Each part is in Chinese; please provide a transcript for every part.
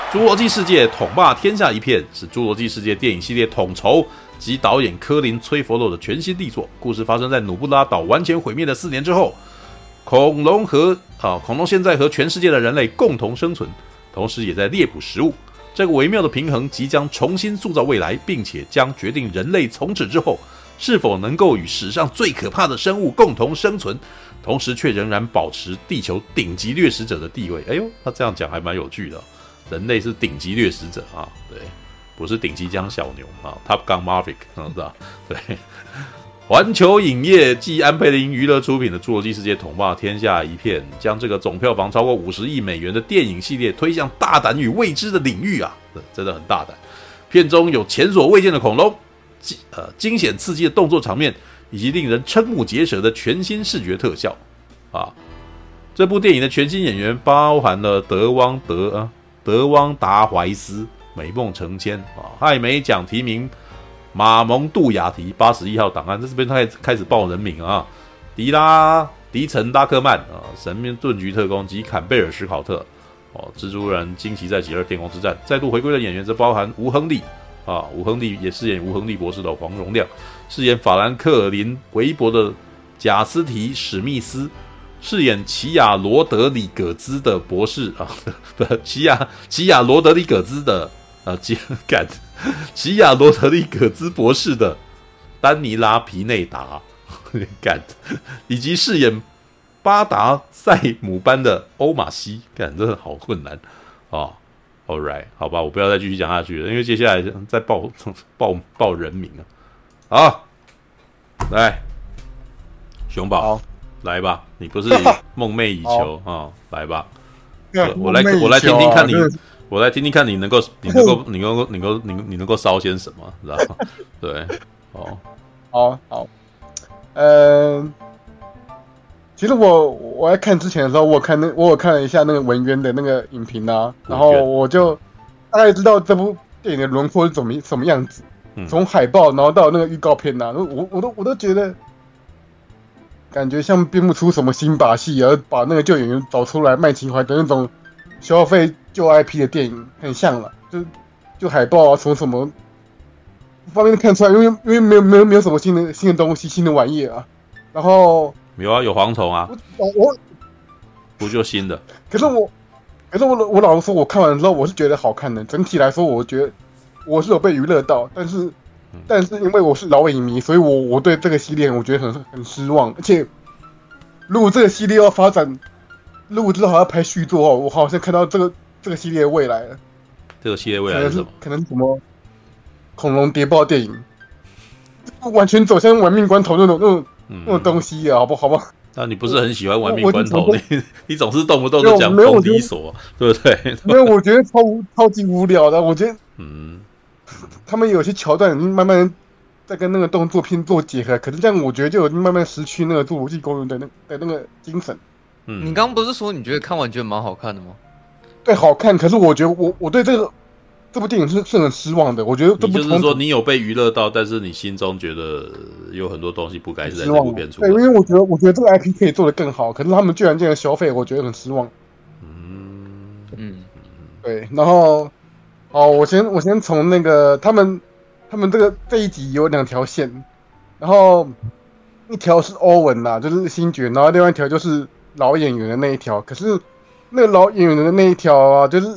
侏罗纪世界统霸天下一片是侏罗纪世界电影系列统筹及导演科林·崔佛洛的全新力作。故事发生在努布拉岛完全毁灭的4年之后，恐龙现在和全世界的人类共同生存，同时也在猎捕食物。这个微妙的平衡即将重新塑造未来，并且将决定人类从此之后是否能够与史上最可怕的生物共同生存，同时却仍然保持地球顶级掠食者的地位。哎呦，他这样讲还蛮有趣的，人类是顶级掠食者啊，对，不是顶级江小牛啊 ，Top Gun Maverick， 知道？对，环球影业继安培林娱乐出品的《侏罗纪世界》统霸天下一片，将这个总票房超过50亿美元的电影系列推向大胆与未知的领域啊，真的很大胆。片中有前所未见的恐龙，惊险刺激的动作场面，以及令人瞠目结舌的全新视觉特效啊！这部电影的全新演员包含了德汪达怀斯、美梦成千啊，艾美奖提名马蒙杜雅提81号档案，这边开始报人名啊，迪岑拉克曼啊，神秘盾局特工及坎贝尔史考特哦，蜘蛛人惊奇在72天空之战再度回归的演员则包含吴亨利啊，吴亨利也饰演吴亨利博士的黄荣亮，饰演法兰克林韦伯的贾斯提史密斯，饰演奇亚罗德里葛兹的博士啊，奇亚罗德里葛兹的奇亚罗德里葛兹博士的丹尼拉皮内达以及饰演巴达塞姆班的欧马西，真的好困难啊。All right， 好吧，我不要再继续讲下去了，因为接下来再报人名了。好，来，熊宝，来吧，你不是梦寐以求啊？来吧，我来听听看你，我来听听看你能够烧些什么，知道吗？对， 好，其实我在看之前的时候，我有看了一下那个文渊的那个影评啊，然后我就大概知道这部电影的轮廓是什么样子，从海报然后到那个预告片啊，我都觉得感觉像编不出什么新把戏，而把那个旧演员找出来卖情怀的那种消费旧 IP 的电影很像了，就海报啊，从什么方面看出来，因为没有什么新的东西、新的玩意啊，然后。 有啊，有蝗虫啊，不就新的？ 可是我老实说，我看完之后我是觉得好看的。整体来说，我觉得我是有被娱乐到，但是因为我是老影迷，所以我对这个系列我觉得很失望。而且如果这个系列要发展，如果之后还要拍续作，我好像看到这个系列的未来了。 这个系列未来是什么？ 可能什么恐龙谍报电影，完全走向玩命关头那种东西啊，好不好？ 那你不是很喜欢玩命关头？你总是动不动就讲封底锁，对不对？ 没有，我觉得超级无聊的。我觉得，他们有些桥段已经慢慢在跟那个动作片做结合，可是这样我觉得就已经慢慢失去那个侏罗纪公园的那个精神。 你刚刚不是说你觉得看完觉得蛮好看的吗？ 对，好看。可是我觉得我对这部电影是很失望的。我觉得你就是说你有被娱乐到，但是你心中觉得有很多东西不该是在这部片出的。 对，因为我觉得这个 IP 可以做得更好，可是他们居然这样消费，我觉得很失望。对，然后我先从那个他们这一集有2条线，然后一条是欧文啦，就是星爵，然后另外一条就是老演员的那一条。可是那个老演员的那一条啊，就是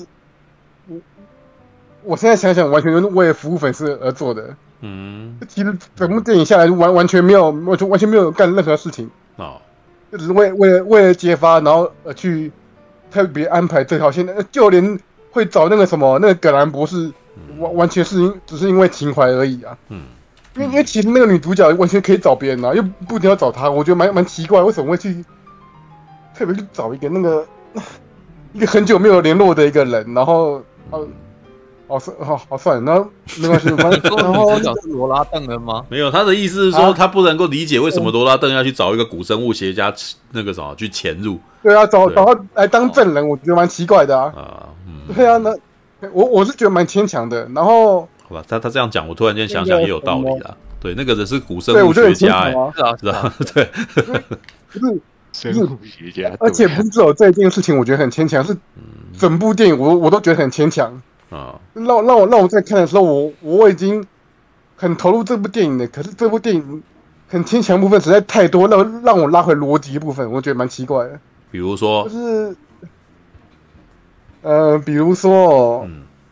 我现在想想，完全就是为了服务粉丝而做的。其实整部电影下来完全没有干任何事情，就只是为了揭发，然后去特别安排这条线。就连会找那个什么那个葛兰博士，完全只是因为情怀而已啊。因为其实那个女主角完全可以找别人啊，又不一定要找她。我觉得蛮奇怪，为什么会去特别去找一个很久没有联络的一个人，然后好算了，然后没关系。 然后是罗拉邓恩吗？ 没有，他的意思是说他不能够理解为什么罗拉邓要去找一个古生物学家那个什么去潜入。 对啊，找他来当证人，我觉得蛮奇怪的啊。对啊，那我是觉得蛮牵强的。然后好吧，他这样讲，我突然间想想也有道理啦。对，那个人是古生物学家， 是啊， 对。 不是， 生物学家， 而且不是只有这件事情，我觉得很牵强，是整部电影我都觉得很牵强啊。让我在看的时候，我已经很投入这部电影了，可是这部电影很牵强部分实在太多，让我拉回逻辑部分，我觉得蛮奇怪的。 比如说， 就是比如说，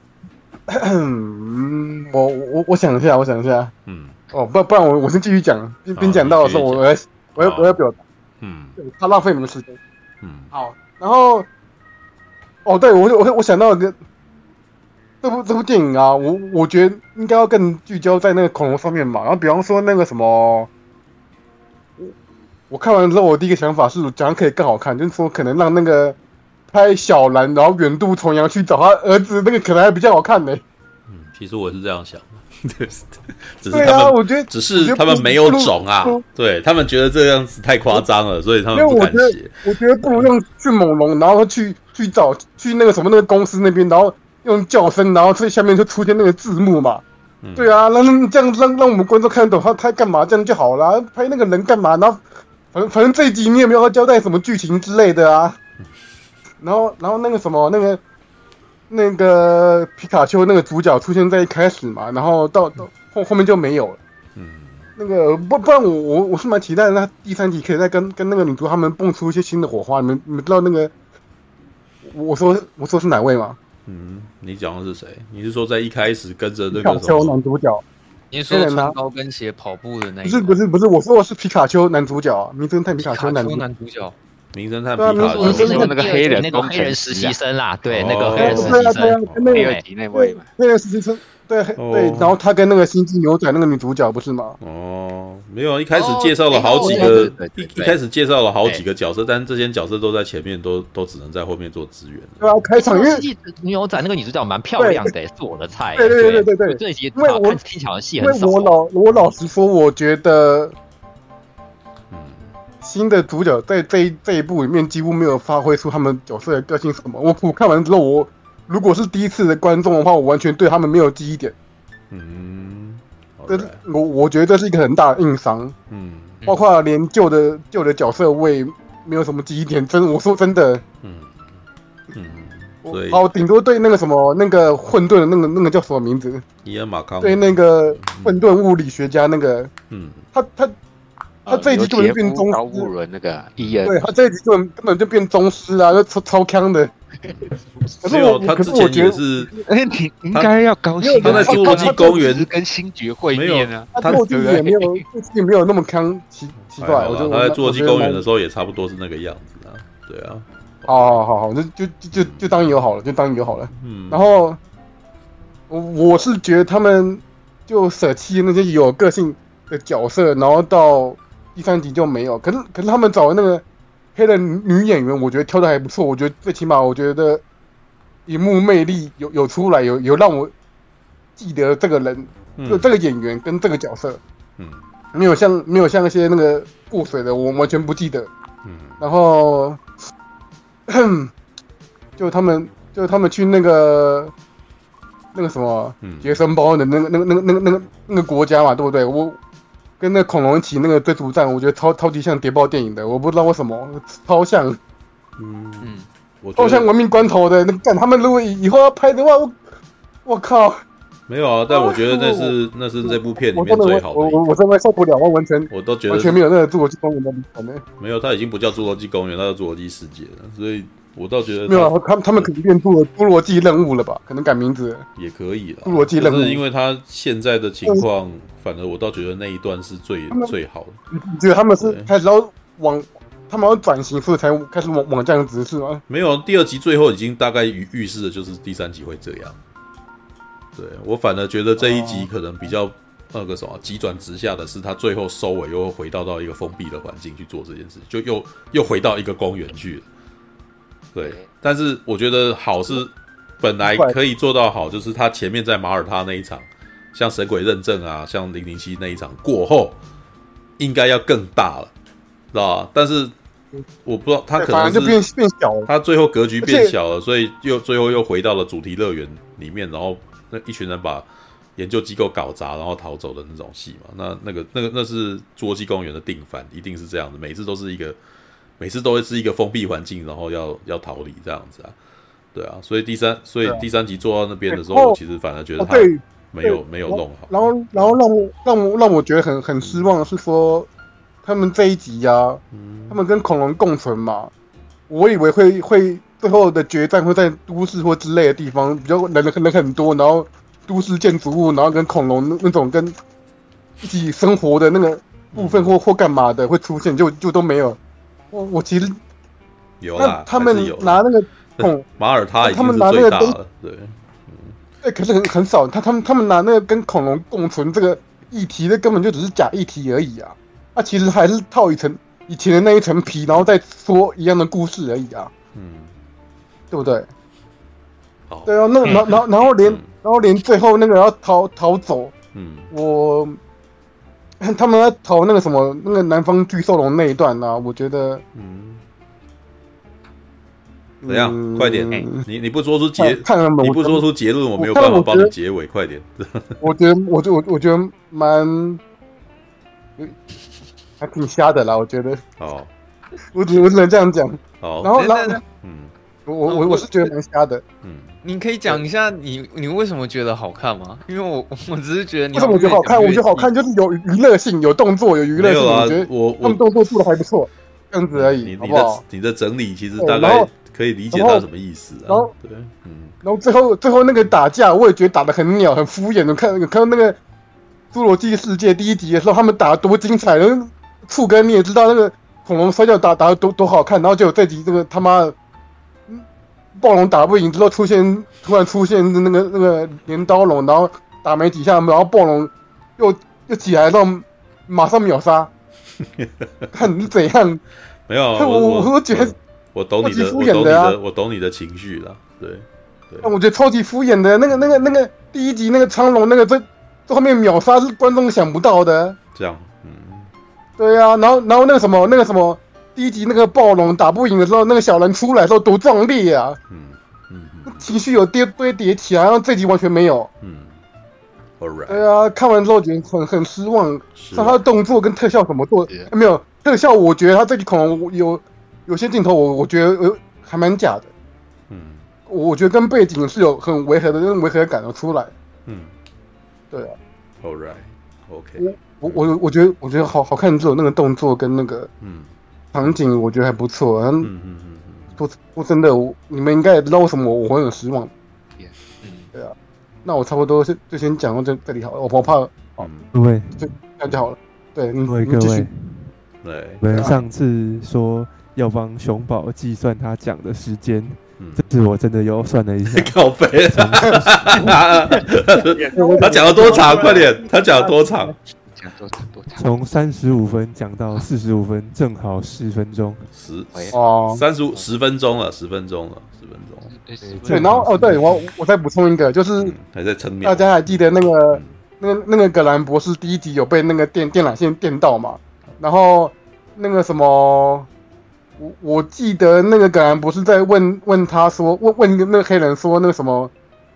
我想一下，不然我先继续讲，边讲到的时候，我要表达，他浪费你们时间，好，然后，对我想到一个，这部电影啊，我觉得应该要更聚焦在那个恐龙上面嘛，然后比方说那个什么，我看完之后，我第一个想法是，怎样可以更好看，就是说可能让那个拍小兰，然后远渡重洋去找他儿子，那个可能还比较好看呢。 其实我是这样想的，只是对啊，我觉得只是他们没有种啊，对他们觉得这样子太夸张了，所以他们不敢写。 我觉得不如用迅猛龙，然后去找去那个什么那个公司那边，然后用叫声，然后在下面就出现那个字幕嘛。对啊，这样让我们观众看得懂他干嘛，这样就好了。拍那个人干嘛？然后反正这一集你也没有要交代什么剧情之类的啊。然后那个什么那个皮卡丘那个主角出现在一开始嘛，然后到后面就没有了。那个不然我是蛮期待那第3集可以再跟那个女主他们蹦出一些新的火花。你们知道那个我说是哪位吗？ 你讲的是谁？你是说在一开始跟着那个皮卡丘男主角？ 你说穿高跟鞋跑步的那一个？ 不是，我说的是皮卡丘男主角啊，名侦探皮卡丘男主角。 名侦探皮卡丘， 你说那个黑人实习生啦，对，那个黑人实习生， 第2集那位嘛， 黑人实习生，对，然后他跟那个星际牛仔那个女主角不是吗？ 没有，一开始介绍了好几个，一开始介绍了好几个角色，但这些角色都在前面，都只能在后面做支援。 对啊，开场因为星际牛仔那个女主角蛮漂亮的，是我的菜。 对， 这一集因为我听起来戏很少。 我老实说，我觉得。新的主角在这一部里面几乎没有发挥出他们角色的个性什么。我看完之后，我如果是第一次的观众的话，我完全对他们没有记忆点。我觉得这是一个很大的硬伤。包括连旧的角色我也没有什么记忆点。我说真的。好，顶多对那个什么那个混沌的那个叫什么名字？ 伊恩马康。 对那个混沌物理学家那个。他这一集根本就变宗师， 物轮那个伊恩， 对他这一集根本就变宗师啊，就超强的。 没有，他之前也是， 你应该要高兴。 他在侏罗纪公园跟星爵会面啊， 他过去也没有那么强，奇怪。我觉得他在侏罗纪公园的时候也差不多是那个样子啊，对啊。 好，就当友好了，就当友好了。然后我是觉得他们就舍弃那些有个性的角色，然后到第3集就没有。可是他们找的那个黑人女演员，我觉得挑的还不错。我觉得最起码，我觉得荧幕魅力有出来，有让我记得这个人，这个演员跟这个角色。没有像一些那个过水的，我完全不记得。然后，就他们去那个什么杰森鲍恩的那个国家嘛，对不对？我跟那恐龙一起那个追逐战，我觉得超级像谍报电影的，我不知道为什么，超像，超像文明关头的。他们如果以后要拍的话，我靠， 没有啊，但我觉得那是这部片里面最好的。 我真的受不了，我都觉得完全没有那个侏罗纪公园的灵魂呢。 没有，它已经不叫侏罗纪公园，它叫侏罗纪世界了，所以我倒觉得没有，他们可能变侏罗纪任务了吧？可能改名字也可以了。 侏罗纪任务， 是因为他现在的情况，反而我倒觉得那一段是最好的。 你觉得他们是开始要他们要转型，所以才开始往这样子是吗？ 没有，第2集最后已经大概预示的就是第3集会这样。对，我反而觉得这一集可能比较那个什么急转直下的是，他最后收尾又回到一个封闭的环境去做这件事，就又回到一个公园去了。对，但是我觉得好是本来可以做到好，就是他前面在马耳他那一场，像神鬼认证啊，像007那一场过后，应该要更大了，知道吧？但是我不知道他可能是变小了， 他最后格局变小了，所以最后又回到了主题乐园里面，然后那一群人把研究机构搞砸，然后逃走的那种戏嘛。那是侏罗纪公园的定番，一定是这样的，每次都是一个每次都会是一个封闭环境，然后要逃离这样子啊，对啊，所以第三集做到那边的时候，我其实反而觉得他没有弄好。 然后让我觉得很失望的是说，他们这一集啊，他们跟恐龙共存嘛，我以为会最后的决战会在都市或之类的地方，比较人很多，然后都市建筑物，然后跟恐龙那种跟一起生活的那个部分或干嘛的会出现，就都没有。我其实有啦， 他们拿那个马耳他已经是最大了， 对，可是很少。他们拿那个跟恐龙共存这个议题，那根本就只是假议题而已啊！其实还是套以前的那一层皮，然后再说一样的故事而已啊。对不对？对啊，那然后连最后那个要逃走，他们要逃那个什么那个南方巨兽龙那一段啊，我觉得， 怎样？快点，你不说出你不说出结论，我没有办法帮你结尾，快点。 我觉得还挺瞎的啦，我觉得。哦，我只能这样讲。 好， 然后我是觉得蛮瞎的。 你可以讲一下你为什么觉得好看吗？因为我只是觉得为什么我觉得好看？我觉得好看就是有娱乐性，有动作，有娱乐性。我觉得他们动作做的还不错，这样子而已，好不好？ 你的整理其实大概可以理解他什么意思啊。 然后最后那个打架，我也觉得打得很鸟，很敷衍。看到那个《侏罗纪世界》第一集的时候，他们打得多精彩！触根你也知道，那个恐龙摔跤打得多好看，然后结果这集这个他妈的暴龙打不赢之后突然出现那个镰刀龙，然后打没几下，然后暴龙又起来，然后马上秒杀。看你怎样？ 没有， 我觉得我懂你的情绪了。对， 我觉得超级敷衍的。那个第一集那个苍龙那个在后面秒杀是观众想不到的。 这样， 对啊，然后那个什么。第一集那个暴龙打不赢的时候，那个小人出来的时候多壮烈啊！情绪有堆叠起来，然后这集完全没有。对啊，看完之后觉得很失望。像他的动作跟特效怎么做？没有特效，我觉得他这集恐龙有些镜头，我觉得还蛮假的。我觉得跟背景是有很违和的那种违和感的出来。对啊。 All right, OK。 我觉得好看，只有那个动作跟那个场景我觉得还不错，说真的，你们应该也知道为什么我会很失望。对啊，那我差不多就先讲到这里好了，我怕各位就这样就好了。对， 各位，我们上次说要帮熊宝计算他讲的时间，这次我真的有算了一下， 靠北，他讲了多长？快点，他讲了多长？ 从35分讲到45分，正好10分钟。 10分钟了，10分钟。 对，然后对我再补充一个，就是还在撑大家还记得那个葛兰博士第一集有被那个电缆线电到嘛？然后那个什么，我记得那个葛兰博士在问他说，问那个黑人说那个什么，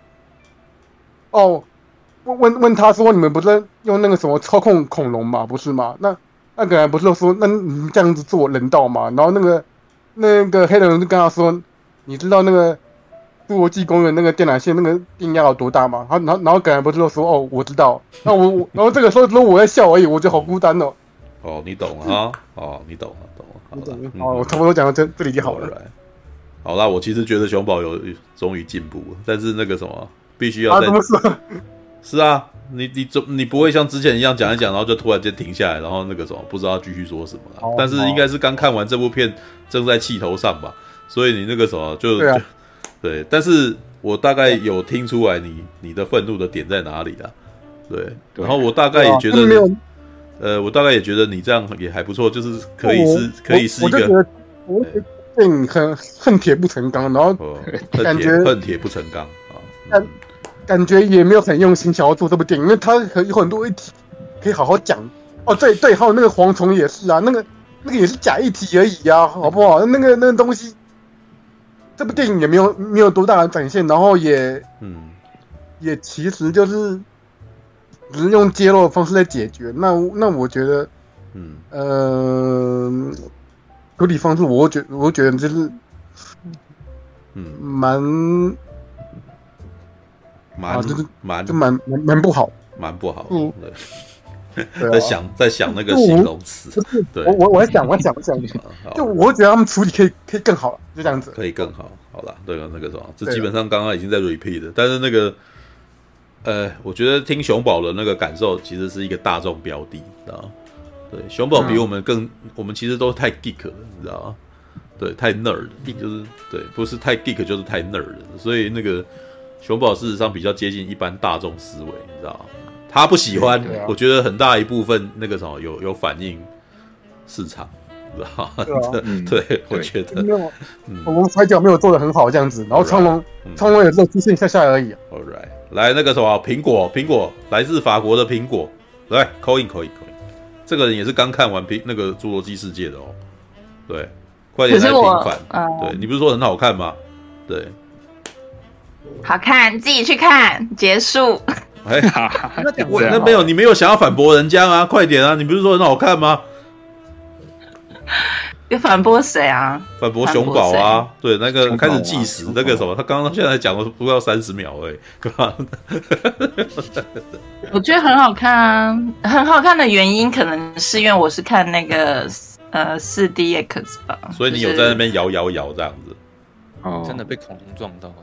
问他说，你们不是用那个什么操控恐龙嘛，不是吗？那个人不是说，那你这样子做人道吗？然后那个黑人就跟他说，你知道那个侏罗纪公园那个电缆线那个电压有多大吗？然后个人不是说，我知道。然后这个时候只有我在笑而已，我觉得好孤单哦。 你懂啊？你懂了。 我差不多讲到这里就好了。 好啦，我其实觉得熊宝终于进步了，但是那个什么，必须要再。是啊，你不会像之前一样讲一讲，然后就突然间停下来，然后那个什么不知道继续说什么了。但是应该是刚看完这部片，正在气头上吧，所以你那个什么对。但是我大概有听出来你的愤怒的点在哪里啦，对。然后我大概也觉得，你这样也还不错，就是可以是一个。 我觉得电影很恨铁不成钢，然后感觉恨铁不成钢啊。 感觉也没有很用心想要做这部电影，因为它有很多议题可以好好讲。对，还有那个蝗虫也是啊，那个也是假议题而已啊，好不好？那个东西，这部电影也没有多大的展现，然后也其实就是只是用揭露的方式在解决。那我觉得， 处理方式，我觉得就是，蛮不好， 蛮不好。在想那个形容词。对， 我想，就我觉得他们处理可以更好了，就这样子。 可以更好，好了，对了，那个什么，这基本上刚刚已经在 repeat 了，但是那个。我觉得听熊宝的那个感受其实是一个大众标的，知道吗？对，熊宝比我们我们其实都太 geek 了，你知道吗？对，太 nerd， 就是对，不是太 geek 就是太 nerd 了，所以那个熊宝事实上比较接近一般大众思维，你知道吗？他不喜欢，我觉得很大一部分那个什么有反映市场。对，我觉得我们摔跤没有做得很好这样子，然后苍龙也只出现下而已。 Alright， 来那个什么苹果，来自法国的苹果，来 call in， 这个人也是刚看完那个侏罗纪世界的哦，对，快点来平反，对你不是说很好看吗？对， 好看，自己去看，结束。 那没有，你没有想要反驳人家啊，快点啊，你不是说很好看吗？ 要反驳谁啊？ 反驳熊宝啊！对，那个开始计时，那个什么，他刚刚现在讲了不到30秒而已，对吧？ 我觉得很好看啊，很好看的原因可能是因为我是看那个4DX 吧， 所以你有在那边摇这样子， 真的被恐龙撞到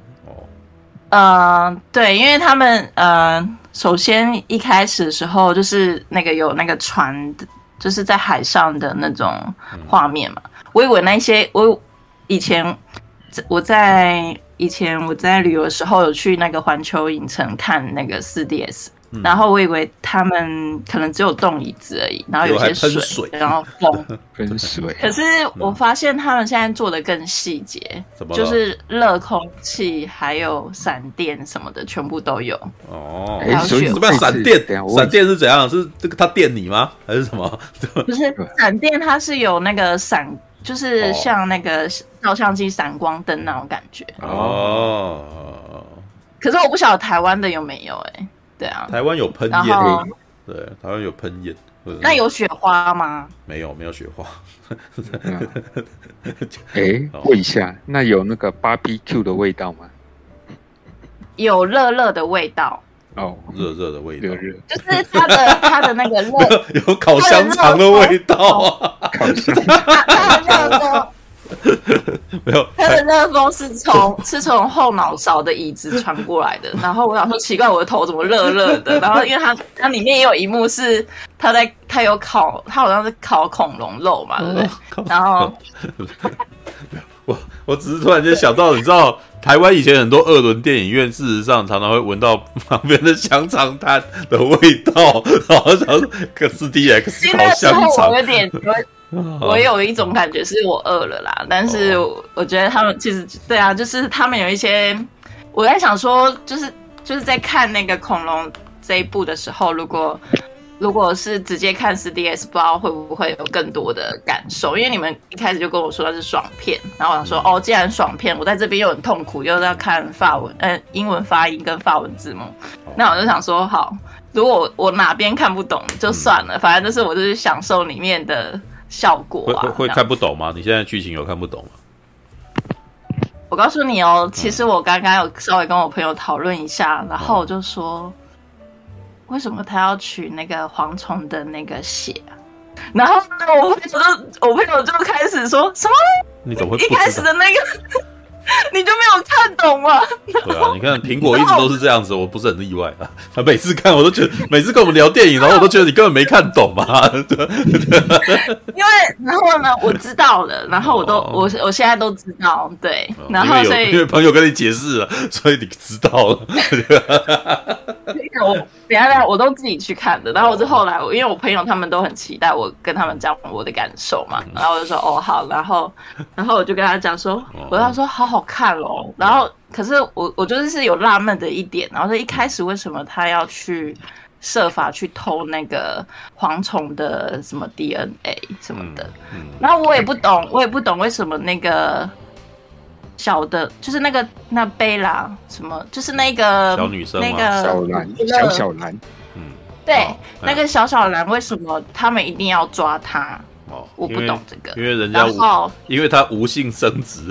对，因为他们首先一开始的时候就是那个有那个船。就是在海上的那种画面嘛，我以为那些以前我在旅游的时候有去那个环球影城看那个 4DS，然后我以为他们可能只有动椅子而已，然后有些水，然后风喷水。 可是我发现他们现在做的更细节，就是热空气还有闪电什么的全部都有。 哦，所以什么闪电？闪电是怎样？是这个他电你吗？还是什么？ 不是闪电，它是有那个就是像那个照相机闪光灯那种感觉。哦。可是我不晓得台湾的有没有对啊， 台湾有喷烟，对，台湾有喷烟。 那有雪花吗？ 没有雪花。 问一下，那有那个 BBQ 的味道吗？ 有热的味道。 热的味道， 就是它的那个热， 有烤香肠的味道啊， 烤香肠。 它的热风。 没有， 它的热风是从后脑勺的椅子传过来的。然后我想说奇怪，我的头怎么热的？然后因为它里面也有一幕是他好像是烤恐龙肉嘛，对不对？然后我只是突然间想到，你知道台湾以前很多二轮电影院，事实上常常会闻到旁边的香肠摊的味道，然后想说可是 DX 烤香肠， 我有一种感觉是我饿了啦，但是我觉得他们其实对啊，就是他们有一些，我在想说，就是在看那个恐龙这一部的时候，如果是直接看 4DS， 不知道会不会有更多的感受，因为你们一开始就跟我说它是爽片，然后我想说既然爽片，我在这边又很痛苦，又要看英文发音跟法文字幕，那我就想说好，如果我哪边看不懂就算了，反正就是我就是享受里面的效果会看不懂吗？你现在剧情有看不懂吗？ 我告诉你其实我刚刚有稍微跟我朋友讨论一下，然后我就说，为什么他要取那个蝗虫的那个血啊？然后我朋友就开始说什么？ 你怎么会不知道？ 一开始的那个你就没有看懂吗？ 对啊，你看苹果一直都是这样子，我不是很意外啊。他每次看我都觉得，每次跟我们聊电影，然后我都觉得你根本没看懂嘛。 因为然后呢，我知道了，然后我现在都知道，对，然后所以因为朋友跟你解释了，所以你知道了。 等一下我都自己去看的，然后我是后来，因为我朋友他们都很期待我跟他们讲我的感受嘛，然后我就说好，然后我就跟他讲说，我跟他说好看哦，然后可是我就是有纳闷的一点，然后说一开始为什么他要去设法去偷那个蝗虫的什么 DNA 什么的，然后我也不懂为什么那个小的，就是那贝拉什么，就是那个小女生那个小蓝， 对，那个小蓝为什么他们一定要抓他？ 哦， 我不懂这个， 因为人家因为他无性生殖，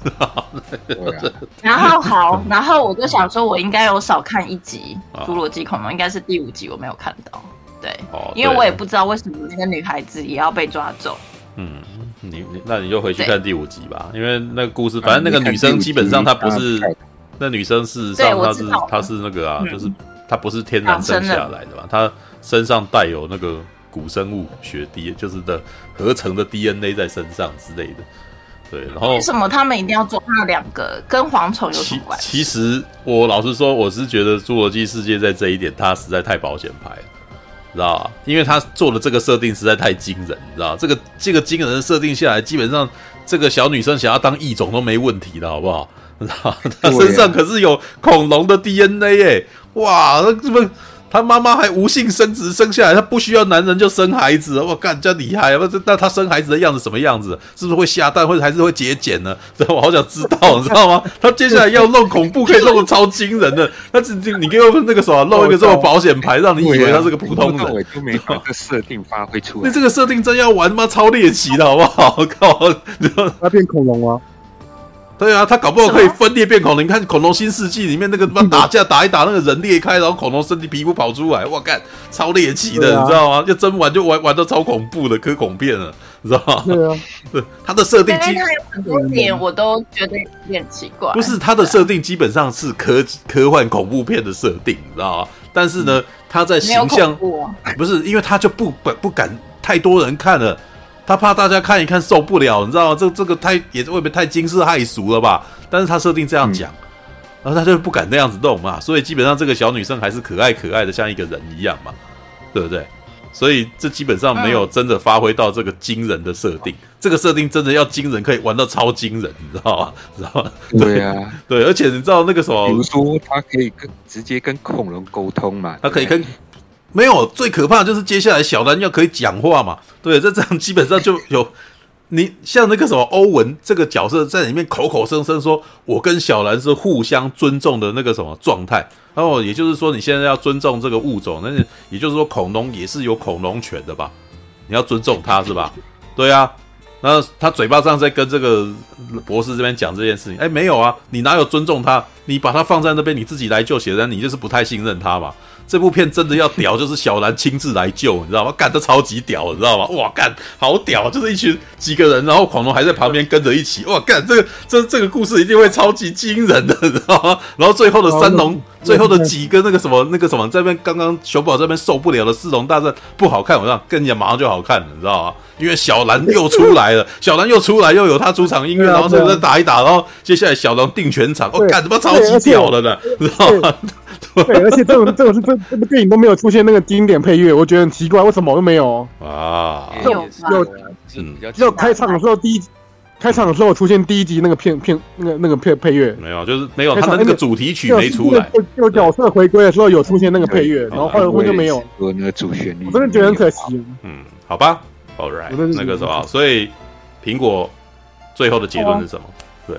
然后好，然后我就想说，我应该有少看一集《侏罗纪恐龙》，应该是第5集我没有看到，对，因为我也不知道为什么那个女孩子也要被抓走。 那你就回去看第5集吧，因为那个故事，反正那个女生基本上她不是，那女生事实上她是那个啊，就是她不是天然生下来的嘛，她身上带有那个古生物学 DNA， 就是的合成的 DNA 在身上之类的。对，然后为什么他们一定要抓那2个？跟蝗虫有什么关系？ 其实我老实说，我是觉得《侏罗纪世界》在这一点，它实在太保险牌了。知道吧？因为他做的这个设定实在太惊人，你知道这个惊人的设定下来，基本上这个小女生想要当异种都没问题的，好不好？知道她身上可是有恐龙的 DNA 耶！哇，那这么她妈妈还无性生殖生下来，她不需要男人就生孩子，哇，干这厉害！那她生孩子的样子什么样子？是不是会下蛋，或者还是会节俭呢？我好想知道，你知道吗？她接下来要弄恐怖，可以弄得超惊人的。那你给我那个什么，弄一个这么保险牌，让你以为他是个普通人， 我就没把这个设定发挥出来。 那这个设定真要玩，妈超猎奇的，好不好？靠， 他变恐龙啊！ 对啊，他搞不好可以分裂变恐龙。你看《恐龙新世纪》里面那个打架打一打，那个人裂开，然后恐龙身体皮肤跑出来，哇干，超猎奇的，你知道吗？要真玩就玩到超恐怖的，科恐片了，你知道吗？ 对啊， 对，他的设定， 因为他有很多点我都觉得有点奇怪。 不是他的设定基本上是科幻恐怖片的设定，你知道吗？但是呢，他在形象不是，因为他就不敢太多人看了。他怕大家看一看受不了，你知道吗？这个也会不会太惊世骇俗了吧？但是他设定这样讲，然后他就不敢那样子弄嘛，所以基本上这个小女生还是可爱的，像一个人一样嘛，对不对？所以这基本上没有真的发挥到这个惊人的设定。这个设定真的要惊人，可以玩到超惊人，你知道吗？ 对啊， 对，而且你知道那个什么， 比如说他可以直接跟恐龙沟通嘛， 他可以跟。没有，最可怕的就是接下来小兰要可以讲话嘛，对，这样基本上就有你像那个什么欧文这个角色在里面口口声声说我跟小兰是互相尊重的那个什么状态，然后也就是说你现在要尊重这个物种，那也就是说恐龙也是有恐龙权的吧？你要尊重它是吧？对啊，那他嘴巴上在跟这个博士这边讲这件事情，没有啊，你哪有尊重他？你把他放在那边，你自己来救显然你就是不太信任他嘛。这部片真的要屌，就是小兰亲自来救，你知道吗？干，这超级屌，你知道吗？哇，干，好屌，就是一群几个人，然后恐龙还在旁边跟着一起，哇，干，这个故事一定会超级惊人的，你知道吗？然后最后的三龙，最后的几个那个什么，这边刚刚熊宝这边受不了的4龙大战不好看，我让跟你讲马上就好看了，你知道吗？因为小兰又出来了，又有他出场音乐，然后再打一打，然后接下来小龙定全场，干，他妈超级屌的呢，知道吗？ 对，而且这部电影都没有出现那个经典配乐，我觉得很奇怪，为什么都没有啊？ 有开场的时候开场的时候出现第1集那个那个配乐， 没有，就是没有他的那个主题曲没出来。 有角色回归的时候有出现那个配乐，然后后来就没有。 有那个主旋律， 我真的觉得很可惜。 好吧 ，All right， 那个什么，所以苹果最后的结论是什么？对，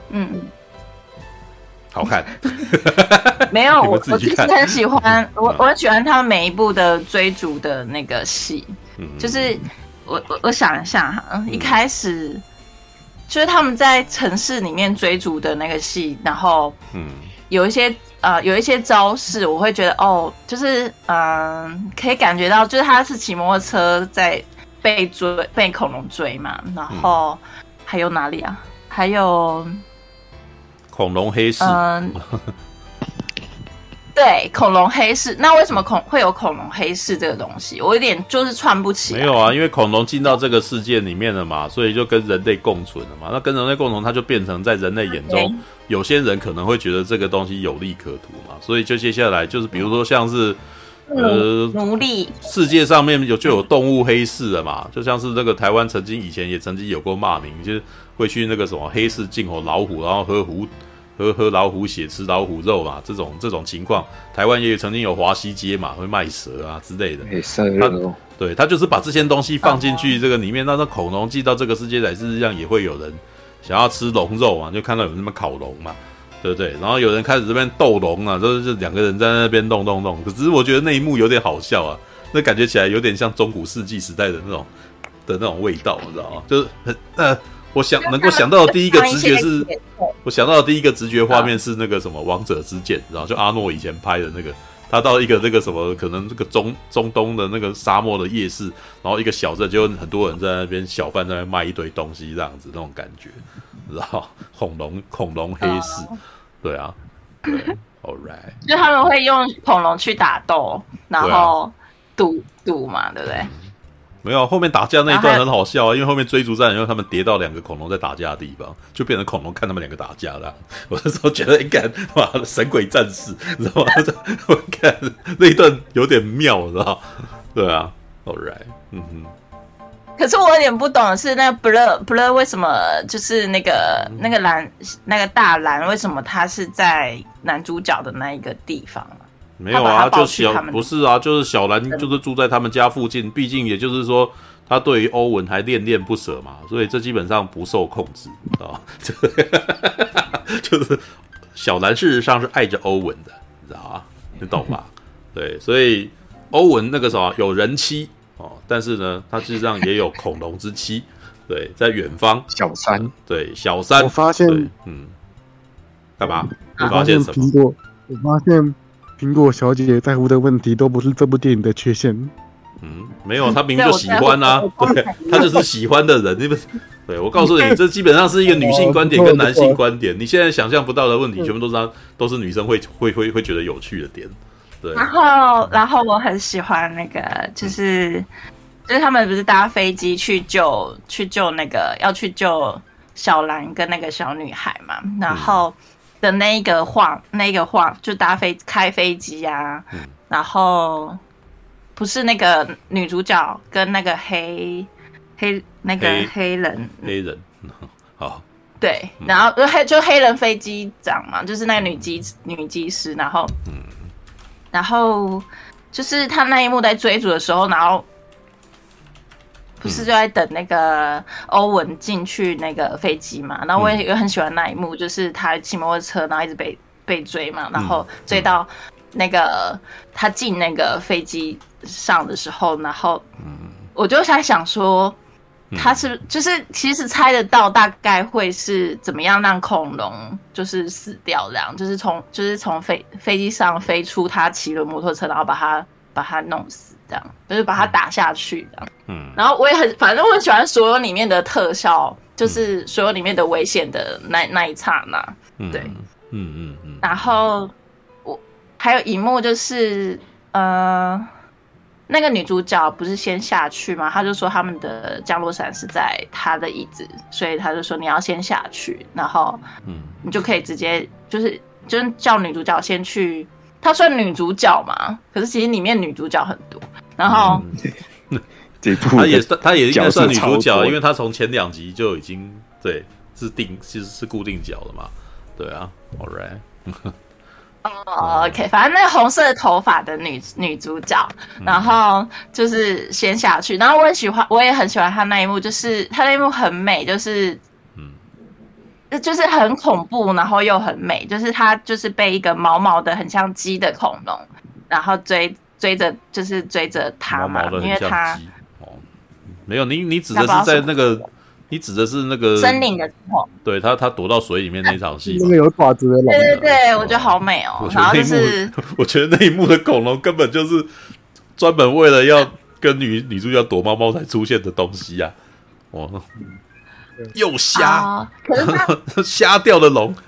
好看， 没有，我其实很喜欢，我很喜欢他们每一部的追逐的那个戏，就是我想一下哈，一开始就是他们在城市里面追逐的那个戏，然后有一些招式，我会觉得就是可以感觉到，就是他是骑摩托车在被恐龙追嘛，然后还有哪里啊？还有。 恐龙黑市， 对，恐龙黑市。那为什么会有恐龙黑市这个东西？我有点就是串不起来。 没有啊，因为恐龙进到这个世界里面了嘛，所以就跟人类共存了嘛。那跟人类共存，它就变成在人类眼中，有些人可能会觉得这个东西有利可图嘛，所以就接下来就是比如说像是奴隶， 世界上面就有动物黑市了嘛，就像是这个台湾以前也曾经有过骂名，就是会去那个什么黑市进口老虎，然后喝老虎血，吃老虎肉嘛，这种情况，台湾也曾经有华西街嘛，会卖蛇啊之类的。对，他就是把这些东西放进去这个里面，那恐龙进到这个世界来，事实上也会有人想要吃龙肉嘛，就看到有人那么烤龙嘛，对不对？然后有人开始这边斗龙啊，就是2个人在那边弄。可是我觉得那一幕有点好笑啊，那感觉起来有点像中古世纪时代的那种的那种味道，你知道吗？就是我能够想到的第一个直觉是，我想到的第一个直觉画面是那个什么《王者之剑》，然后就阿诺以前拍的那个，他到一个那个什么，可能这个中东的那个沙漠的夜市，然后一个小镇，就很多人在那边小贩在那边卖一堆东西，这样子那种感觉，你知道？恐龙黑市，对啊，对 ，All right， 就他们会用恐龙去打斗，然后赌嘛，对不对？ 没有，后面打架那一段很好笑啊，因为后面追逐战，然后他们跌到两个恐龙在打架的地方，就变成恐龙看他们两个打架了。我那时候觉得，干妈的神鬼战士，你知道吗？我看那一段有点妙，你知道？对啊 ，All right， 嗯哼。 可是我有点不懂的是，那个 Blur 为什么就是那个蓝那个大蓝，为什么他是在男主角的那一个地方啊？ 没有啊，就不是啊，就是小兰就是住在他们家附近，毕竟也就是说，他对于欧文还恋恋不舍嘛，所以这基本上不受控制啊，就是小兰事实上是爱着欧文的，你知道吗？你懂吧？对，所以欧文那个什么有人妻哦，但是呢，他事实上也有恐龙之妻，对，在远方小三， 对小三， 我发现， 干嘛？ 我发现什么？ 我发现。苹果小姐在乎的问题都不是这部电影的缺陷。 没有，她明明就喜欢啊，对，她就是喜欢的人。对，我告诉你，这基本上是一个女性观点跟男性观点。你现在想象不到的问题，全部都是女生会觉得有趣的点。对。 然后我很喜欢那个，就是他们不是搭飞机去救那个要去救小兰跟那个小女孩嘛，然后。的那个晃就开飞机啊，然后不是那个女主角跟那个黑人， 好， 对，然后就黑人飞机长嘛，就是那个女机师，然后就是他那一幕在追逐的时候，然后。不是就在等那个欧文进去那个飞机嘛？然后我也很喜欢那一幕，就是他骑摩托车，然后一直被追嘛，然后追到那个他进那个飞机上的时候，然后我就在想说，他是就是其实猜得到大概会是怎么样让恐龙就是死掉这样，就是从飞机上飞出他骑了摩托车，然后把他弄死。这样就是把它打下去这样，然后反正我很喜欢所有里面的特效，就是所有里面的危险的那一刹那，对，然后我还有一幕就是那个女主角不是先下去嘛，她就说他们的降落伞是在她的椅子，所以她就说你要先下去，然后你就可以直接就是叫女主角先去。她算女主角嘛？可是其实里面女主角很多，然后她也应该算女主角，因为她从前2集就已经对是固定角了嘛，对啊 ，All right ，OK， 反正那红色头发的女主角，然后就是先下去，然后我也很喜欢她那一幕，就是她那一幕很美，就是很恐怖，然后又很美，就是他就是被一个毛毛的很像鸡的恐龙，然后追着他嘛，因为他没有你指的是在那个，你指的是那个森林的时候， 对他躲到水里面那场戏， 那个有爪子的龙， 对，我觉得好美哦。然后就是我觉得那一幕的恐龙根本就是专门为了要跟女主角躲猫猫才出现的东西啊，又瞎，瞎掉的龙，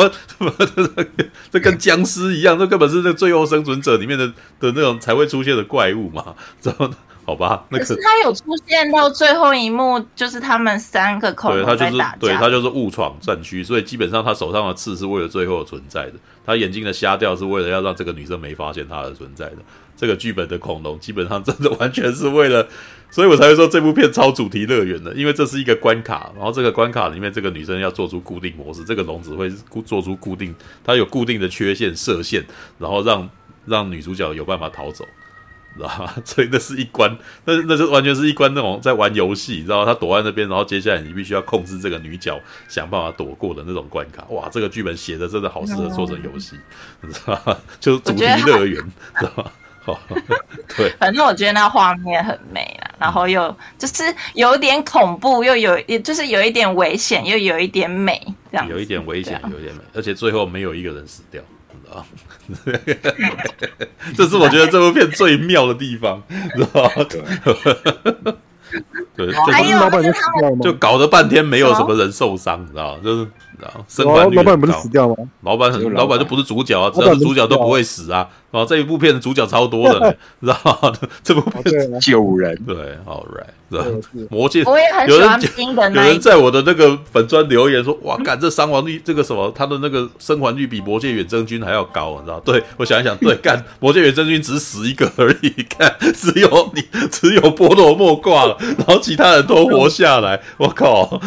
这跟僵尸一样，这根本是那最后生存者里面的那种才会出现的怪物嘛，知道吗？好吧，可是他有出现到最后一幕，就是他们3个恐龙在打架， 对，他就是误闯战区，所以基本上他手上的刺是为了最后的存在的，他眼睛的瞎掉是为了要让这个女生没发现他的存在的。这个剧本的恐龙基本上真的完全是为了，所以我才会说这部片超主题乐园的，因为这是一个关卡，然后这个关卡里面这个女生要做出固定模式，这个龙只会做出固定，它有固定的缺陷射线，然后让女主角有办法逃走。知道吗？所以那是一关，那就完全是一关那种在玩游戏，你知道吗？他躲在那边，然后接下来你必须要控制这个女角想办法躲过的那种关卡。哇，这个剧本写的真的好适合做成游戏，你知道吗？就是主题乐园，知道吗？ 对， 反正我觉得那画面很美啦，然后又就是有一点恐怖，就是有一点危险，又有一点美，这样子有一点危险，有一点美，而且最后没有一个人死掉，你知道吗？这是我觉得这部片最妙的地方，知道吗？对， 还有老板就死掉了吗？ 就搞得半天没有什么人受伤，你知道吗？就是生还率老板不是死掉吗？ 老板就不是主角啊，只要是主角都不会死啊。然后这一部片的主角超多的，知道吗？这部片救人， 对 ，All right，魔戒， 我也很喜欢冰的那有人在我的那个粉专留言说，哇，干这伤亡率这个什么，他的那个生还率比魔戒远征军还要高，你知道？对我想一想，对，干魔戒远征军只死一个而已，看只有波罗莫挂了，然后其他人都活下来，我靠，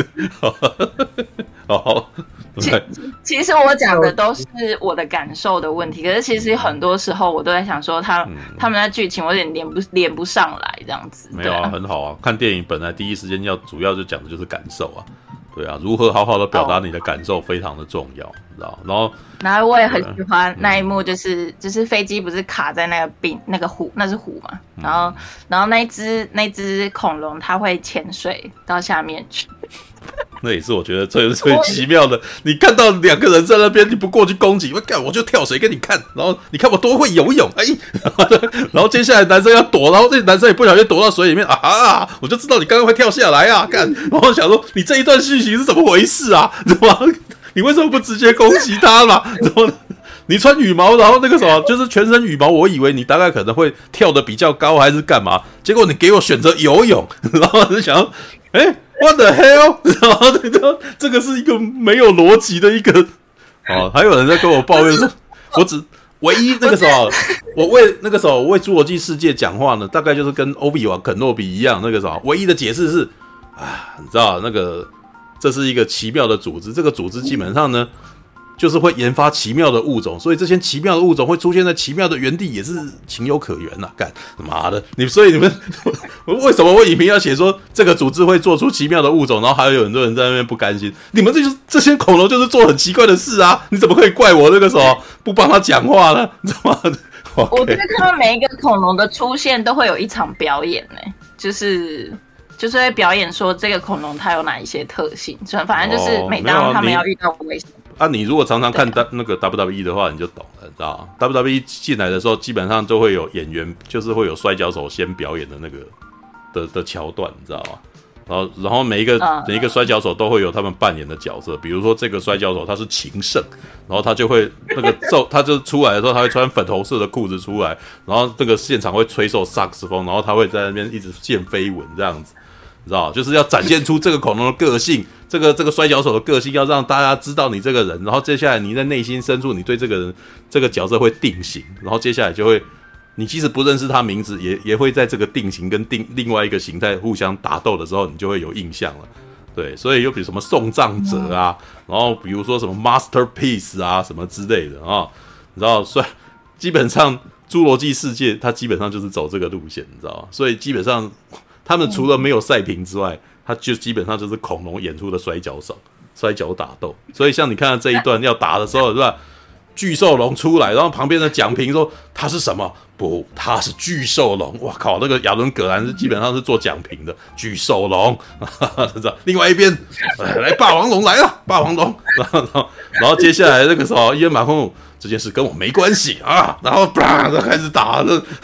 好。 其实我讲的都是我的感受的问题，可是其实很多时候我都在想说他们在剧情我有点连不上来这样子。 没有啊，很好啊。看电影本来第一时间主要就讲的就是感受啊，对啊，如何好好的表达你的感受非常的重要，你知道？然后我也很喜欢那一幕，就是飞机不是卡在那个那个湖，那是湖嘛，然后那只恐龙它会潜水到下面去。 那也是我觉得最奇妙的。你看到两个人在那边，你不过去攻击，我就跳水给你看，然后你看我多会游泳，然后接下来男生要躲，然后这男生也不小心躲到水里面啊，我就知道你刚刚会跳下来啊，干，然后想说你这一段剧情是怎么回事啊？知道吗？你为什么不直接攻击他嘛？然后你穿羽毛，然后那个什么，就是全身羽毛，我以为你大概可能会跳得比较高还是干嘛，结果你给我选择游泳，然后就想要What the hell？ 然后这个是一个没有逻辑的一个还有人在跟我抱怨说，我只唯一那个时候，我为侏罗纪世界讲话呢，大概就是跟欧比王肯诺比一样，那个什么，唯一的解释是你知道那个这是一个奇妙的组织，这个组织基本上呢就是会研发奇妙的物种，所以这些奇妙的物种会出现在奇妙的原地，也是情有可原呐！干妈的，所以你们为什么我影评要写说这个组织会做出奇妙的物种，然后还有很多人在那边不甘心？你们这些恐龙就是做很奇怪的事啊！你怎么可以怪我那个时候不帮他讲话呢？你知道吗？ 我觉得他们每一个恐龙的出现都会有一场表演就是会表演说这个恐龙它有哪一些特性，反正就是每当他们要遇到危险。 你如果常常看那个 WWE 的话，你就懂了，你知道吗 ？WWE 进来的时候，基本上就会有演员，就是会有摔跤手先表演的那个的桥段，你知道吗？然后每一个摔跤手都会有他们扮演的角色，比如说这个摔跤手他是情圣，然后他就会他就出来的时候，他会穿粉红色的裤子出来，然后这个现场会吹奏萨克斯风，然后他会在那边一直现飞吻这样子。你知道，就是要展现出这个恐龙的个性，这个摔跤手的个性，要让大家知道你这个人，然后接下来你在内心深处，你对这个人这个角色会定型，然后接下来就会，你即使不认识他名字，也会在这个定型跟另外一个形态互相打斗的时候，你就会有印象了。对，所以又比如什么送葬者啊，然后比如说什么 Masterpiece 啊什么之类的啊，你知道，所以基本上侏罗纪世界它基本上就是走这个路线，你知道吗？所以基本上。他们除了没有赛评之外，他就基本上就是恐龙演出的摔跤手、摔跤打斗。所以像你看到这一段要打的时候，是吧？巨兽龙出来，然后旁边的讲评说它是什么？不，它是巨兽龙。哇靠，那个亚伦·葛兰是基本上是做讲评的巨兽龙。另外一边，来霸王龙来了，霸王龙。然后接下来那个时候，伊恩·马库姆这件事跟我没关系啊。然后啪，就开始打，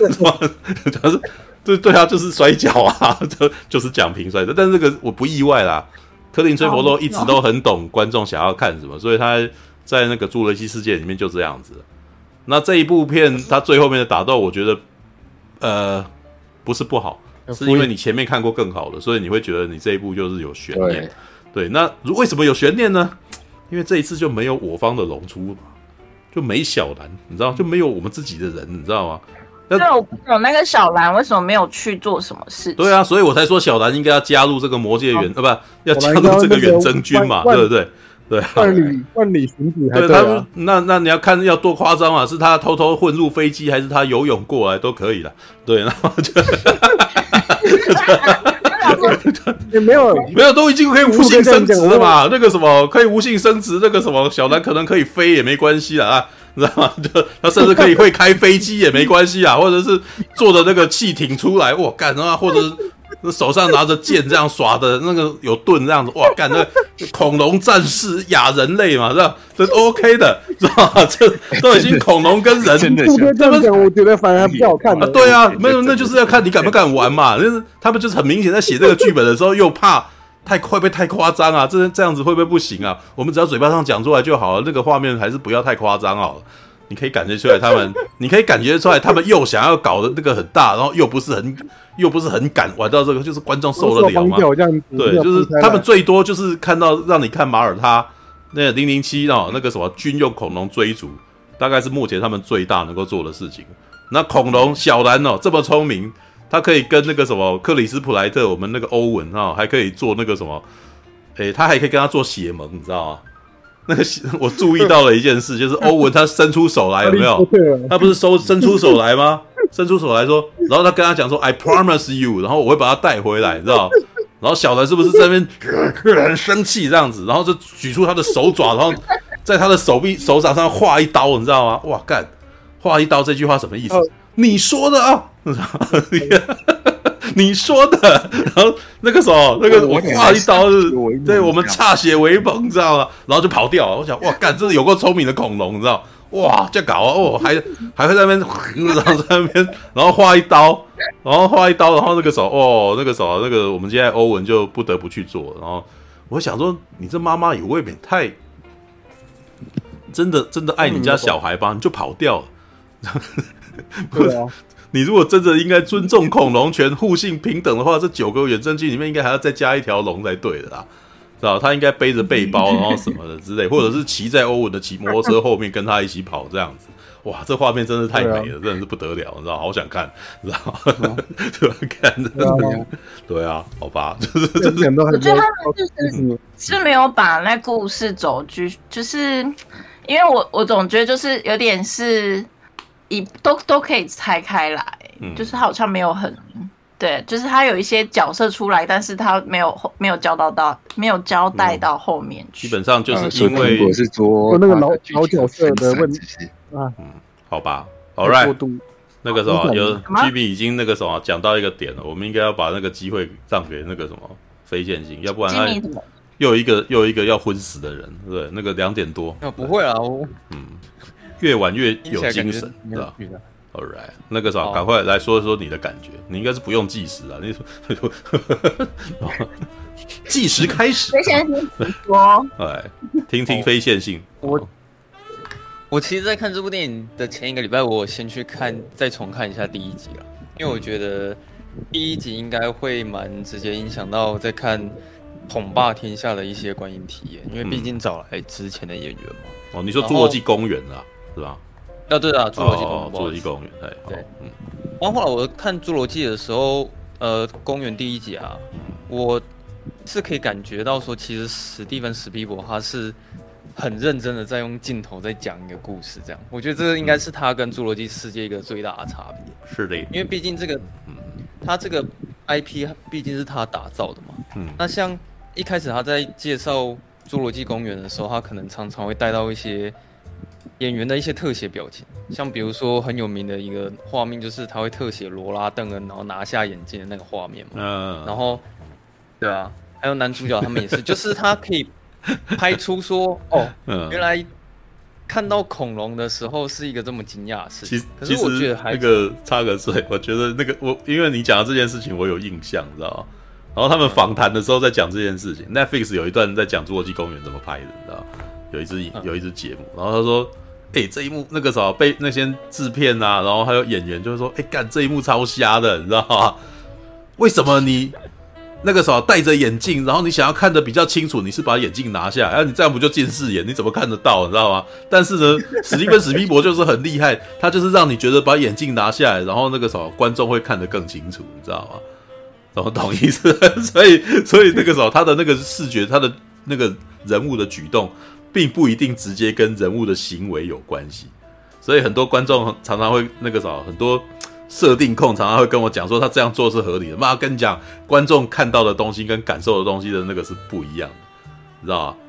对啊，就是摔跤啊，就是讲评摔跤，但是这个我不意外啦。科林·崔佛洛一直都很懂观众想要看什么，所以他在那个侏罗纪世界里面就这样子。那这一部片他最后面的打斗，我觉得不是不好，是因为你前面看过更好的，所以你会觉得你这一部就是有悬念。对，那为什么有悬念呢？因为这一次就没有我方的龙出嘛，就没小兰，你知道，就没有我们自己的人，你知道吗？ 对，我不懂那个小兰为什么没有去做什么事情。 对啊，所以我才说小兰应该要加入这个魔界不要加入这个远征军嘛，对不对？对， 万里寻子还对啊。那你要看要多夸张啊？是他偷偷混入飞机，还是他游泳过来都可以啦。对，然后就也没有， 都已经可以无性生殖了嘛？那个什么可以无性生殖，那个什么小兰可能可以飞也没关系啦啊。 你知道吗？就他甚至会开飞机也没关系啊，或者是坐的那个汽艇出来，哇干啊，或者是手上拿着剑这样耍的那个有盾这样子，哇干那恐龙战士亚人类嘛，是吧？这 OK 的，知道吗？这都已经恐龙跟人真的这样讲，我觉得反而比较好看的。 对啊，没有，那就是要看你敢不敢玩嘛。就是他们就是很明显在写这个剧本的时候，又怕会不会太夸张啊？这样子会不会不行啊？我们只要嘴巴上讲出来就好了，那个画面还是不要太夸张好了。你可以感觉出来他们又想要搞的那个很大，然后又不是很敢玩到这个，就是观众受得了吗？对，就是他们最多就是看到让你看马耳他那007哦，那个什么军用恐龙追逐，大概是目前他们最大能够做的事情。那恐龙小兰哦这么聪明，他可以跟那个什么克里斯普莱特，我们那个欧文哦，还可以做那个什么，他还可以跟他做血盟，你知道吗？那个我注意到了一件事，就是欧文他伸出手来有没有？他不是伸出手来吗？伸出手来说，然后他跟他讲说 I promise you， 然后我会把他带回来，你知道？然后小兰是不是在那边很生气这样子，然后就举出他的手爪，然后在他的手掌上划一刀，你知道吗？哇干，划一刀这句话什么意思？你说的啊，你说的，然后那个时候那个我划一刀是，对我们歃血为盟，你知道吗？然后就跑掉了。我想哇干，这是有够聪明的恐龙，你知道？哇，这搞哦，还会在那边，然后在那边，然后划一刀，然后那个时候那个我们现在欧文就不得不去做。然后我想说，你这妈妈也未免太真的爱你家小孩吧？你就跑掉了。对啊。你如果真的应该尊重恐龙权、互信平等的话，这9个远征军里面应该还要再加一条龙才对的啦，知道？他应该背着背包，然后什么的之类，或者是骑在欧文的摩托车后面跟他一起跑这样子。哇，这画面真的太美了，真的是不得了，你知道？好想看，你知道？突然看，对啊，好吧，就是。 我觉得他们是没有把那故事走就是因为我总觉得就是有点是。都可以拆开来，就是他好像没有很对，就是他有一些角色出来，但是他没有交代到后面去。 基本上就是因为我是做那个老角色的问题啊， 好吧 ，All right， 那个什么有 GB 已经那个什么讲到一个点了，我们应该要把那个机会让给那个什么非线性，要不然他又一个要昏死的人，对，那个2点多， 不会啊， 越玩越有精神，对吧 ？All right， 那个啥，赶快来说说你的感觉。你应该是不用计时啊，你说计时开始。 非线性说， 哎，听非线性。 我其实，在看这部电影的前一个礼拜，我先去再重看一下第1集了，因为我觉得第1集应该会蛮直接影响到在看《统霸天下》的一些观影体验，因为毕竟找来之前的演员嘛。 哦，你说《侏罗纪公园》啊？是吧？ 对啊，侏罗纪公园， 侏罗纪公园，对。 然后后来我看侏罗纪的时候，公园第1集啊，我是可以感觉到说，其实史蒂芬·史匹柏他是很认真的在用镜头在讲一个故事，这样，我觉得这个应该是他跟侏罗纪世界一个最大的差别。 是的， 因为毕竟他这个 IP 毕竟是他打造的嘛。那像一开始他在介绍侏罗纪公园的时候，他可能常常会带到一些演员的一些特写表情，像比如说很有名的一个画面，就是他会特写罗拉·邓恩，然后拿下眼镜的那个画面嘛。然后，对啊，还有男主角他们也是，就是他可以拍出说，原来看到恐龙的时候是一个这么惊讶的事情。可是我觉得那个插个嘴，我觉得那个因为你讲的这件事情我有印象，你知道吗？然后他们访谈的时候在讲这件事情 ，Netflix 有一段在讲侏罗纪公园怎么拍的，你知道吗？有一支节目，然后他说。这一幕那个啥被那些制片啊，然后还有演员就是说，干这一幕超瞎的，你知道吗？为什么你那个啥戴着眼镜，然后你想要看得比较清楚，你是把眼镜拿下来，你这样不就近视眼？你怎么看得到？你知道吗？但是呢，史蒂芬·史匹柏就是很厉害，他就是让你觉得把眼镜拿下来，然后那个啥观众会看得更清楚，你知道吗？懂意思？所以那个啥他的那个视觉，他的那个人物的举动。并不一定直接跟人物的行为有关系，所以很多观众常常会那个啥，很多设定控常常会跟我讲说他这样做是合理的。妈跟你讲，观众看到的东西跟感受的东西的那个是不一样的，你知道吗？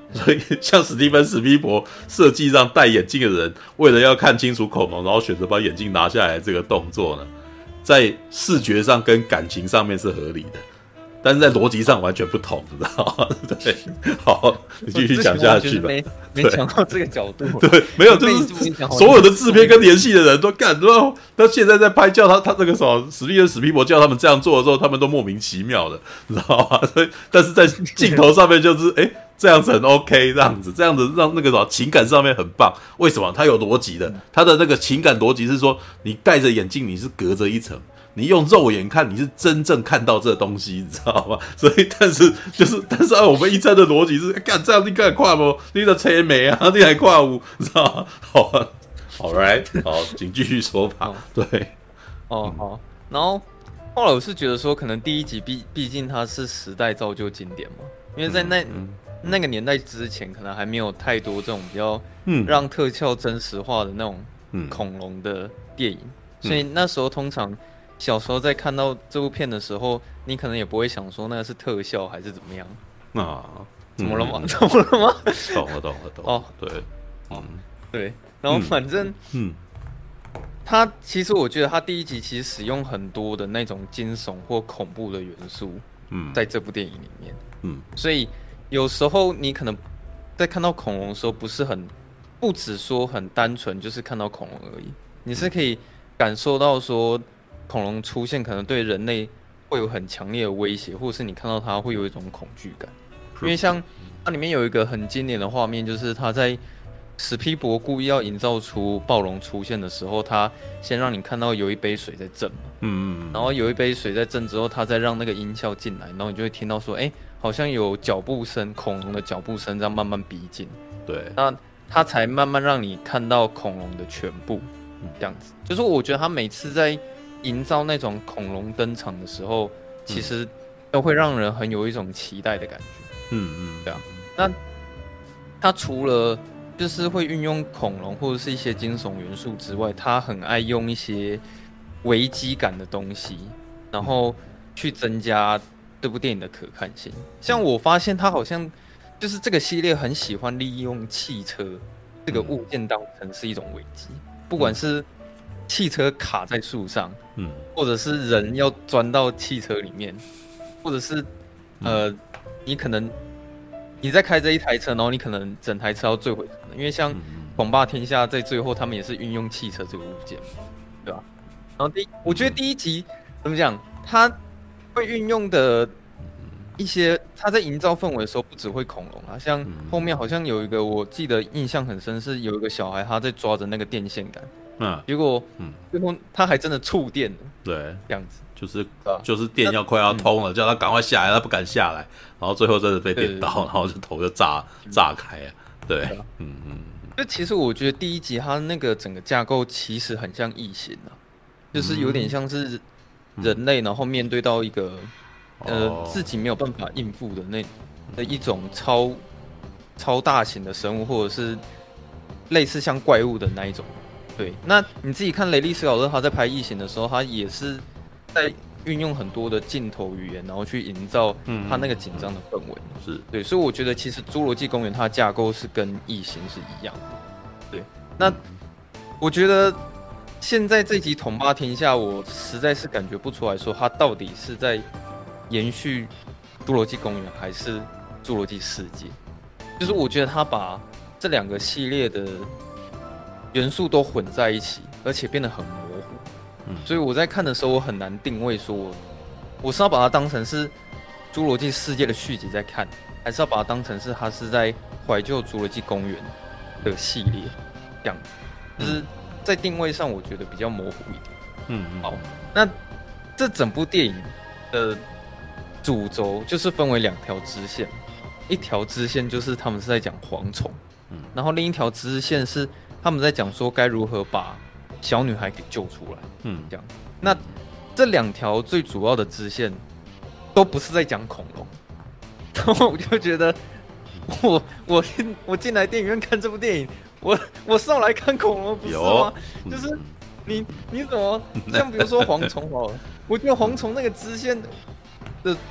所以像史蒂芬·史皮伯设计让戴眼镜的人为了要看清楚恐龙，然后选择把眼镜拿下来这个动作呢，在视觉上跟感情上面是合理的，但是在逻辑上完全不同，你知道吗？对，好，你继续讲下去吧。 没讲到这个角度， 对，没有，就是所有的制片跟联系的人都干，然后到现在在拍叫他那个什么史皮伯叫他们这样做的时候，他们都莫名其妙的，你知道吗？所以，但是在镜头上面就是这样子很 OK， 这样子让那个什么情感上面很棒。为什么？它有逻辑的，它的那个情感逻辑是说，你戴着眼镜你是隔着一层。你用肉眼看，你是真正看到这东西，你知道吗？所以，但是按我们一般的逻辑是，干这样你敢看不？你的车没啊，你还看无，你知道吗？好 ，right， 好，请继续说吧。对， 好。然后后来我是觉得说，可能第一集毕竟它是时代造就经典嘛，因为在那个年代之前，可能还没有太多这种比较让特效真实化的那种恐龙的电影，所以那时候通常。小时候在看到这部片的时候，你可能也不会想说那个是特效还是怎么样啊？怎么了吗？怎么了吗？ 懂了。哦，对， 对。然后反正，他其实我觉得他第一集其实使用很多的那种惊悚或恐怖的元素，在这部电影里面，所以有时候你可能在看到恐龙的时候，不只说很单纯就是看到恐龙而已，你是可以感受到说。恐龙出现可能对人类会有很强烈的威胁，或者是你看到它会有一种恐惧感。因为像它里面有一个很经典的画面，就是他在史皮伯故意要营造出暴龙出现的时候，他先让你看到有一杯水在震嘛，然后有一杯水在震之后，他再让那个音效进来，然后你就会听到说，好像有脚步声，恐龙的脚步声这样慢慢逼近。 对， 那他才慢慢让你看到恐龙的全部，这样子。就是我觉得他每次在营造那种恐龙登场的时候，其实都会让人很有一种期待的感觉。对啊。那他除了就是会运用恐龙或者是一些惊悚元素之外，他很爱用一些危机感的东西，然后去增加这部电影的可看性。像我发现他好像就是这个系列很喜欢利用汽车这个物件当成是一种危机，不管是汽车卡在树上，或者是人要钻到汽车里面，或者是你可能你在开这一台车，然后你可能整台车要坠毁，因为像《恐霸天下》在最后他们也是运用汽车这个物件，对吧？然后我觉得第一集怎么讲，他会运用的一些，他在营造氛围的时候不只会恐龙啊，像后面好像有一个我记得印象很深，是有一个小孩他在抓着那个电线杆。结果，最后他还真的触电了， 对， 这样子， 就是电快要通了，叫他赶快下来，他不敢下来，然后最后真的被电到，然后就头就炸开啊，对， 就其实我觉得第一集它那个整个架构其实很像异形啊，就是有点像是人类，然后面对到一个自己没有办法应付的一种超大型的生物，或者是类似像怪物的那一种。对，那你自己看雷利·斯考特他在拍《异形》的时候，他也是在运用很多的镜头语言，然后去营造他那个紧张的氛围。 是对，所以我觉得其实《侏罗纪公园》它的架构是跟《异形》是一样的。对，那我觉得现在这集《统霸天下》，我实在是感觉不出来说它到底是在延续《侏罗纪公园》还是《侏罗纪世界》。就是我觉得他把这两个系列的元素都混在一起，而且变得很模糊。所以我在看的时候，我很难定位说我是要把它当成是《侏罗纪世界》的续集在看，还是要把它当成是它是在怀旧《侏罗纪公园》的系列这样子。就是在定位上，我觉得比较模糊一点。好，那这整部电影的主轴就是分为两条支线，一条支线就是他们是在讲蝗虫，然后另一条支线是他们在讲说该如何把小女孩给救出来，这样。那这两条最主要的支线都不是在讲恐龙，然后我就觉得我进来电影院看这部电影，我是要来看恐龙，不是吗？就是你怎么像比如说蝗虫好了，我觉得蝗虫那个支线的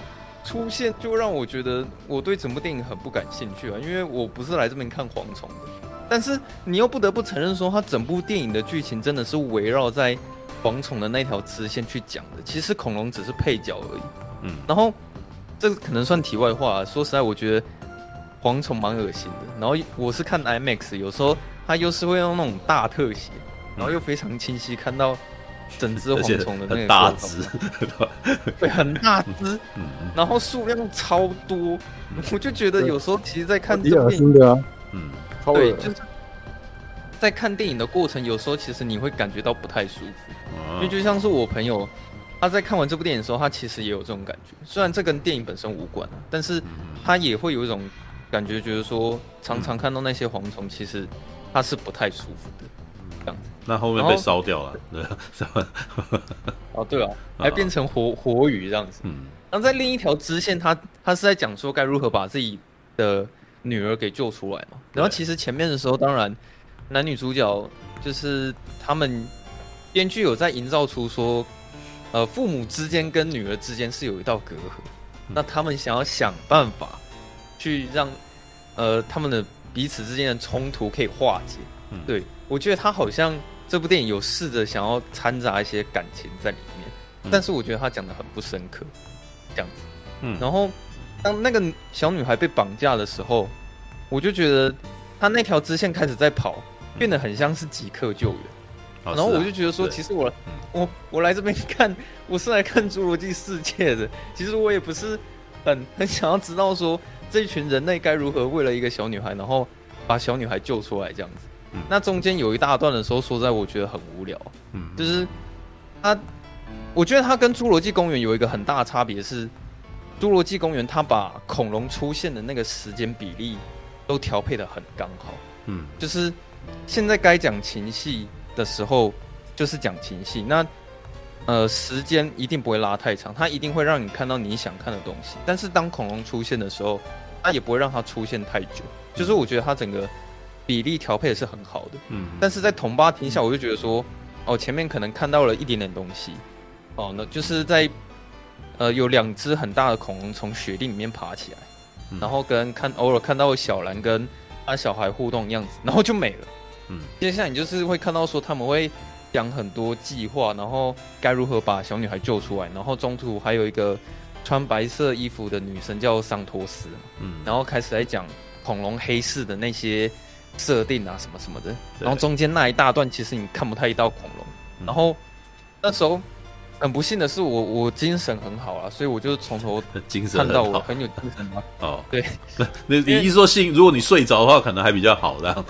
出现就让我觉得我对整部电影很不感兴趣啊，因为我不是来这边看蝗虫的。但是你又不得不承认说，它整部电影的剧情真的是围绕在蝗虫的那条支线去讲的，其实恐龙只是配角而已。然后这个可能算题外话啊，说实在，我觉得蝗虫蛮恶心的。然后我是看 IMAX， 有时候它又是会用那种大特写，然后又非常清晰看到整只蝗虫的那个大只， 对，很大只，然后数量超多，我就觉得有时候其实在看这部电影的啊， 对，就是在看电影的过程，有时候其实你会感觉到不太舒服，因为就像是我朋友他在看完这部电影的时候，他其实也有这种感觉，虽然这跟电影本身无关啊，但是他也会有一种感觉，觉得说常常看到那些蝗虫，其实他是不太舒服的。 那后面被烧掉了，对， 哦对啊，还变成活鱼这样子。然后在另一条支线，他是在讲说该如何把自己的女儿给救出来嘛。然后其实前面的时候，当然男女主角就是他们编剧有在营造出说，父母之间跟女儿之间是有一道隔阂，那他们想要想办法去让他们的彼此之间的冲突可以化解。对，我觉得他好像这部电影有试着想要掺杂一些感情在里面，但是我觉得他讲的很不深刻，这样子。然后当那个小女孩被绑架的时候，我就觉得他那条支线开始在跑，变得很像是即刻救援。然后我就觉得说，其实我来这边看，我是来看《侏罗纪世界》的。其实我也不是很想要知道说这一群人类该如何为了一个小女孩，然后把小女孩救出来这样子。那中间有一大段的时候，说实在我觉得很无聊。就是我觉得它跟《侏罗纪公园》有一个很大的差别是，《侏罗纪公园》它把恐龙出现的那个时间比例都调配得很刚好。就是现在该讲情戏的时候，就是讲情戏。那时间一定不会拉太长，它一定会让你看到你想看的东西。但是当恐龙出现的时候，它也不会让它出现太久。就是我觉得它整个比例调配的是很好的。但是在同巴停下，我就觉得说，前面可能看到了一点点东西。那就是在有2只很大的恐龙从雪地里面爬起来，然后偶尔看到小兰跟小孩互动的样子，然后就没了。接下来你就是会看到说他们会讲很多计划，然后该如何把小女孩救出来，然后中途还有一个穿白色衣服的女生叫桑托斯，然后开始在讲恐龙黑市的那些设定啊什么什么的，然后中间那一大段其实你看不太到恐龙，然后那时候很不幸的是我精神很好啦，所以我就从头看到我很有精神嘛。对， 你一说如果你睡着的话，可能还比较好的。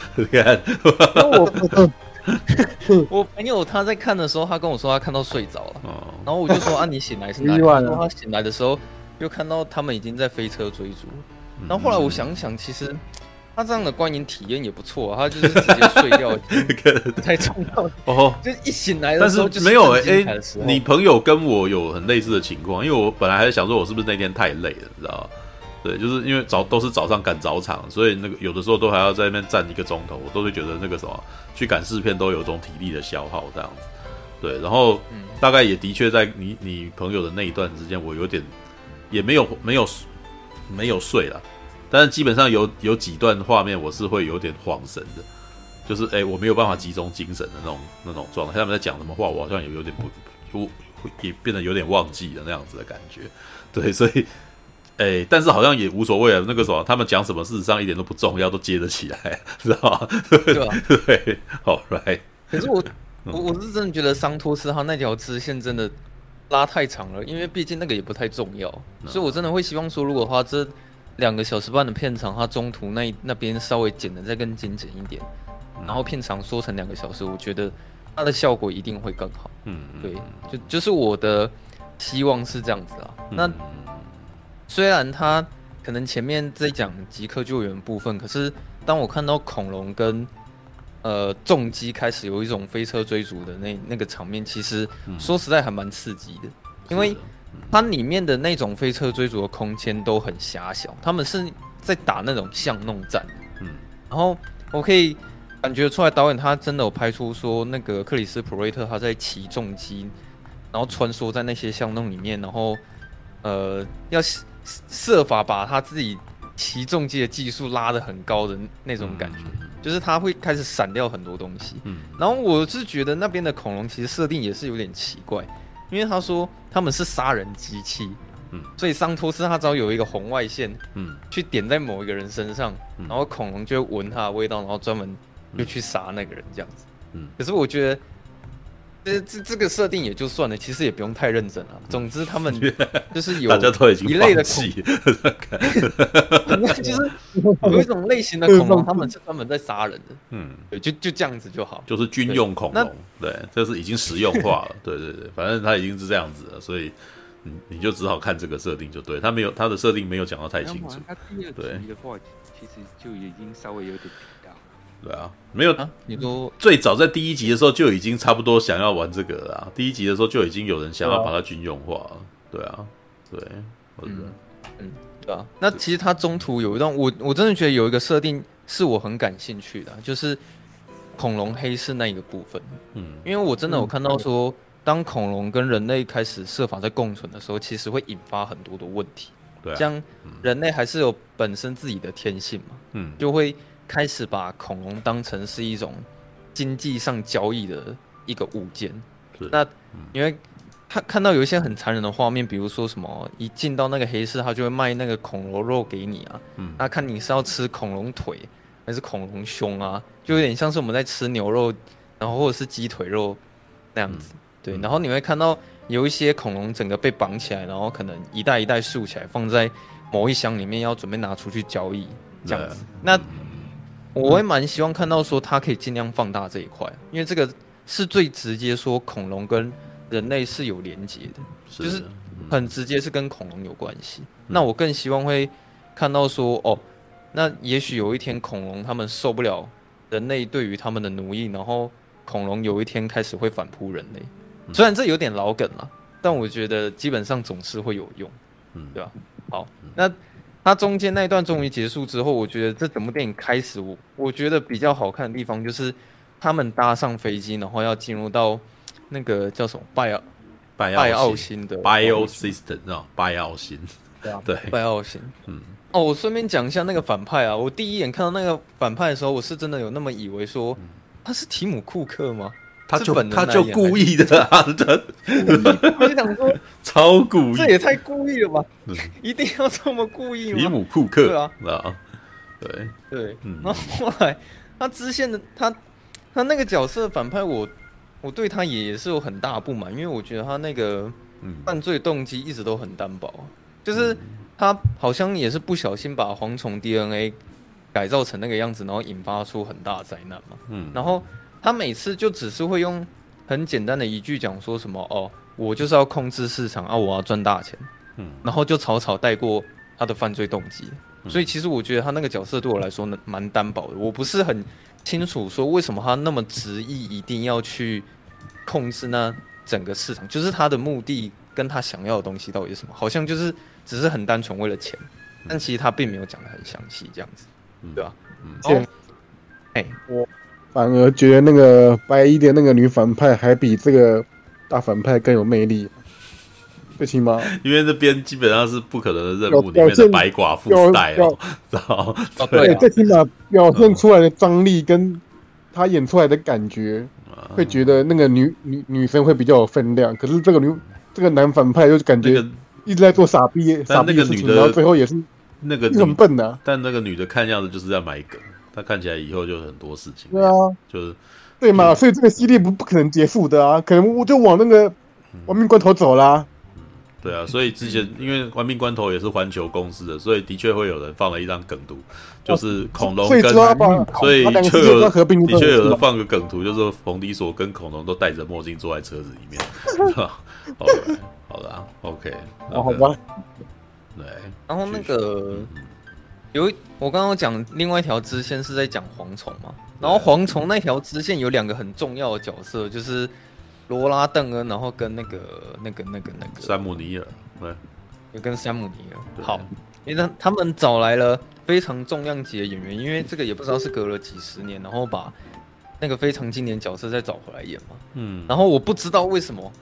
我朋友他在看的时候，他跟我说他看到睡着了，然后我就说你醒来是哪里？他说他醒来的时候又看到他们已经在飞车追逐。然后后来我想想，其实他这样的观影体验也不错啊，他就是直接睡掉才重要就一醒来的时候就是没有你朋友跟我有很类似的情况，因为我本来还想说我是不是那天太累了，你知道吗？对，就是因为都是早上赶早场，所以那个有的时候都还要在那边站1个钟头，我都会觉得那个什么去赶试片都有一种体力的消耗这样子。对，然后大概也的确在你朋友的那一段之间，我有点也没有睡啦，但是基本上有几段画面我是会有点晃神的，就是我没有办法集中精神的那种状态。他们在讲什么话，我好像也有点也变得有点忘记了那样子的感觉。对，所以但是好像也无所谓了。那个什么，他们讲什么事实上一点都不重要，都接得起来，知道吗？ 对吧？ 对 ，All right。 可是我是真的觉得桑托斯他那条支线真的拉太长了，因为毕竟那个也不太重要，所以我真的会希望说，如果他这2个小时半的片长，他中途那边稍微剪的再更精简一点，然后片长缩成2个小时，我觉得它的效果一定会更好。对，就是我的希望是这样子啊。那虽然他可能前面在讲即刻救援部分，可是当我看到恐龙跟重机开始有一种飞车追逐的那个场面，其实说实在还蛮刺激的，因为它里面的那种飞车追逐的空间都很狭小，他们是在打那种巷弄战。然后我可以感觉出来导演他真的有拍出说那个克里斯普瑞特他在骑重机，然后穿梭在那些巷弄里面，然后设法把他自己骑重机的技术拉得很高的那种感觉，就是他会开始闪掉很多东西。然后我是觉得那边的恐龙其实设定也是有点奇怪，因为他说他们是杀人机器。所以桑托斯他只要有一个红外线，去点在某一个人身上，然后恐龙就会闻他的味道，然后专门就去杀那个人这样子。可是我觉得这个设定也就算了，其实也不用太认真了。总之他们就是有大家都已经一类的放弃就是有一种类型的恐龙，他们是专门在杀人的。对，就这样子就好。 就是军用恐龙，对，这是已经实用化了。对，反正它已经是这样子了，所以。你就只好看这个设定就对，他的设定没有讲到太清楚。 他第二集的话，其实就已经稍微有点提到。 对啊，没有啊，你都最早在第1集的时候就已经差不多想要玩这个了啊。第1集的时候就已经有人想要把它军用化了。对啊，对，我觉得， 对啊。那其实他中途有一段，我真的觉得有一个设定是我很感兴趣的，就是恐龙黑市那一个部分。因为我真的有看到说。当恐龙跟人类开始设法在共存的时候，其实会引发很多的问题。 对啊， 像人类还是有本身自己的天性嘛，就会开始把恐龙当成是一种经济上交易的一个物件。那因为看到有一些很残忍的画面，比如说什么一进到那个黑市，他就会卖那个恐龙肉给你啊，那看你是要吃恐龙腿还是恐龙胸啊，就有点像是我们在吃牛肉，然后或者是鸡腿肉那样子。对，然后你会看到有一些恐龙整个被绑起来，然后可能一袋一袋竖起来，放在某一箱里面，要准备拿出去交易这样子。那我会蛮希望看到说，它可以尽量放大这一块，因为这个是最直接说恐龙跟人类是有连结的，就是很直接是跟恐龙有关系。那我更希望会看到说，哦，那也许有一天恐龙他们受不了人类对于他们的奴役，然后恐龙有一天开始会反扑人类。虽然这有点老梗了，但我觉得基本上总是会有用，对吧？好，那它中间那一段终于结束之后，我觉得这整部电影开始，我觉得比较好看的地方就是他们搭上飞机，然后要进入到那个叫什么拜奥星的 Bio System 啊，拜奥星，对， 拜奥星。我顺便讲一下那个反派啊，我第一眼看到那个反派的时候，我是真的有那么以为说他是提姆库克吗？他就故意的啊！ 我就想说， 超故意， 这也太故意了吧！一定要这么故意吗？ 提姆库克， 对啊， 对， 然后后来他支线的他那个角色反派，我对他也是有很大的不满，因为我觉得他那个犯罪动机一直都很单薄，就是他好像也是不小心把蝗虫 DNA 改造成那个样子，然后引发出很大的灾难嘛。然后。他每次就只是会用很简单的一句讲说什么哦，我就是要控制市场啊，我要赚大钱，然后就草草带过他的犯罪动机。所以其实我觉得他那个角色对我来说蛮单薄的，我不是很清楚说为什么他那么执意一定要去控制那整个市场，就是他的目的跟他想要的东西到底是什么？好像就是只是很单纯为了钱，但其实他并没有讲得很详细，这样子，对吧？ 我反而觉得那个白衣的那个女反派还比这个大反派更有魅力，最起码因为这边基本上是不可能的任务里面的白寡妇 style， 知道？ 对，最起码表现出来的张力跟她演出来的感觉，会觉得那个女生会比较有分量。可是这个男反派就感觉一直在做傻逼的事情，然后最后也是那个很笨的。 但那个女的看样子就是在买梗。他看起来以后就很多事情， 对啊， 就是对嘛，所以这个系列不可能结束的啊，可能我就往那个亡命关头走啦。 对啊，所以之前因为亡命关头也是环球公司的，所以的确会有人放了一张梗图，就是恐龙跟，所以就有的确有人放个梗图，就是冯迪索跟恐龙都戴着墨镜坐在车子里面。好了 ，OK， 好吧， 对， 然后那个。我刚刚讲另外一条支线是在讲蝗虫嘛，然后蝗虫那条支线有两个很重要的角色，就是罗拉邓恩，然后跟那个山姆尼尔， 对，跟山姆尼尔。好，因为他们找来了非常重量级的演员，因为这个也不知道是隔了几十年，然后把那个非常经典角色再找回来演嘛。然后我不知道为什么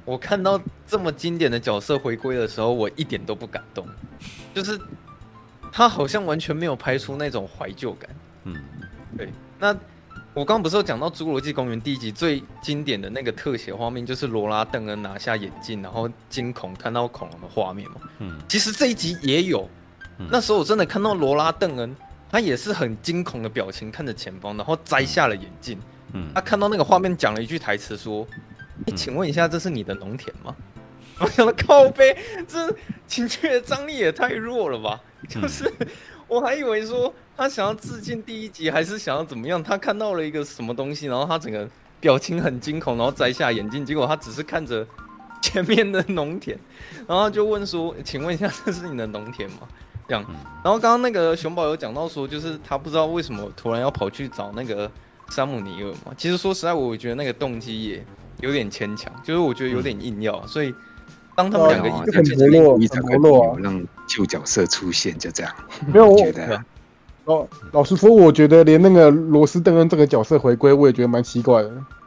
我看到这么经典的角色回归的时候，我一点都不感动，就是他好像完全没有拍出那种怀旧感。对。那我刚刚不是有讲到《侏罗纪公园》第1集最经典的那个特写画面，就是罗拉·邓恩拿下眼镜，然后惊恐看到恐龙的画面嘛。其实这一集也有。那时候我真的看到罗拉·邓恩，他也是很惊恐的表情看着前方，然后摘下了眼镜。他看到那个画面，讲了一句台词说：“请问一下，这是你的农田吗？”我想到靠背，这情绪的张力也太弱了吧？就是我还以为说他想要致敬第1集，还是想要怎么样？他看到了一个什么东西，然后他整个表情很惊恐，然后摘下眼镜，结果他只是看着前面的农田，然后就问说：“请问一下，这是你的农田吗？”这样。然后刚刚那个熊宝有讲到说，就是他不知道为什么突然要跑去找那个山姆尼尔嘛。其实说实在，我觉得那个动机也有点牵强，就是我觉得有点硬要，所以当他们两个一很薄弱， 让旧角色出现，就这样。 没有，觉得老实说，我觉得连那个罗斯·邓恩这个角色回归，我也觉得蛮奇怪的。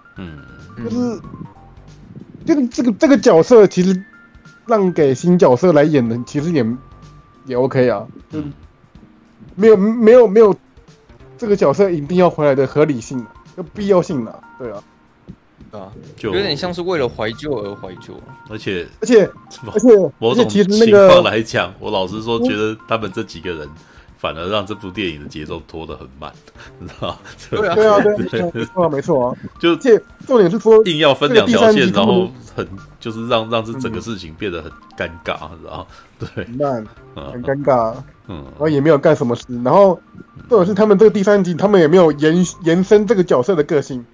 就是这个角色，其实让给新角色来演的，其实也 OK 啊，就没有这个角色一定要回来的合理性、有必要性啊，对啊。 有点像是为了怀旧而怀旧， 而且某种情况来讲，我老实说，觉得他们这几个人反而让这部电影的节奏拖得很慢，你知道？ 对啊，没错啊。 就重点是说， 硬要分2条线，然后就是让这整个事情变得很尴尬，你知道？对， 很尴尬，然后也没有干什么事，然后或者是他们这个第3集，他们也没有延伸这个角色的个性。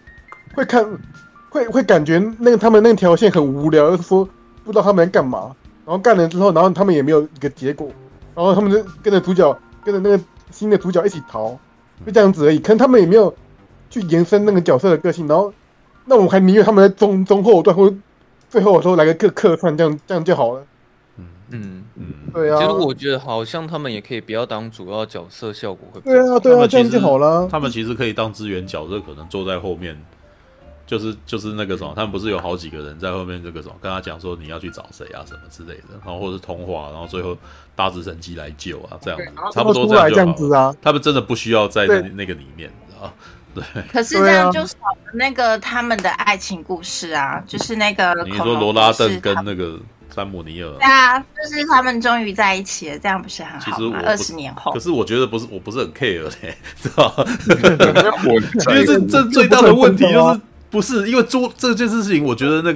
会感觉他们那条线很无聊，就是说不知道他们在干嘛，然后干了之后，然后他们也没有一个结果，然后他们就跟着那个新的主角一起逃，就这样子而已。可能他们也没有去延伸那个角色的个性，然后那我还宁愿他们在中后段或最后的时候来个客串，这样就好了。对啊。 其实我觉得好像他们也可以不要当主要角色，效果会对啊，这样就好了。 他们其实可以当支援角色，可能坐在后面。就是那个什么，他们不是有好几个人在后面这个什么，跟他讲说你要去找谁啊什么之类的，然后或者是通话，然后最后搭直升机来救啊，这样子差不多这样就好了。他们真的不需要在那个里面，你知道？对。 可是这样就少了那个他们的爱情故事啊，就是那个你说罗拉邓跟那个山姆尼尔， 对啊，就是他们终于在一起了，这样不是很好吗？20年后。 可是我觉得我不是很 care 嘞，知道吗？因为这最大的问题就是。不是因为这件事情，我觉得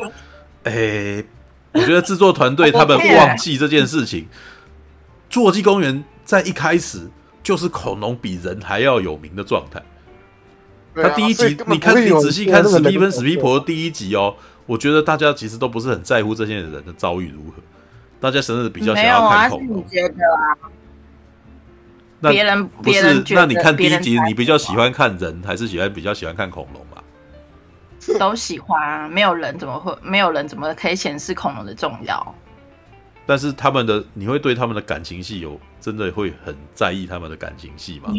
我觉得制作团队他们忘记这件事情。侏罗纪公园在一开始就是恐龙比人还要有名的状态。他第1集，你仔细看史蒂芬史皮伯的第1集哦，我觉得大家其实都不是很在乎这些人的遭遇如何，大家甚至比较想要看恐龙。 你觉得啊？别人不是？那你看第1集，你比较喜欢看人，还是比较喜欢看恐龙嘛？ 都喜欢啊，没有人怎么可以显示恐龙的重要？ 但是你会对他们的感情戏真的会很在意他们的感情戏吗？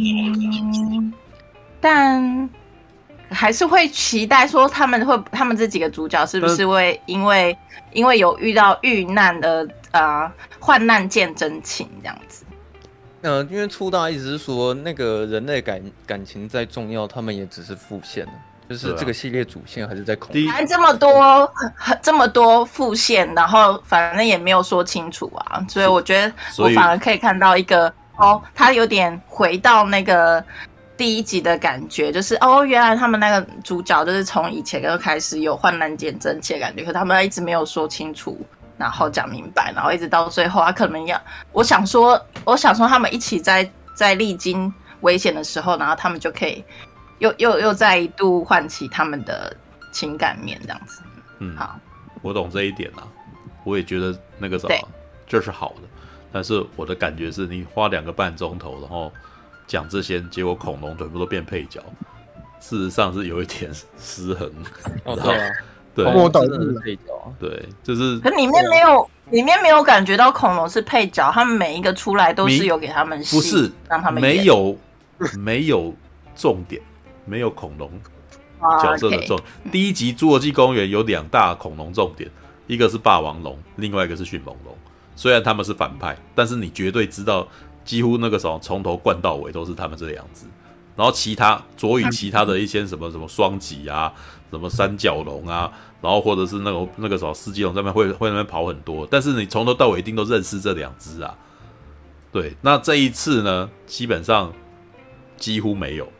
但还是会期待说他们这几个主角是不是会因为有遇到遇难的患难见真情这样子。 因为初大一直是说那个人类感情再重要，他们也只是副线了。就是这个系列主线还是在恐龙， 反正这么多副线，然后反正也没有说清楚啊，所以我觉得我反而可以看到一个他有点回到那个第1集的感觉，就是原来他们那个主角就是从以前就开始有患难见真情的感觉，可他们一直没有说清楚，然后讲明白，然后一直到最后，他可能我想说他们一起在历经危险的时候，然后他们就可以。又再一度唤起他们的情感面，这样子。好， 我懂这一点啦，我也觉得那个什么这是好的，但是我的感觉是你花2个半钟头，然后讲这些，结果恐龙全部都变配角，事实上是有一点失衡。 对啊，恐龙真的是配角。 对，就是。 可里面没有感觉到恐龙是配角，他们每一个出来都是有给他们戏， 不是让他们没有重点。没有恐龙角色的重。第一集《侏罗纪公园》有2大恐龙重点，一个是霸王龙，另外一个是迅猛龙。虽然他们是反派，但是你绝对知道，几乎那个什么从头灌到尾都是他们这2只。然后其他其他的一些什么双脊啊，什么三角龙啊，然后或者是那个什么四季龙在那边会那边跑很多，但是你从头到尾一定都认识这2只啊。对，那这一次呢，基本上几乎没有。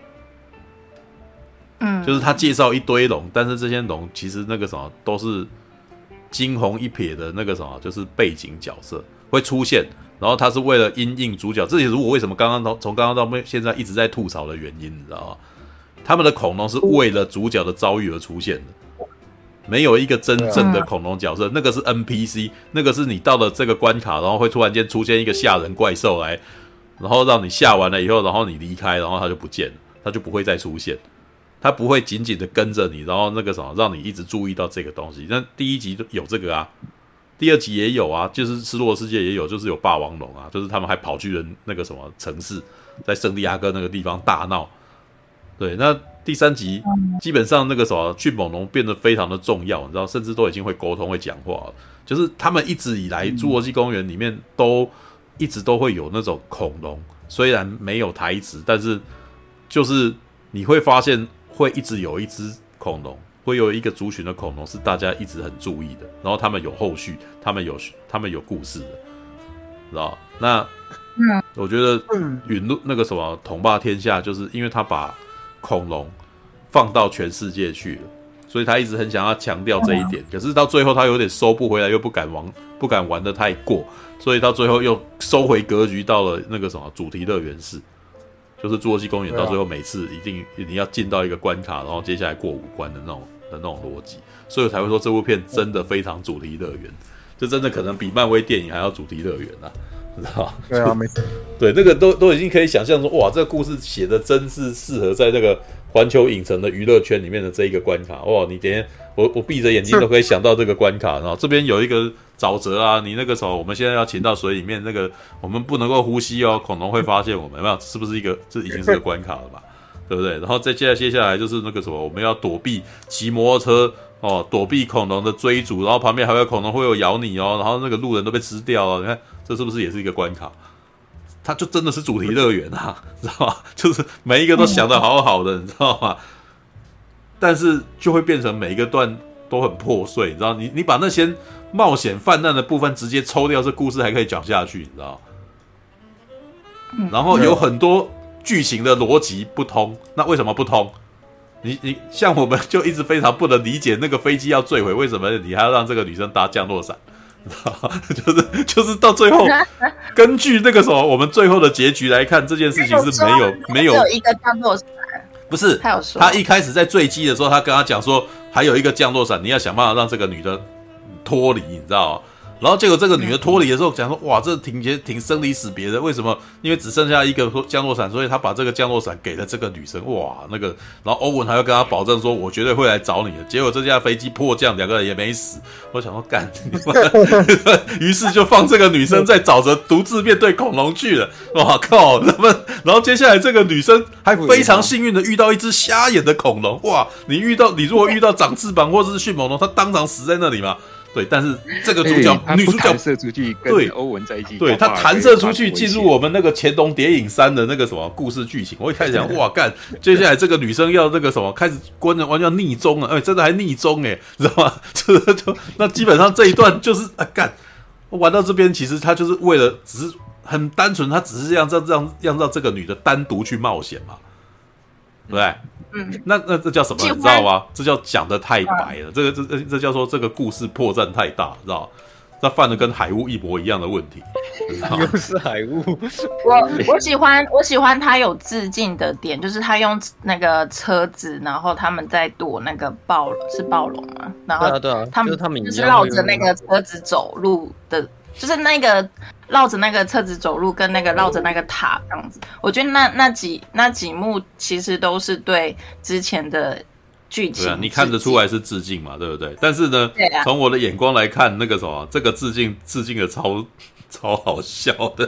就是他介绍一堆龙，但是这些龙其实那个什么都是惊鸿一瞥的那个什么，就是背景角色会出现。然后他是为了因应主角，这也是我为什么从刚刚到现在一直在吐槽的原因，你知道吗？他们的恐龙是为了主角的遭遇而出现的，没有一个真正的恐龙角色，那个是 NPC， 那个是你到了这个关卡，然后会突然间出现一个吓人怪兽来，然后让你吓完了以后，然后你离开，然后他就不见了，他就不会再出现，他不会紧紧的跟着你，然后那个什么让你一直注意到这个东西。那第1集有这个啊。第2集也有啊，就是失落的世界也有，就是有霸王龙啊，就是他们还跑去那个什么城市，在圣地亚哥那个地方大闹。对，那第3集基本上那个什么迅猛龙变得非常的重要，你知道，甚至都已经会沟通、会讲话了。就是他们一直以来《侏罗纪公园》里面一直都会有那种恐龙，虽然没有台词，但是就是你会发现会一直有一只恐龙。会有一个族群的恐龙是大家一直很注意的，然后他们有后续，他们有故事的，知道？那我觉得陨落那个什么统霸天下，就是因为他把恐龙放到全世界去了，所以他一直很想要强调这一点。可是到最后他有点收不回来，又不敢玩得太过，所以到最后又收回格局，到了那个什么主题乐园式。就是侏罗纪公园到最后每次一定你要进到一个关卡，然后接下来过5关的那种逻辑，所以我才会说这部片真的非常主题乐园，这真的可能比漫威电影还要主题乐园啊，知道吗？ 对啊，没错。 对，那个都已经可以想象说，哇，这个故事写的真是适合在这个环球影城的娱乐圈里面的这一个关卡。哇，你等一下我闭着眼睛都可以想到这个关卡，然后这边有一个沼泽啊，你那个时候我们现在要潜到水里面，那个我们不能够呼吸哦，恐龙会发现我们，有没有？是不是这已经是个关卡了吧？对不对？然后接下来就是那个什么，我们要躲避骑摩托车哦，躲避恐龙的追逐，然后旁边还有恐龙会有咬你哦，然后那个路人都被吃掉了，你看这是不是也是一个关卡？它就真的是主题乐园啊，知道吗？就是每一个都想得好好的，你知道吗？但是就会变成每一个段都很破碎，你知道？你把那些冒险泛滥的部分直接抽掉，这故事还可以讲下去，你知道？然后有很多剧情的逻辑不通，那为什么不通？你像我们就一直非常不能理解那个飞机要坠毁，为什么你还要让这个女生搭降落伞？就是到最后，根据那个什么，我们最后的结局来看，这件事情是没有一个降落伞， 不是他一开始在坠机的时候，他跟他讲说还有一个降落伞，你要想办法让这个女的脱离，你知道吗？然后结果这个女的脱离的时候讲说，哇，这挺生离死别的。为什么？因为只剩下一个降落伞，所以他把这个降落伞给了这个女生。哇，那个，然后欧文还要跟他保证说，我绝对会来找你的。结果这架飞机迫降，两个人也没死。我想说，干，于是就放这个女生在沼泽独自面对恐龙去了。哇靠！然后接下来这个女生还非常幸运的遇到一只瞎眼的恐龙。哇，你如果遇到长翅膀或者是迅猛龙，他当场死在那里嘛。对，但是这个女主角弹射出去跟欧文在一起， 对，她弹射出去进入我们那个《乾隆谍影3》的那个什么故事剧情。我一开始想，哇干，接下来这个女生要那个什么，开始完全要逆中了，真的还逆中知道吗？那基本上这一段就是干，玩到这边其实他就是为了只是很单纯，他只是让这个女的单独去冒险嘛，对不对？那这叫什么？你知道吗？这叫讲得太白了。这叫做这个故事破绽太大，知道吗？他犯了跟海雾一模一样的问题。 又是海雾。 我喜欢他有致敬的点，就是他用那个车子，然后他们在躲那个暴龙嘛，然后他们就是绕着那个车子走路的。就是那个绕着那个车子走路，跟那个绕着那个塔这样子，我觉得那几幕其实都是对之前的剧情， 你看得出来是致敬嘛，对不对？但是呢，从我的眼光来看，那个什么，这个致敬的超好笑的。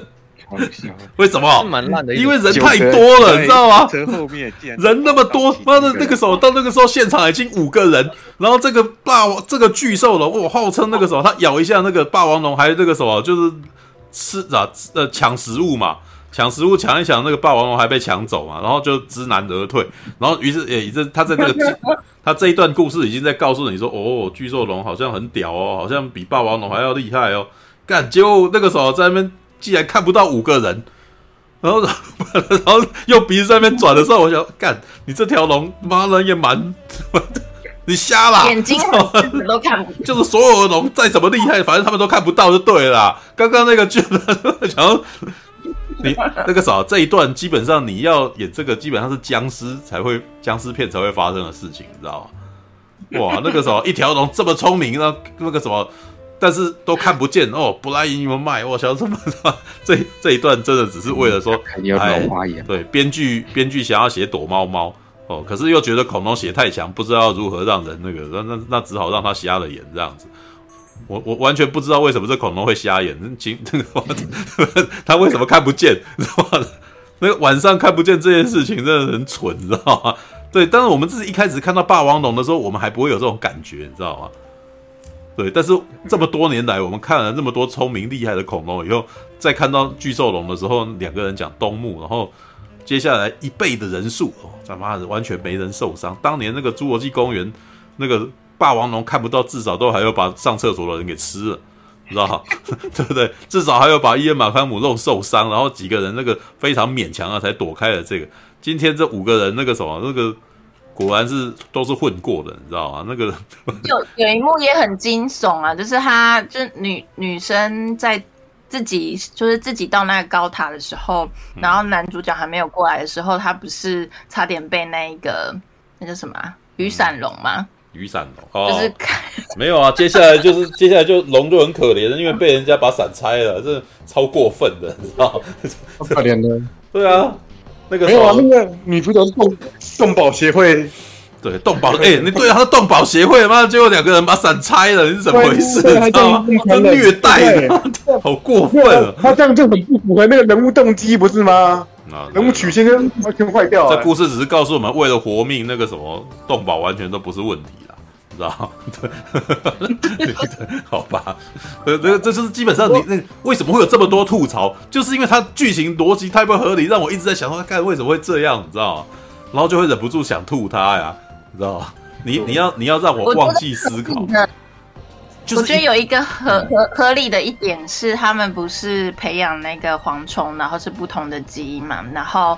为什么？ 蛮烂的， 因为人太多了，你知道吗？ 后面人那么多，妈的，那个时候到那个时候现场已经5个人，然后这个巨兽龙，号称那个时候他咬一下那个霸王龙，还那个什么就是抢食物嘛。抢食物抢一抢，那个霸王龙还被抢走嘛，然后就知难而退。然后于是他在那个他这一段故事已经在告诉你说，巨兽龙好像很屌哦，好像比霸王龙还要厉害哦。干，结果那个时候在那边竟然看不到5个人，然后用鼻子在那边转的时候，我想干，你这条龙妈人也蛮你瞎啦， 眼睛都看不到， 就是所有的龙再怎么厉害，反正他们都看不到就对了啦。刚刚那个就想要。你那个啥，这一段基本上你要演这个，基本上是僵尸片才会发生的事情，你知道吗？哇，那个时候一条龙这么聪明，那个什么，但是都看不见哦，不来引你们卖，我想什么？这一段真的只是为了说，对，编剧想要写躲猫猫哦，可是又觉得恐龙血太强，不知道如何让人那个，那只好让他瞎了眼这样子。我完全不知道为什么这恐龙会瞎眼，他为什么看不见？那个晚上看不见这件事情真的很蠢，你知道吗？对，但是我们自己一开始看到霸王龙的时候，我们还不会有这种感觉，你知道吗？对，但是这么多年来，我们看了那么多聪明厉害的恐龙以后，再看到巨兽龙的时候，2个人讲东木，然后接下来1倍的人数，他妈的完全没人受伤。当年那个侏罗纪公园那个。霸王龙看不到，至少都还有把上厕所的人给吃了，你知道吗？对不对？至少还有把伊恩马康姆弄受伤，然后几个人那个非常勉强啊才躲开了这个。今天这5个人那个什么那个果然是都是混过的，你知道吗？那个有一幕也很惊悚啊，就是他就女生在自己到那个高塔的时候，然后男主角还没有过来的时候，他不是差点被那叫什么雨伞龙吗？ 雨伞龙就是没有啊，接下来就龙就很可怜，因为被人家把伞拆了，这超过分的，你知道吗？ 好可怜的。 对啊，那个没有啊，那个女主角是动保协会。 对，动保你对啊，他是动保协会嘛，结果2个人把伞拆了，你是怎么回事？你知道吗？真虐待，好过分啊！ 他这样就很不符合那个人物动机，不是吗？人物曲线就完全坏掉了。 这故事只是告诉我们，为了活命，那个什么动保完全都不是问题啦，你知道吗？对，好吧，这就是基本上你那为什么会有这么多吐槽，就是因为它剧情逻辑太不合理，让我一直在想说，看为什么会这样，你知道吗？然后就会忍不住想吐它呀，你知道吗？你要让我忘记思考。 我觉得有一个合理的一点是，他们不是培养那个蝗虫，然后是不同的基因嘛，然后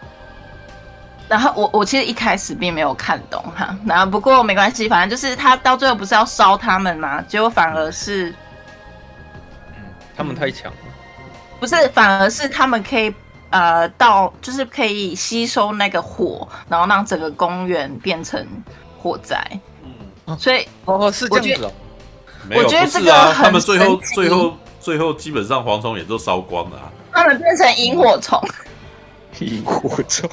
我其实一开始并没有看懂哈，然后不过没关系，反正就是他到最后不是要烧他们嘛，结果反而是， 他们太强了， 不是，反而是他们可以就是可以吸收那个火，然后让整个公园变成火灾，所以是这样子哦。 没有， 我觉得这个他们最后基本上蝗虫也都烧光了他们变成萤火虫。 萤火虫。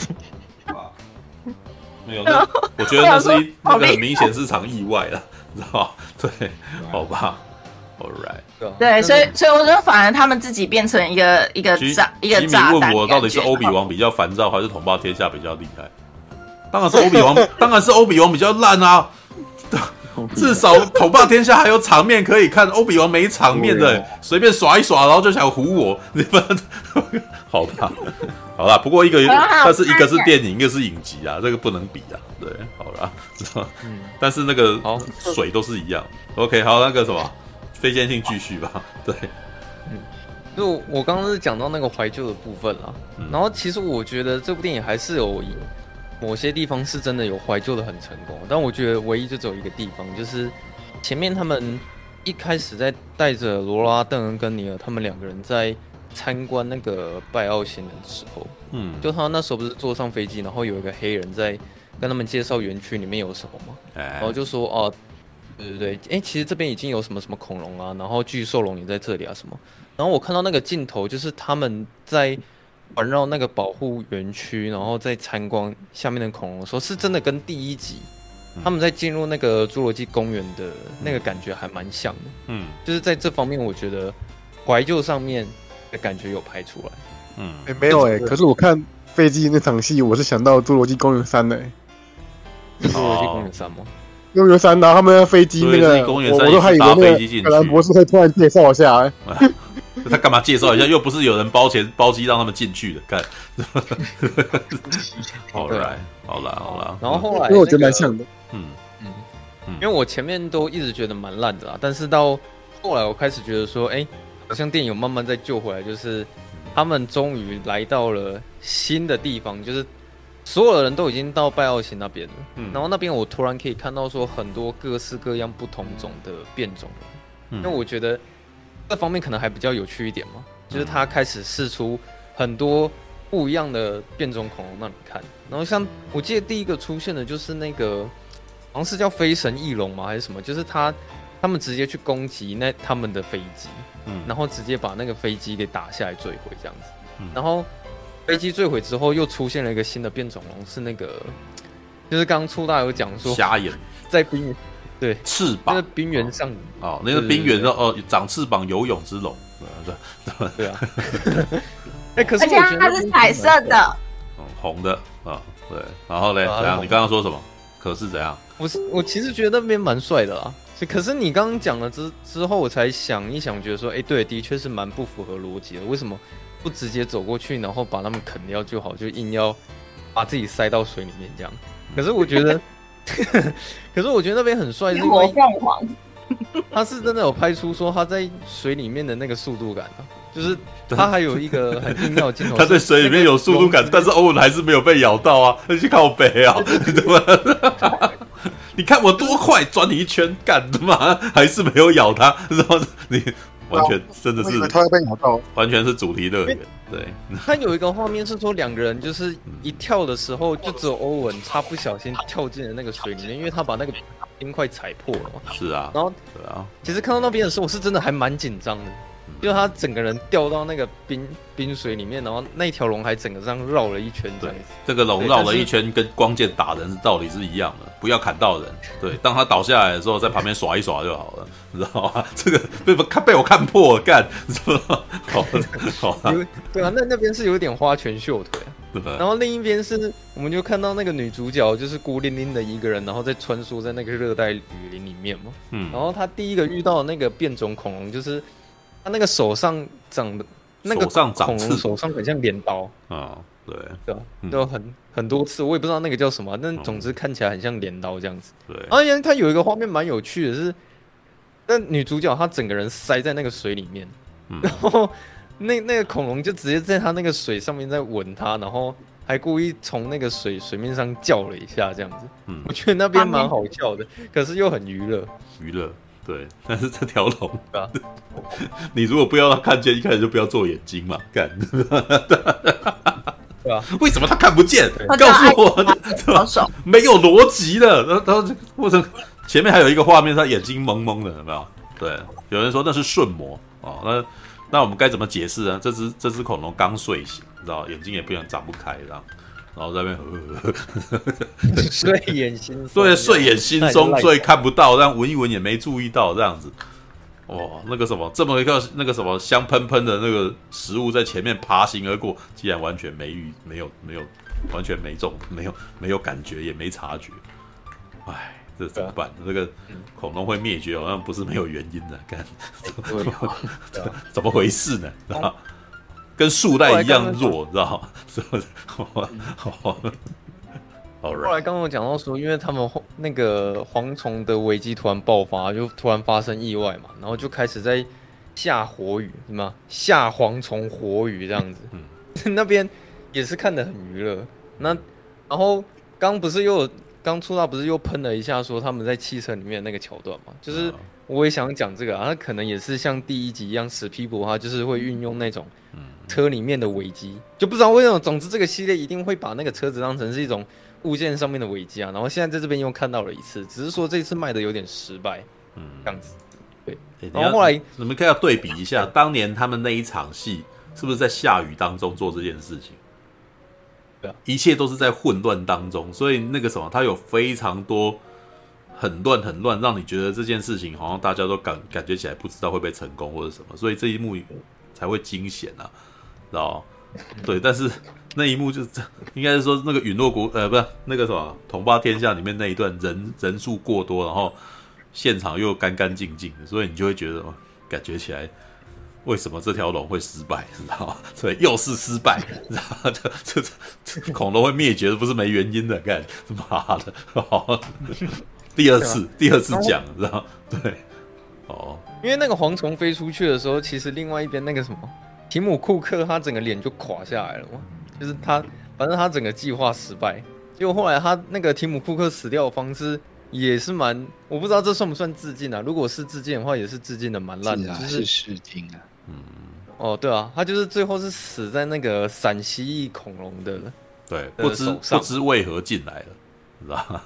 没有，我觉得那是那个很明显是场意外了，你知道吗？对，好吧 ，All right。 对，所以我觉得反而他们自己变成一个炸弹。 问我到底是欧比王比较烦躁，还是统霸天下比较厉害？当然是欧比王，当然是欧比王比较烂啊。至少统霸天下还有场面可以看，欧比王没场面的，随便耍一耍，然后就想唬我，你们好吧？好啦，不过但是一个是电影，一个是影集啊，这个不能比啊。对，好啦，但是那个水都是一样。OK， 好，那个什么非线性继续吧。对， 就我刚刚是讲到那个怀旧的部分啦，然后其实我觉得这部电影还是有某些地方是真的有怀旧的很成功，但我觉得唯一就只有一个地方，就是前面他们一开始在带着罗拉、邓恩跟尼尔他们2个人在参观那个拜奥仙人的时候，就他那时候不是坐上飞机，然后有一个黑人在跟他们介绍园区里面有什么嘛，然后就说对，其实这边已经有什么什么恐龙啊，然后巨兽龙也在这里啊什么，然后我看到那个镜头就是他们在环绕那个保护园区，然后再参观下面的恐龙的时候，是真的跟第1集他们在进入那个侏罗纪公园的那个感觉还蛮像的。就是在这方面，我觉得怀旧上面的感觉有拍出来。 没有可是我看飞机那场戏，我是想到《侏罗纪公园3》的。 侏罗纪公园3吗？ 公园3，然后他们飞机那个，我都还以为那个格兰博士会突然介绍一下。 他干嘛介绍一下？又不是有人包机让他们进去的，干。好啦。 然后后来， 因为我觉得蛮像的。 因为我前面都一直觉得蛮烂的啦，但是到后来我开始觉得说，好像电影有慢慢在救回来，就是他们终于来到了新的地方，就是所有的人都已经到拜奥星那边了。然后那边我突然可以看到说很多各式各样不同种的变种人，因为我觉得这方面可能还比较有趣一点嘛，就是他开始释出很多不一样的变种恐龙让你看。然后像我记得第一个出现的就是那个。好像是叫飞神翼龙吗？还是什么？就是他们直接去攻击他们的飞机，然后直接把那个飞机给打下来坠毁这样子。然后飞机坠毁之后，又出现了一个新的变种龙，是那个就是刚初大有讲说瞎眼在冰原，对， 翅膀， 那个冰原上那个冰原长翅膀游泳之龙， 对啊。可是而且它是彩色的， 红的对。然后嘞，怎样？你刚刚说什么？可是怎样？ 我其实觉得那边蛮帅的啦，可是你刚刚讲了之后，我才想一想，觉得说，对，的确是蛮不符合逻辑的。为什么不直接走过去，然后把他们啃掉就好，就硬要把自己塞到水里面这样？可是我觉得，那边很帅，是因为他是真的有拍出说他在水里面的那个速度感就是他还有一个很硬要的镜头， 他在水里面有速度感，但是欧文还是没有被咬到啊，那去靠北啊，对吧？你看我多快，转你一圈，干他妈还是没有咬他，然后你完全真的是他会被咬到， 完全是主题乐园。对， 他有一个画面是说两个人就是一跳的时候，就只有欧文他不小心跳进了那个水里面，因为他把那个冰块踩破了嘛。 是啊， 然后对啊， 其实看到那边的时候，我是真的还蛮紧张的。就是他整个人掉到那个冰水里面，然后那条龙还整个这样绕了一圈这样子。 这个龙绕了一圈，跟光剑打人的道理是一样的，不要砍到人。对，当他倒下来的时候，在旁边耍一耍就好了，你知道吗？这个被我看破了，干，是吧？好， 对啊，那边是有点花拳绣腿啊。然后另一边是，我们就看到那个女主角就是孤零零的一个人，然后在穿梭在那个热带雨林里面嘛。然后她第一个遇到的那个变种恐龙，就是她那个手上长的那个恐龙手上很像镰刀啊，对， 就很多次，我也不知道那个叫什么，但总之看起来很像镰刀这样子。 对， 然后它有一个画面蛮有趣的是，那女主角她整个人塞在那个水里面，然后。那个恐龙就直接在他那个水上面在吻他，然后还故意从那个水面上叫了一下，这样子。我觉得那边蛮好笑的，可是又很娱乐。 对，但是这条龙，你如果不要他看见，一开始就不要做眼睛嘛，干。对啊，为什么他看不见？告诉我，没有逻辑的。然后或者前面还有一个画面，他眼睛蒙蒙的，有没有？对，有人说那是瞬魔哦，那我们该怎么解释呢？这只恐龙刚睡醒，你知道，眼睛也不想长不开，这样，然后在那边睡眼惺忪， 对，睡眼惺忪，所以看不到，这样闻一闻也没注意到，这样子。那个什么，这么一个那个什么香喷喷的那个食物在前面爬行而过，竟然完全没有，完全没中，没有感觉，也没察觉，唉。这怎么办？这个恐龙会灭绝，好像不是没有原因的。看，怎么回事呢？跟树袋一样弱，知道吗？ 后来刚刚我讲到说，因为他们那个蝗虫的危机突然爆发，就突然发生意外嘛，然后就开始在下火雨，什么下蝗虫火雨这样子。那边也是看得很娱乐。然后刚出道不是又喷了一下，说他们在汽车里面的那个桥段嘛，就是我也想讲这个他可能也是像第一集一样，史皮博他就是会运用那种车里面的危机，就不知道为什么，总之这个系列一定会把那个车子当成是一种物件上面的危机啊。然后现在在这边又看到了一次，只是说这次卖的有点失败，这样子。对，然后后来你们可以要对比一下，当年他们那一场戏是不是在下雨当中做这件事情？一切都是在混乱当中，所以那个什么，它有非常多很乱，让你觉得这件事情好像大家都感觉起来不知道会不会成功或者什么，所以这一幕才会惊险啊，知道？ 对，但是那一幕就是应该是说那个陨落国不是那个什么统霸天下里面那一段人数过多，然后现场又干干净净的，所以你就会觉得感觉起来为什么这条龙会失败，知道吗？对，又是失败，知道吗？这恐龙会灭绝不是没原因的，干妈的，第二次讲，知道吗？对， 因为那个蝗虫飞出去的时候，其实另外一边那个什么提姆库克他整个脸就垮下来了嘛，就是反正他整个计划失败，结果后来他那个提姆库克死掉的方式也是我不知道这算不算致敬啊？如果是致敬的话，也是致敬的蛮烂的， 就是致敬啊。 对啊，他就是最后是死在那个闪蜥蜴恐龙的， 对，不知为何进来了。知道吗？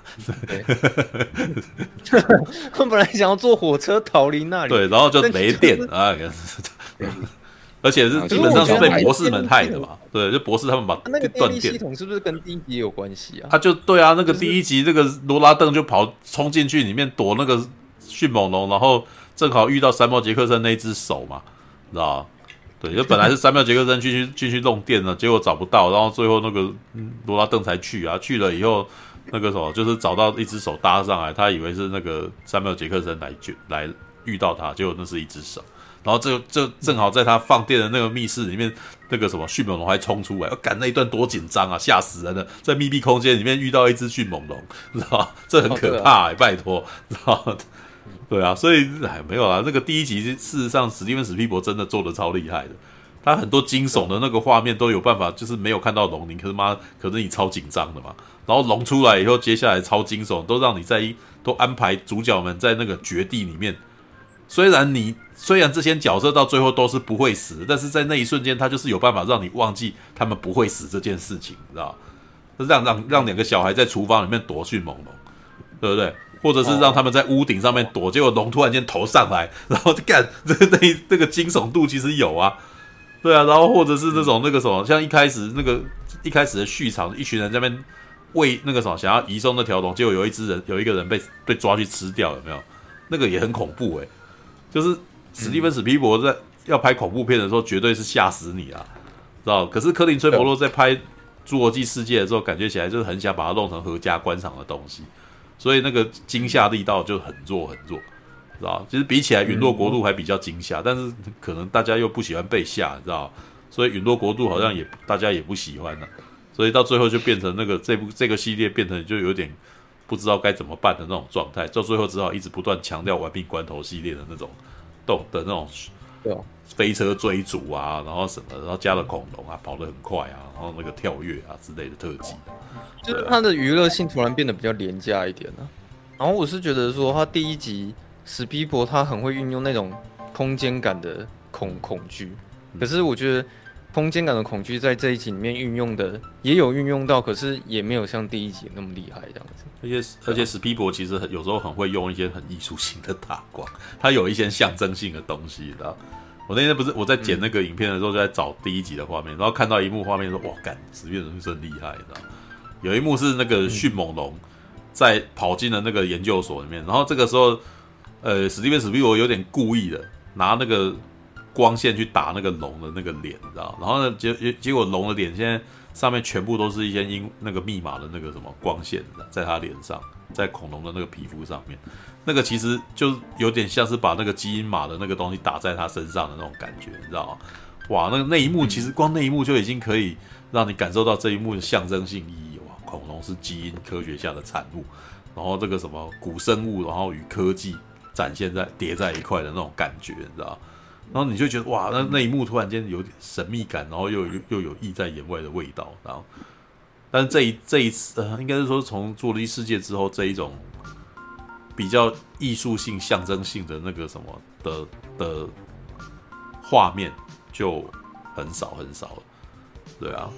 他本来想要坐火车逃离那里， 对，然后就没电啊，而且是基本上是被博士们害的嘛。对，就博士他们把那个断电电力系统是不是跟第一集有关系啊？ 他就对啊，那个第一集那个罗拉邓就冲进去里面躲那个迅猛龙，然后正好遇到山猫杰克森那一只手嘛，知道吗？对，就本来是山猫杰克森进去弄电了，结果找不到，然后最后那个罗拉邓才去啊，去了以后。那个什么，就是找到一只手搭上来，他以为是那个山缪杰克森来遇到他，结果那是一只手。然后这正好在他放电的那个密室里面，那个什么迅猛龙还冲出来，赶那一段多紧张啊，吓死人了！在密闭空间里面遇到一只迅猛龙，知道吗？这很可怕拜托，知道吗？对啊，所以没有啦。那个第一集事实上史蒂芬史皮伯真的做得超厉害的，他很多惊悚的那个画面都有办法，就是没有看到龙，可是你超紧张的嘛。然后龙出来以后，接下来超惊悚，都让你都安排主角们在那个绝地里面。虽然这些角色到最后都是不会死，但是在那一瞬间，他就是有办法让你忘记他们不会死这件事情，你知道吗？让两个小孩在厨房里面躲迅猛龙，对不对？或者是让他们在屋顶上面躲，结果龙突然间头上来，然后就干那个惊悚度其实有啊，对啊，然后或者是那个什么，像一开始的续场，一群人在那边。为那个什么想要移送那条龙，结果有一个人被抓去吃掉，有没有？那个也很恐怖就是史蒂芬史皮伯在要拍恐怖片的时候，绝对是吓死你啊，知道？可是柯林崔佛洛在拍《侏罗纪世界》的时候，感觉起来就是很想把它弄成合家观赏的东西，所以那个惊吓力道就很弱，知道？其实比起来，陨落国度还比较惊吓，但是可能大家又不喜欢被吓，你知道？所以陨落国度好像大家也不喜欢了。所以到最后就变成那个这个系列变成就有点不知道该怎么办的那种状态，到最后只好一直不断强调玩命关头系列的那种的那种飞车追逐啊，然后什么，然后加了恐龙啊，跑得很快啊，然后那个跳跃啊之类的特技， 就是它的娱乐性突然变得比较廉价一点了。然后我是觉得说，他第一集史皮伯他很会运用那种空间感的恐惧，可是我觉得。空间感的恐惧在这一集里面运用的也有运用到，可是也没有像第一集那么厉害这样子。 而且史皮伯其实有时候很会用一些很艺术性的打光，他有一些象征性的东西，知道？我那天不是我在剪那个影片的时候，就在找第一集的画面，然后看到一幕画面说：“哇，干，史皮伯真厉害！”知道？有一幕是那个迅猛龙在跑进了那个研究所里面，然后这个时候，史皮伯有点故意的拿那个。光线去打那个龙的那个脸，你知道？然后呢，结果龙的脸现在上面全部都是一些那个密码的那个什么光线，在他脸上，在恐龙的那个皮肤上面，那个其实就有点像是把那个基因码的那个东西打在他身上的那种感觉，你知道吗？哇，那一幕其实光那一幕就已经可以让你感受到这一幕的象征性意义。哇，恐龙是基因科学下的产物，然后这个什么古生物，然后与科技展现在叠在一块的那种感觉，你知道？然后你就觉得哇，那一幕突然间有点神秘感，然后又有意在言外的味道。然后，但是这一次应该是说从《侏罗纪世界》之后，这一种比较艺术性、象征性的那个什么的画面就很少了。对啊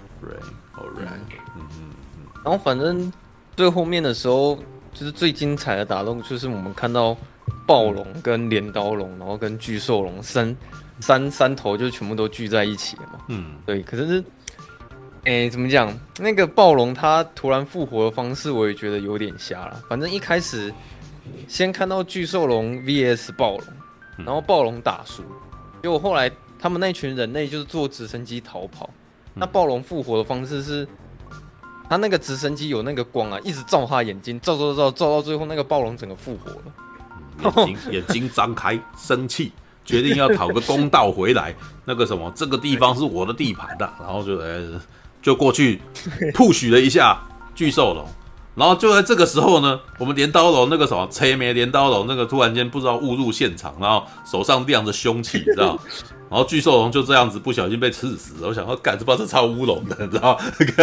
，right， 然后反正最后面的时候，就是最精彩的打斗，就是我们看到。暴龙跟镰刀龙，然后跟巨兽龙三头就全部都聚在一起了嘛。对。可是，怎么讲？那个暴龙它突然复活的方式，我也觉得有点瞎了。反正一开始先看到巨兽龙 VS 暴龙，然后暴龙打输，结果后来他们那群人类就是坐直升机逃跑， 那暴龙复活的方式是，他那个直升机有那个光啊，一直照他眼睛，照到最后，那个暴龙整个复活了， 眼睛张开，生气，决定要讨个公道回来。那个什么，这个地方是我的地盘的，然后就过去 push 了一下巨兽龙。然后就在这个时候呢，我们镰刀龙那个什么车眉镰刀龙那个突然间不知道误入现场，然后手上亮着凶器，知道？然后巨兽龙就这样子不小心被刺死了。我想说，干，这不知道是超乌龙的，你知道？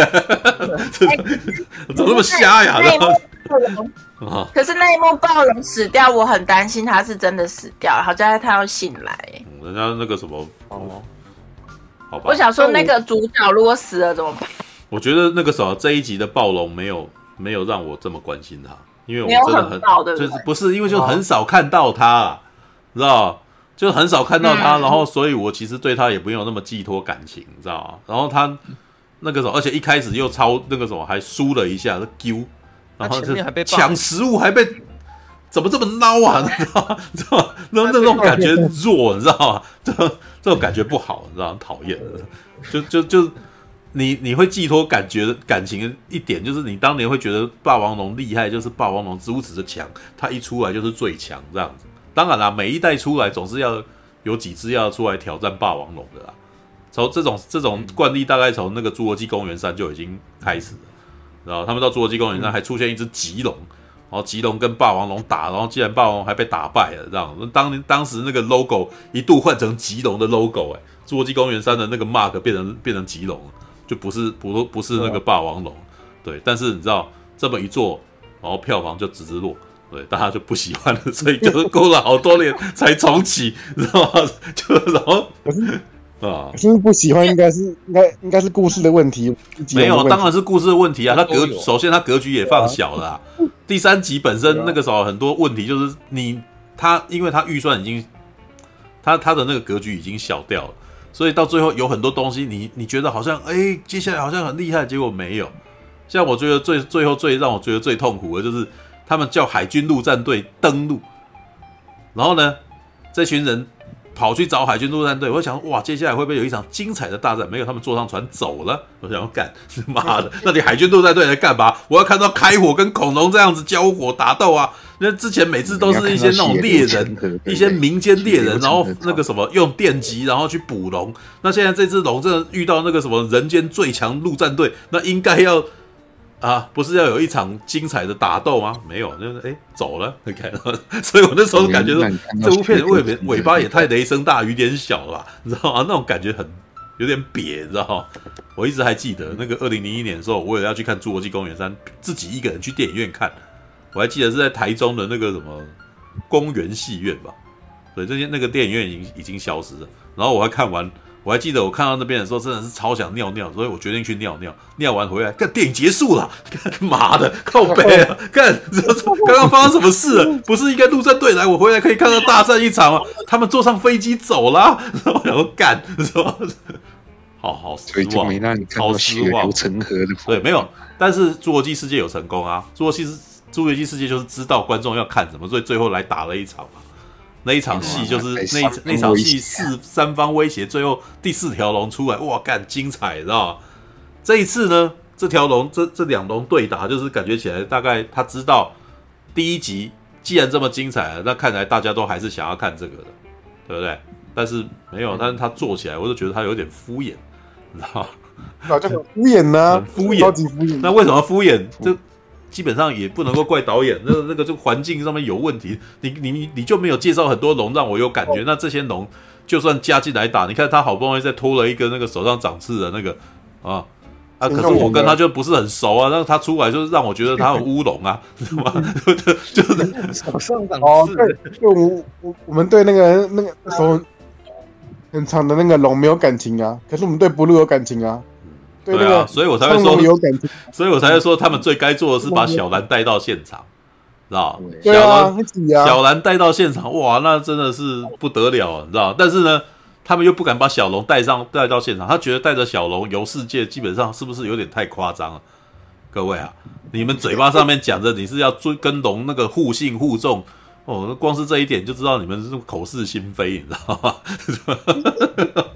怎么那么瞎呀？ 可是那一幕暴龙死掉，我很担心他是真的死掉了，好像他要醒来。 人家那个什么，好吧。 我想说，那个主角如果死了怎么办？ 我觉得那个什么这一集的暴龙没有让我这么关心他，因为我真的就是不是因为就很少看到他，你知道？就很少看到他，然后所以我其实对他也没有那么寄托感情，你知道吗？然后他那个什么，而且一开始又超那个什么，还输了一下，丢，然后就抢食物还被怎么这么孬啊？你知道吗？然后那种感觉弱，你知道吗？这种感觉不好，你知道吗？讨厌，就。你会寄托感情的一点，就是你当年会觉得霸王龙厉害，就是霸王龙如此的强，他一出来就是最强这样子。当然啦，每一代出来总是要有几只要出来挑战霸王龙的啦。从这种惯例，大概从那个侏罗纪公园3就已经开始了。然后他们到侏罗纪公园3还出现一只棘龙，然后棘龙跟霸王龙打，然后既然霸王龙还被打败了，这样当时那个 logo 一度换成棘龙的 logo， 侏罗纪公园3的那个 mark 变成棘龙了。就不是那个霸王龙，对，但是你知道这么一做，然后票房就直落，对，大家就不喜欢了，所以就过了好多年才重启，知道吗？然后是不喜欢应该是故事的问题， 没有，当然是故事的问题啊。首先他格局也放小了，第3集本身那个时候很多问题就是因为他预算已经他的那个格局已经小掉了。所以到最后有很多东西你觉得好像接下来好像很厉害，结果没有。像我觉得最后最让我觉得最痛苦的就是他们叫海军陆战队登陆，然后呢这群人跑去找海军陆战队，我想哇接下来会不会有一场精彩的大战？没有，他们坐上船走了。我想要干妈的，那你海军陆战队来干嘛？我要看到开火跟恐龙这样子交火打斗啊！那之前每次都是一些那种猎人，一些民间猎人，然后那个什么用电击然后去捕龙。那现在这只龙真的遇到那个什么人间最强陆战队，那应该要不是要有一场精彩的打斗吗？没有，就是走了。OK， 所以我那时候感觉说，这部片尾巴也太雷声大雨点小了吧，你知道吗？那种感觉有点瘪，你知道吗？我一直还记得那个2001年的时候，我也要去看《侏罗纪公园3》，自己一个人去电影院看。我还记得是在台中的那个什么公园戏院吧，对，那个电影院已经消失了。然后我还看完，我还记得我看到那边的时候，真的是超想尿尿，所以我决定去尿尿。尿完回来，干电影结束了，干妈的靠北啊！干，刚刚发生什么事了？不是应该陆战队来，我回来可以看到大战一场吗？他们坐上飞机走了，然后我想说干，是吧？好失望，超失望， 成河的。 对，没有，但是侏罗纪世界有成功啊！侏罗纪世界就是知道观众要看什么，所以最后来打了一场嘛。那一场戏就是那场戏三方威胁，最后第4条龙出来，哇，干精彩，知道吗？这一次呢，这条龙这两龙对打，就是感觉起来大概他知道第1集既然这么精彩了，那看来大家都还是想要看这个的，对不对？但是没有，但是他做起来，我就觉得他有点敷衍，你知道吗？ 哪叫敷衍呢？ 很敷衍，超级敷衍。那为什么敷衍？这基本上也不能够怪导演，那个就环境上面有问题。你就没有介绍很多龙让我有感觉。那这些龙就算加进来打，你看他好不容易再拖了一个那个手上长刺的那个可是我跟他就不是很熟啊，那他出来就是让我觉得他很乌龙啊，是吧？就是手上长刺。 对，我们对那个手很长的那个龙没有感情啊，可是我们对布鲁有感情啊。 对啊，所以我才会说，他们最该做的是把小兰带到现场，知道吗？小兰带到现场，哇，那真的是不得了，你知道？但是呢，他们又不敢把小龙带到现场，他觉得带着小龙游世界，基本上是不是有点太夸张了？各位啊，你们嘴巴上面讲着你是要跟龙那个互信互重，光是这一点就知道你们是口是心非，你知道吗？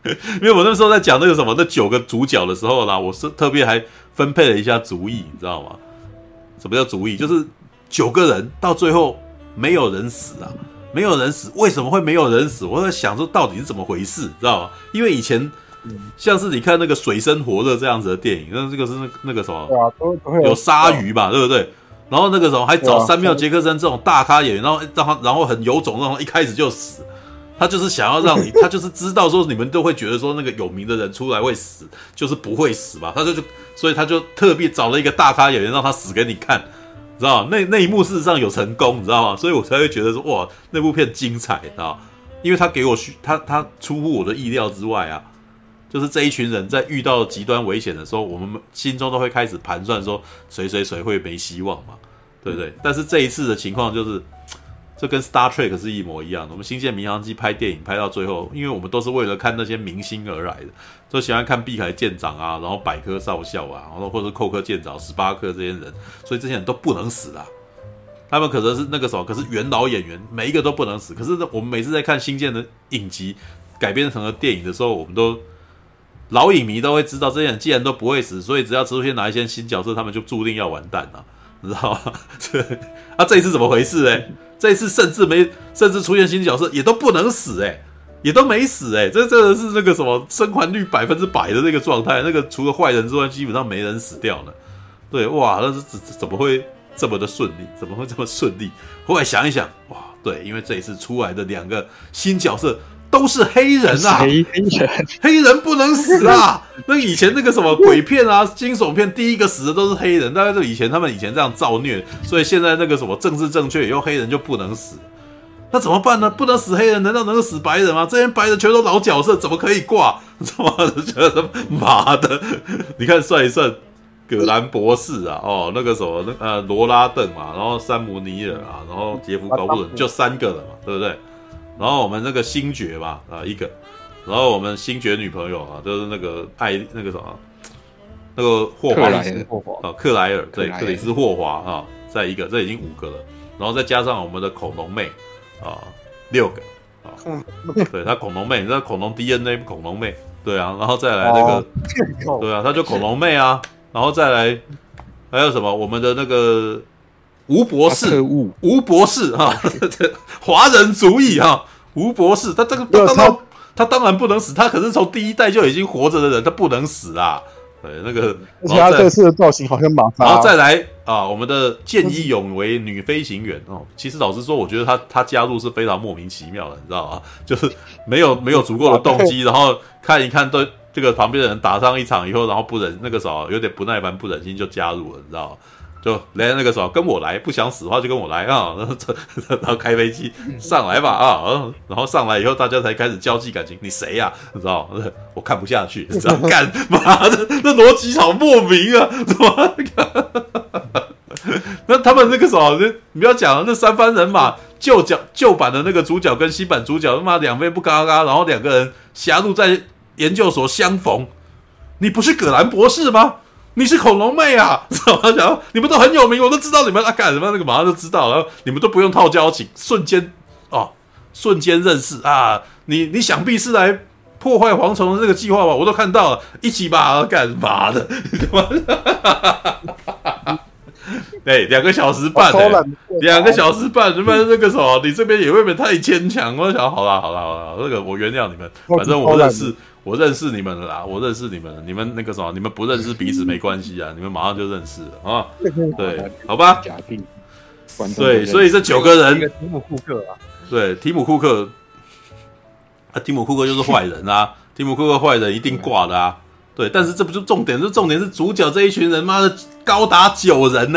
因为我那时候在讲那个什么那9个主角的时候啦，我是特别还分配了一下族裔，你知道吗？什么叫族裔？就是9个人到最后没有人死啊，没有人死，为什么会没有人死？我在想说到底是怎么回事，知道吗？因为以前像是你看那个水深火热这样子的电影，那这个是那个什么，有鲨鱼吧，对不对？然后那个什么还找山缪·杰克森这种大咖演员，然后很有种，然后一开始就死。他就是想要让你，他就是知道说你们都会觉得说那个有名的人出来会死，就是不会死吧？所以他就特别找了一个大咖演员让他死给你看，知道吗？那一幕事实上有成功，你知道吗？所以我才会觉得说哇，那部片精彩，知道吗？因为他给我他出乎我的意料之外啊，就是这一群人在遇到极端危险的时候，我们心中都会开始盘算说谁会没希望嘛，对不对？但是这一次的情况就是。这跟 Star Trek 是一模一样的。我们星舰民航机拍电影拍到最后，因为我们都是为了看那些明星而来的，都喜欢看碧海舰长啊，然后百科少校啊，然后或者是寇克舰长、18克这些人，所以这些人都不能死啦。他们可能是那个什么，可是元老演员每一个都不能死。可是我们每次在看星舰的影集改编成了电影的时候，我们都老影迷都会知道，这些人既然都不会死，所以只要出现哪一些新角色，他们就注定要完蛋啊，你知道吗？这一次怎么回事呢？这一次甚至出现新角色也都不能死也都没死这真的是那个什么生还率100%的那个状态，那个除了坏人之外，基本上没人死掉了。对，哇，那是怎么会这么的顺利？怎么会这么顺利？后来想一想，哇，对，因为这一次出来的2个新角色都是黑人啊，黑人不能死啊！那以前那个什么鬼片啊、惊悚片，第一个死的都是黑人，大概就他们以前这样造虐，所以现在那个什么政治正确以后，黑人就不能死。那怎么办呢？不能死黑人，难道能够死白人吗？这些白人全都老角色，怎么可以挂？他妈的，觉得妈的！你看算一算，葛兰博士啊，那个什么罗拉邓嘛，然后山姆尼尔啊，然后杰夫高布伦，就3个了嘛，对不对？然后我们那个星爵嘛1个，然后我们星爵女朋友啊，就是那个那个什么那个霍华克莱尔，对，克里斯霍华啊，再1个，这已经5个了。然后再加上我们的恐龙妹6个啊，对，她恐龙妹，你知道恐龙 DNA 恐龙妹，对啊，然后再来那个，对啊，她就恐龙妹啊，然后再来还有什么我们的那个。吴博士哈，华人族裔哈，吴博士，他当然不能死，他可是从第1代就已经活着的人，他不能死啊。对，那个， 而且他这次的造型好像马莎， 然后再来啊，我们的见义勇为女飞行员其实老实说，我觉得他加入是非常莫名其妙的，你知道吗？就是没有足够的动机，然后看一看都这个旁边的人打上一场以后，然后那个时候有点不耐烦、不忍心就加入了，你知道吗？就来那个时候跟我来，不想死的话就跟我来啊，然后开飞机上来吧啊，然后上来以后大家才开始交际感情，你谁呀？你知道我看不下去，你知道干妈的那逻辑好莫名啊，怎么？那他们那个时候，你不要讲那3番人马，旧版的那个主角跟新版主角，他妈2边不嘎嘎，然后2个人狭路在研究所相逢，你不是葛兰博士吗？你是恐龙妹啊！你们都很有名，我都知道你们干什么，那个马上就知道了，你们都不用套交情，瞬间认识啊！你想必是来破坏蝗虫的这个计划吧？我都看到了，一起吧，干嘛的？对，2个小时半，2个小时半，他妈那个什么，你这边也未免太牵强。我想，好啦，那个我原谅你们，反正我认识你们了啦，你们那个什么，你们不认识彼此没关系啊，你们马上就认识了啊，对，好吧？对，所以这9个人， 提姆库克啊， 对，提姆库克就是坏人啊，提姆库克坏人一定挂的啊。对，但是这不就重点？重点是主角这一群人，妈的高达9人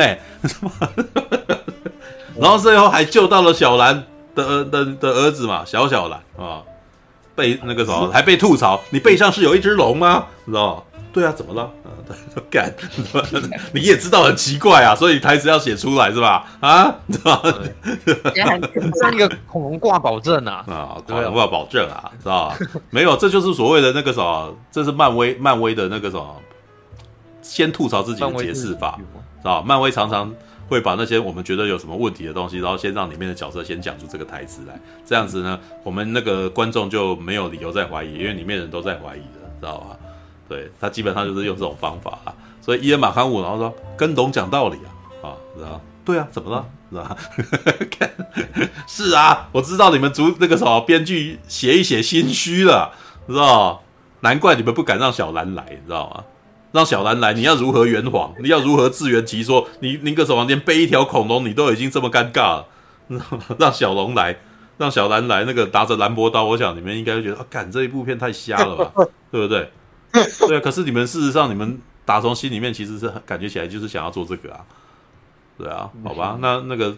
然后最后还救到了小兰的儿子嘛，小兰啊，被那个什么还被吐槽，你背上是有一只龙吗？你知道吗？对啊，怎么了？干，你也知道很奇怪啊，所以台词要写出来是吧？啊，知道吗？ 像一个恐龙挂保证啊！ 恐龙挂保证啊，知道吧？没有，这就是所谓的那个什么，这是漫威的那个什么，先吐槽自己的解释法，知道吧？漫威常常会把那些我们觉得有什么问题的东西，然后先让里面的角色先讲出这个台词来，这样子呢，我们那个观众就没有理由再怀疑，因为里面人都在怀疑的，知道吧？对，他基本上就是用这种方法啦。所以伊恩马康伍然后说跟董讲道理啊，知道？对啊，怎么了？知道？是啊，我知道你们那个什么编剧写一写心虚了，知道？难怪你们不敢让小兰来，你知道吗？让小兰来，你要如何圆谎？你要如何自圆其说？你个什么连背一条恐龙你都已经这么尴尬了，让小兰来，那个拿着兰博刀，我想你们应该会觉得，干这一部片太瞎了吧，对不对？对啊，可是你们事实上，你们打从心里面其实是感觉起来就是想要做这个啊，对啊，好吧，那个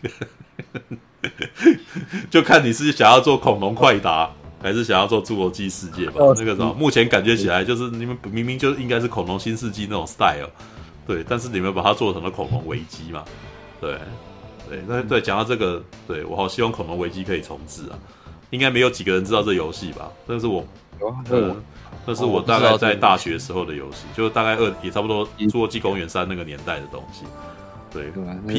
就看你是想要做恐龙快打。还是想要做侏罗纪世界吧？那个什么，目前感觉起来就是你们明明就应该是恐龙新世纪那种 style， 对，但是你们把它做成了恐龙危机嘛？对，对，讲到这个，对我好希望恐龙危机可以重置啊！应该没有几个人知道这游戏吧？那是我，那是我大概在大学时候的游戏，就大概也差不多《侏罗纪公园3》那个年代的东西。对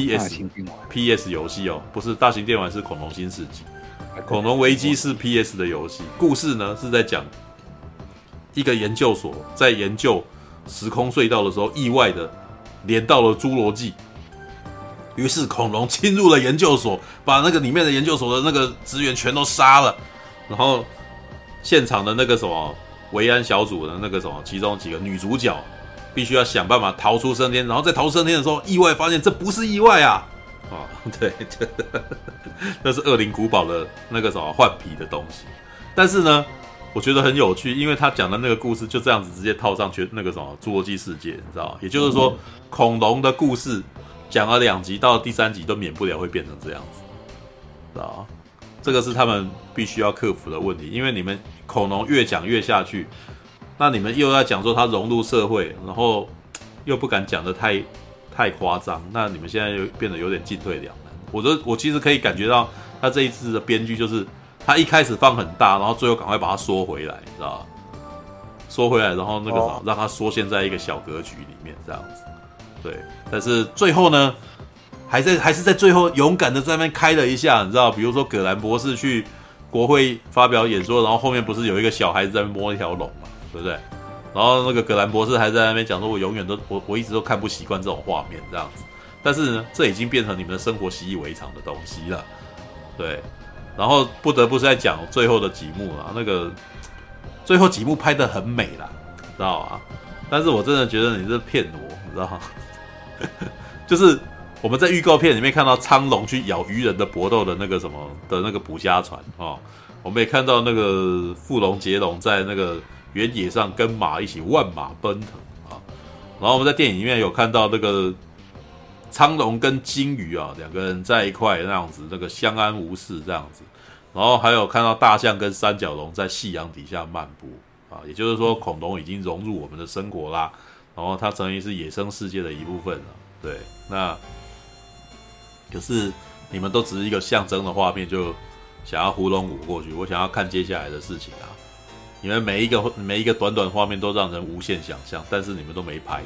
，PS 游戏哦，不是大型电玩，是恐龙新世纪。恐龙危机是 PS 的游戏，故事呢是在讲一个研究所在研究时空隧道的时候，意外的连到了侏罗纪，于是恐龙侵入了研究所，把那个里面的研究所的那个职员全都杀了，然后现场的那个什么维安小组的那个什么其中几个女主角必须要想办法逃出升天，然后在逃出升天的时候，意外发现这不是意外啊！对，那是恶灵古堡的那个什么换皮的东西。但是呢，我觉得很有趣，因为他讲的那个故事就这样子直接套上去那个什么侏罗纪世界，你知道吗？也就是说，恐龙的故事讲了2集，到第3集都免不了会变成这样子，知道吗？这个是他们必须要克服的问题，因为你们恐龙越讲越下去，那你们又要讲说它融入社会，然后又不敢讲得太夸张，那你们现在又变得有点进退两难。我其实可以感觉到他这一次的编剧就是他一开始放很大，然后最后赶快把它缩回来，你知道吗？缩回来，然后那个让它缩陷在一个小格局里面这样子。对，但是最后呢，还是在最后勇敢的在那边开了一下，你知道，比如说葛兰博士去国会发表演说，然后后面不是有一个小孩子在那边摸一条龙嘛，对不对？然后那个葛兰博士还在那边讲说，我一直都看不习惯这种画面这样子，但是呢，这已经变成你们的生活习以为常的东西了，对。然后不得不是在讲最后的几幕啦，那个最后几幕拍得很美啦，知道吗？但是我真的觉得你是骗我，你知道吗？就是我们在预告片里面看到苍龙去咬鱼人的搏斗的那个什么的那个捕虾船哦，我们也看到那个富龙杰龙在那个原野上跟马一起万马奔腾啊，然后我们在电影里面有看到那个苍龙跟鲸鱼啊两个人在一块那样子，那个相安无事这样子，然后还有看到大象跟三角龙在夕阳底下漫步啊，也就是说恐龙已经融入我们的生活啦，然后它成为是野生世界的一部分了。对，那可是你们都只是一个象征的画面，就想要糊弄我过去，我想要看接下来的事情啊。你们每一个短短画面都让人无限想象，但是你们都没拍，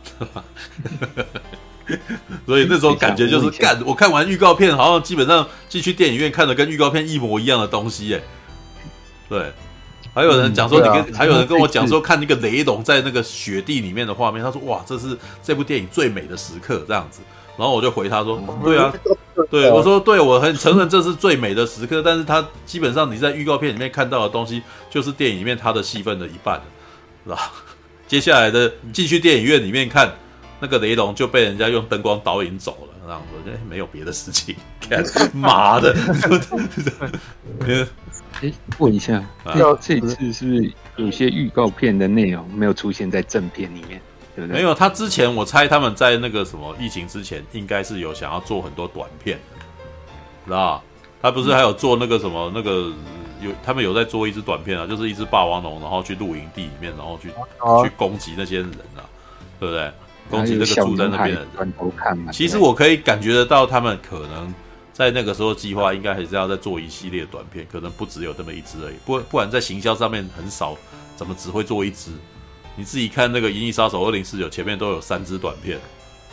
所以那种感觉就是干。我看完预告片，好像基本上进去电影院看的跟预告片一模一样的东西，对。还有人讲说还有人跟我讲说看那个雷龙在那个雪地里面的画面，他说哇，这是这部电影最美的时刻这样子。然后我就回他说，对啊，对，我说对，我很承认这是最美的时刻，但是他基本上你在预告片里面看到的东西，就是电影里面他的戏份的一半了，是吧？接下来的进去电影院里面看那个雷龙就被人家用灯光导引走了，这样子，没有别的事情，妈的！ 问一下，这一次是不是有些预告片的内容没有出现在正片里面？对不对？ 没有，他之前我猜他们在那个什么疫情之前，应该是有想要做很多短片的，知道吧？他不是还有做那个什么那个他们有在做一支短片啊，就是一只霸王龙，然后去露营地里面，然后去攻击那些人啊，对不对？攻击那个住在那边的人。其实我可以感觉得到，他们可能在那个时候计划应该还是要再做一系列短片，可能不只有那么一支而已。不然在行销上面很少，怎么只会做一支？你自己看那个《银翼杀手2049》前面都有3支短片，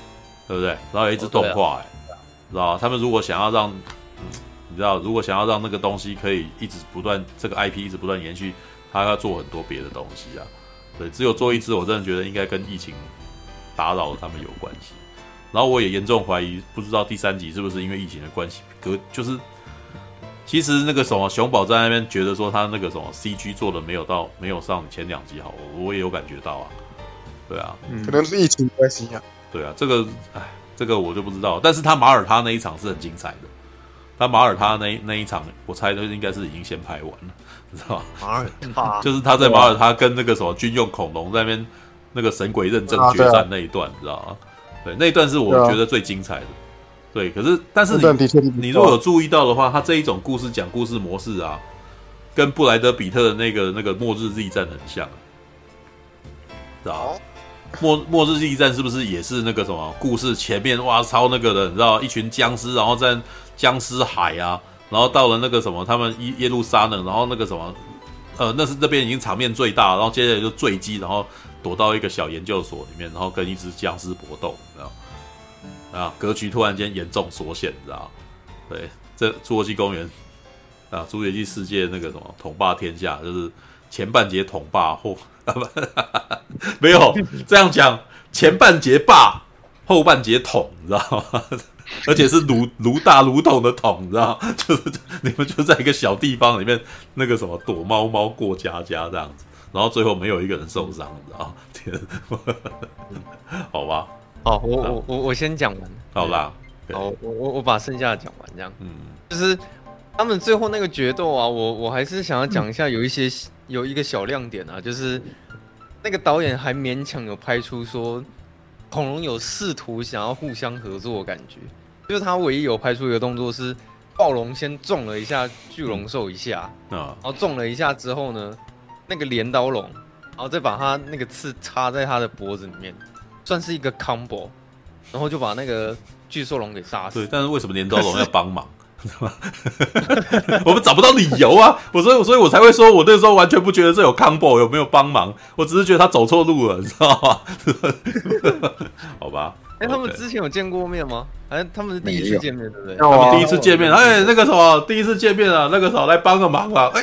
对不对？然后有一只动画，知道吗？他们如果想要让，你知道，如果想要让那个东西可以一直不断，这个 IP 一直不断延续，他要做很多别的东西啊。对，只有做一只，我真的觉得应该跟疫情打扰了他们有关系。然后我也严重怀疑，不知道第3集是不是因为疫情的关系，就是其实那个什么熊宝在那边觉得说他那个什么 CG 做的没有上前2集好，我也有感觉到啊。对啊， 可能是疫情关系啊。 对啊，这个我就不知道，但是他马耳他那一场是很精彩的。他马耳他那一场，我猜应该是已经先拍完了，你知道吗？ 马耳他就是他在马耳他跟那个什么军用恐龙在那边那个神鬼认证决战那一段，你知道吗？对，那一段是我觉得最精彩的。对，但是你如果有注意到的话，他这一种讲故事模式啊，跟布莱德比特的那个末日驿站很像，知道吗？末日驿站是不是也是那个什么故事前面哇超那个的，你知道一群僵尸，然后在僵尸海啊，然后到了那个什么他们耶路撒冷，然后那个什么那边已经场面最大，然后接着就坠机，然后躲到一个小研究所里面，然后跟一只僵尸搏斗，你知道啊，格局突然间严重缩限，你知道？对，这侏罗纪公园啊，侏罗纪世界那个什么统霸天下，就是前半节统霸后没有这样讲，前半节霸，后半节统，你知道吗？而且是卢大卢统的统，你知道吗？就是你们就在一个小地方里面，那个什么躲猫猫过家家这样子，然后最后没有一个人受伤，你知道吗？天，好吧。 好，我先讲完。 好啦， 好，我把剩下的讲完，这样。就是他们最后那个决斗啊，我还是想要讲一下，有一个小亮点啊，就是那个导演还勉强有拍出说恐龙有试图想要互相合作的感觉，就是他唯一有拍出一个动作是暴龙先撞了一下巨龙兽一下，然后撞了一下之后呢，那个镰刀龙，然后再把他那个刺插在他的脖子里面，算是一个 combo， 然后就把那个巨兽龙给杀死。 对，但是为什么镰刀龙要帮忙？我们找不到理由啊！所以我才会说，我那时候完全不觉得这有 combo 有没有帮忙，我只是觉得他走错路了，你知道吗？好吧。 他们之前有见过面吗？还是他们是第一次见面，对不对？ 他们第一次见面，那个什么，第一次见面啊，那个时候来帮个忙啊，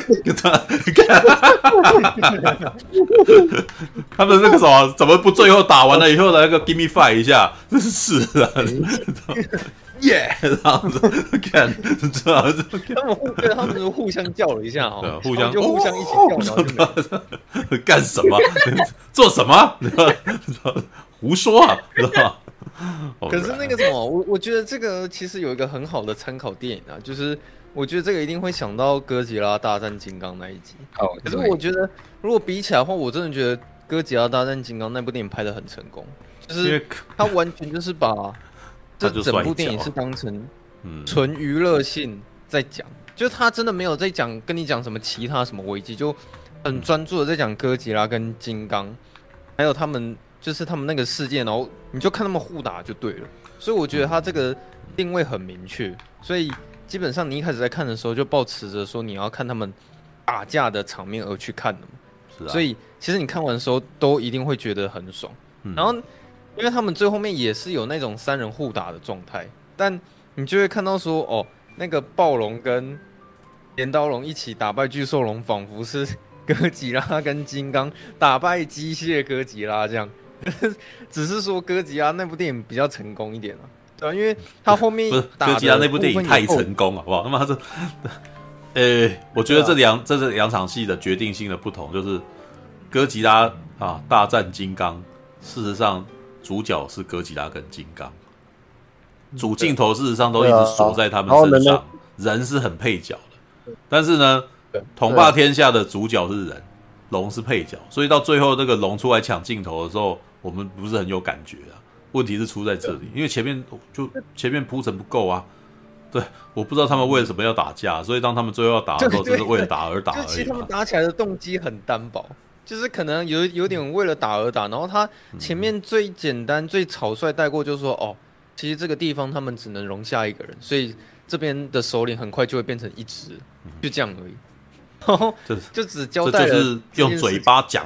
他们那个什么，怎么不最后打完了以后来个 give me five 一下？这是啊。耶，这样子看，这样子， 他们互相叫了一下哈， 互相就互相一起叫， 然后干什么？做什么？胡说啊，知道吗？ 可是那个什么，我觉得这个其实有一个很好的参考电影啊，就是我觉得这个一定会想到哥吉拉大战金刚那一集。可是我觉得如果比起来的话，我真的觉得哥吉拉大战金刚那部电影拍得很成功，就是它完全就是把这整部电影是当成纯娱乐性在讲，就是他真的没有在跟你讲什么其他什么危机，就很专注的在讲哥吉拉跟金刚，还有他们那个事件，然后你就看他们互打就对了。所以我觉得他这个定位很明确，所以基本上你一开始在看的时候就抱持着说你要看他们打架的场面而去看的嘛。是啊。所以其实你看完的时候都一定会觉得很爽。然后因为他们最后面也是有那种3人互打的状态，但你就会看到说哦，那个暴龙跟镰刀龙一起打败巨兽龙，仿佛是哥吉拉跟金刚打败机械哥吉拉这样。只是说哥吉拉那部电影比较成功一点啊，对啊，因为他后面打的哥吉拉那部电影太成功了，好不好？那么我觉得这两场戏的决定性的不同，就是哥吉拉啊大战金刚，事实上主角是哥吉拉跟金刚，主镜头事实上都一直锁在他们身上，人是很配角的。但是呢，统霸天下的主角是人，龙是配角，所以到最后这个龙出来抢镜头的时候，我们不是很有感觉啊。问题是出在这里，因为前面铺陈不够啊。对，我不知道他们为了什么要打架，所以当他们最后要打的时候，只是为了打而打而已。 其实他们打起来的动机很单薄，就是可能有点为了打而打，然后他前面最简单、最草率带过，就是说哦，其实这个地方他们只能容下一个人，所以这边的首领很快就会变成一只，就这样而已。然后就只交代了， 这就是用嘴巴讲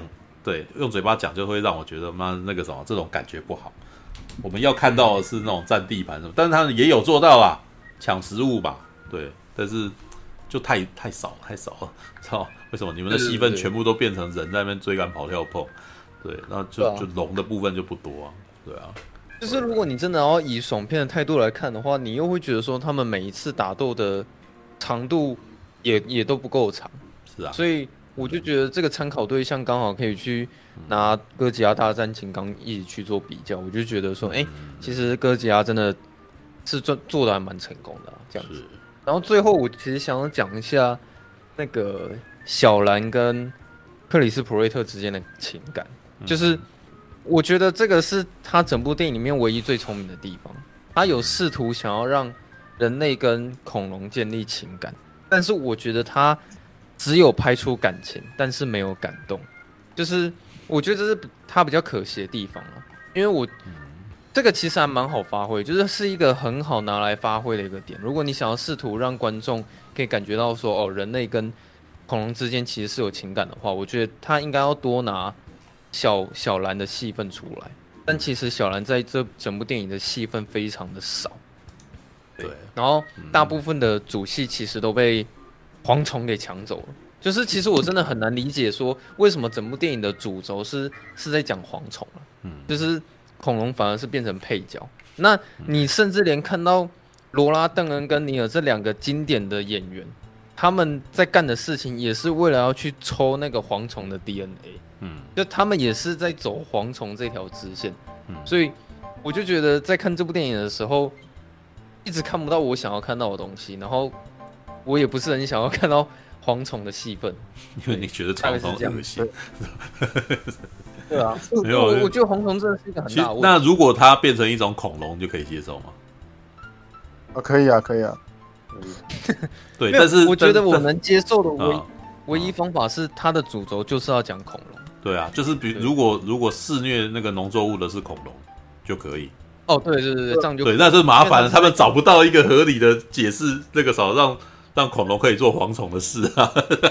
对，用嘴巴讲就会让我觉得妈那个什么这种感觉不好。我们要看到的是那种占地盘什么，但是他们也有做到啦，抢食物吧，对，但是就太少了，操！为什么你们的戏份全部都变成人在那边追赶跑跳碰？对，那就龙的部分就不多啊，对啊。 就是如果你真的要以爽片的态度来看的话，你又会觉得说他们每一次打斗的长度也都不够长， 是啊， 所以我就觉得这个参考对象刚好可以去拿哥吉拉大战金刚一起去做比较，我就觉得说，其实哥吉拉真的是做的还蛮成功的这样子。然后最后我其实想要讲一下那个小兰跟克里斯普瑞特之间的情感，就是我觉得这个是他整部电影里面唯一最聪明的地方，他有试图想要让人类跟恐龙建立情感，但是我觉得他只有拍出感情，但是没有感动，就是我觉得这是他比较可惜的地方啊。因为这个其实还蛮好发挥，就是一个很好拿来发挥的一个点。如果你想要试图让观众可以感觉到说，人类跟恐龙之间其实是有情感的话，我觉得他应该要多拿小兰的戏份出来。但其实小兰在这整部电影的戏份非常的少， 对， 然后大部分的主戏其实都被蝗虫给抢走了。就是其实我真的很难理解说为什么整部电影的主轴是在讲蝗虫了，就是恐龙反而是变成配角。那你甚至连看到罗拉·邓恩跟尼尔这两个经典的演员，他们在干的事情也是为了要去抽那个蝗虫的 DNA，就他们也是在走蝗虫这条支线，所以我就觉得在看这部电影的时候，一直看不到我想要看到的东西，然后我也不是很想要看到蝗虫的戏份， 因为你觉得蝗虫恶心。 对啊，没有，我觉得蝗虫真的是一个很大的问题。 那如果它变成一种恐龙，就可以接受吗？ 可以啊，可以啊。 对，但是我觉得我能接受的唯一方法是它的主轴就是要讲恐龙。 对啊，就是如果肆虐那个农作物的是恐龙就可以。 哦，对，这样就对，那是麻烦了，他们找不到一个合理的解释，那个让恐龙可以做蝗虫的事啊，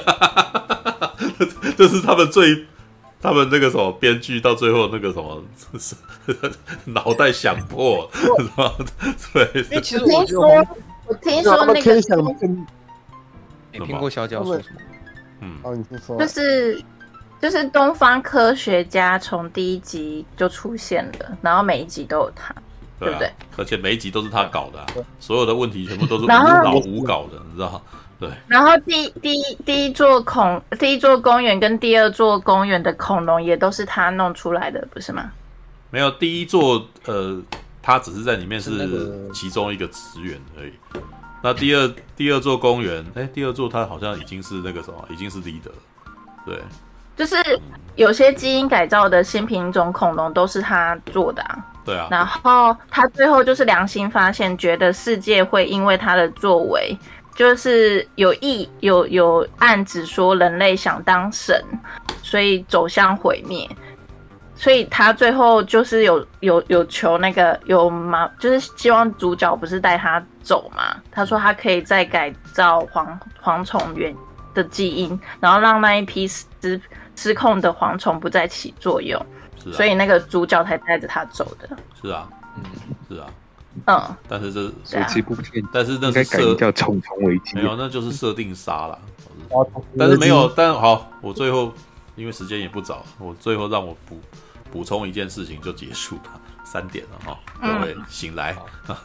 这是他们那个什么编剧到最后那个什么脑袋想破，对， 因为其实我听说那个你苹果小脚说什么？ 你说就是东方科学家从第一集就出现了，然后每一集都有他，对不对？ 而且每一集都是他搞的，所有的问题全部都是无脑无搞的，你知道？对。 然后第一座公园跟第二座公园的恐龙也都是他弄出来的，不是吗？ 没有，第一座他只是在里面是其中一个职员而已。那第二座公园，第二座他好像已经是那个什么，已经是 leader 了，对。 就是有些基因改造的新品种恐龙都是他做的啊。 对啊。 然后他最后就是良心发现，觉得世界会因为他的作为，就是有暗指说人类想当神，所以走向毁灭。所以他最后就是有求那个就是希望主角不是带他走嘛？他说他可以再改造蝗虫源的基因，然后让那一批失控的蝗虫不再起作用。 是啊。 所以那个主角才带着他走的。 是啊，是啊。 但是这部片， 但是那应该改名叫《虫虫危机》。 没有，那就是设定杀啦。但是没有，好，我最后因为时间也不早，我最后让我补充一件事情就结束了，3点了哈，各位醒来。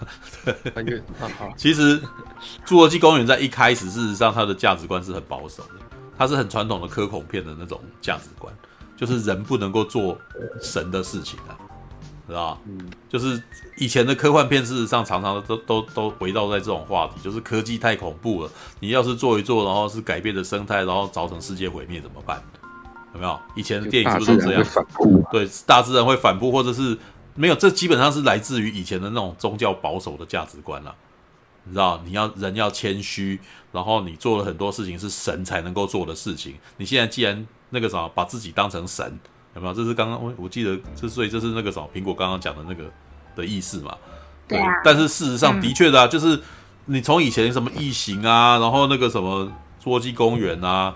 其实《侏罗纪公园》在一开始，事实上它的价值观是很保守的，它是很传统的科恐片的那种价值观，就是人不能够做神的事情啊，知道吗？就是以前的科幻片，事实上常常都围绕在这种话题，就是科技太恐怖了，你要是做一做，然后是改变的生态，然后造成世界毁灭怎么办？有没有？以前的电影是不是都这样？对，大自然会反扑，或者是没有，这基本上是来自于以前的那种宗教保守的价值观啦。你知道，人要谦虚，然后你做了很多事情是神才能够做的事情。你现在既然那个什么，把自己当成神，有没有？这是刚刚我记得，所以这是那个什么苹果刚刚讲的那个的意思嘛？对。但是事实上的确的就是你从以前什么异形啊，然后那个什么侏罗纪公园啊。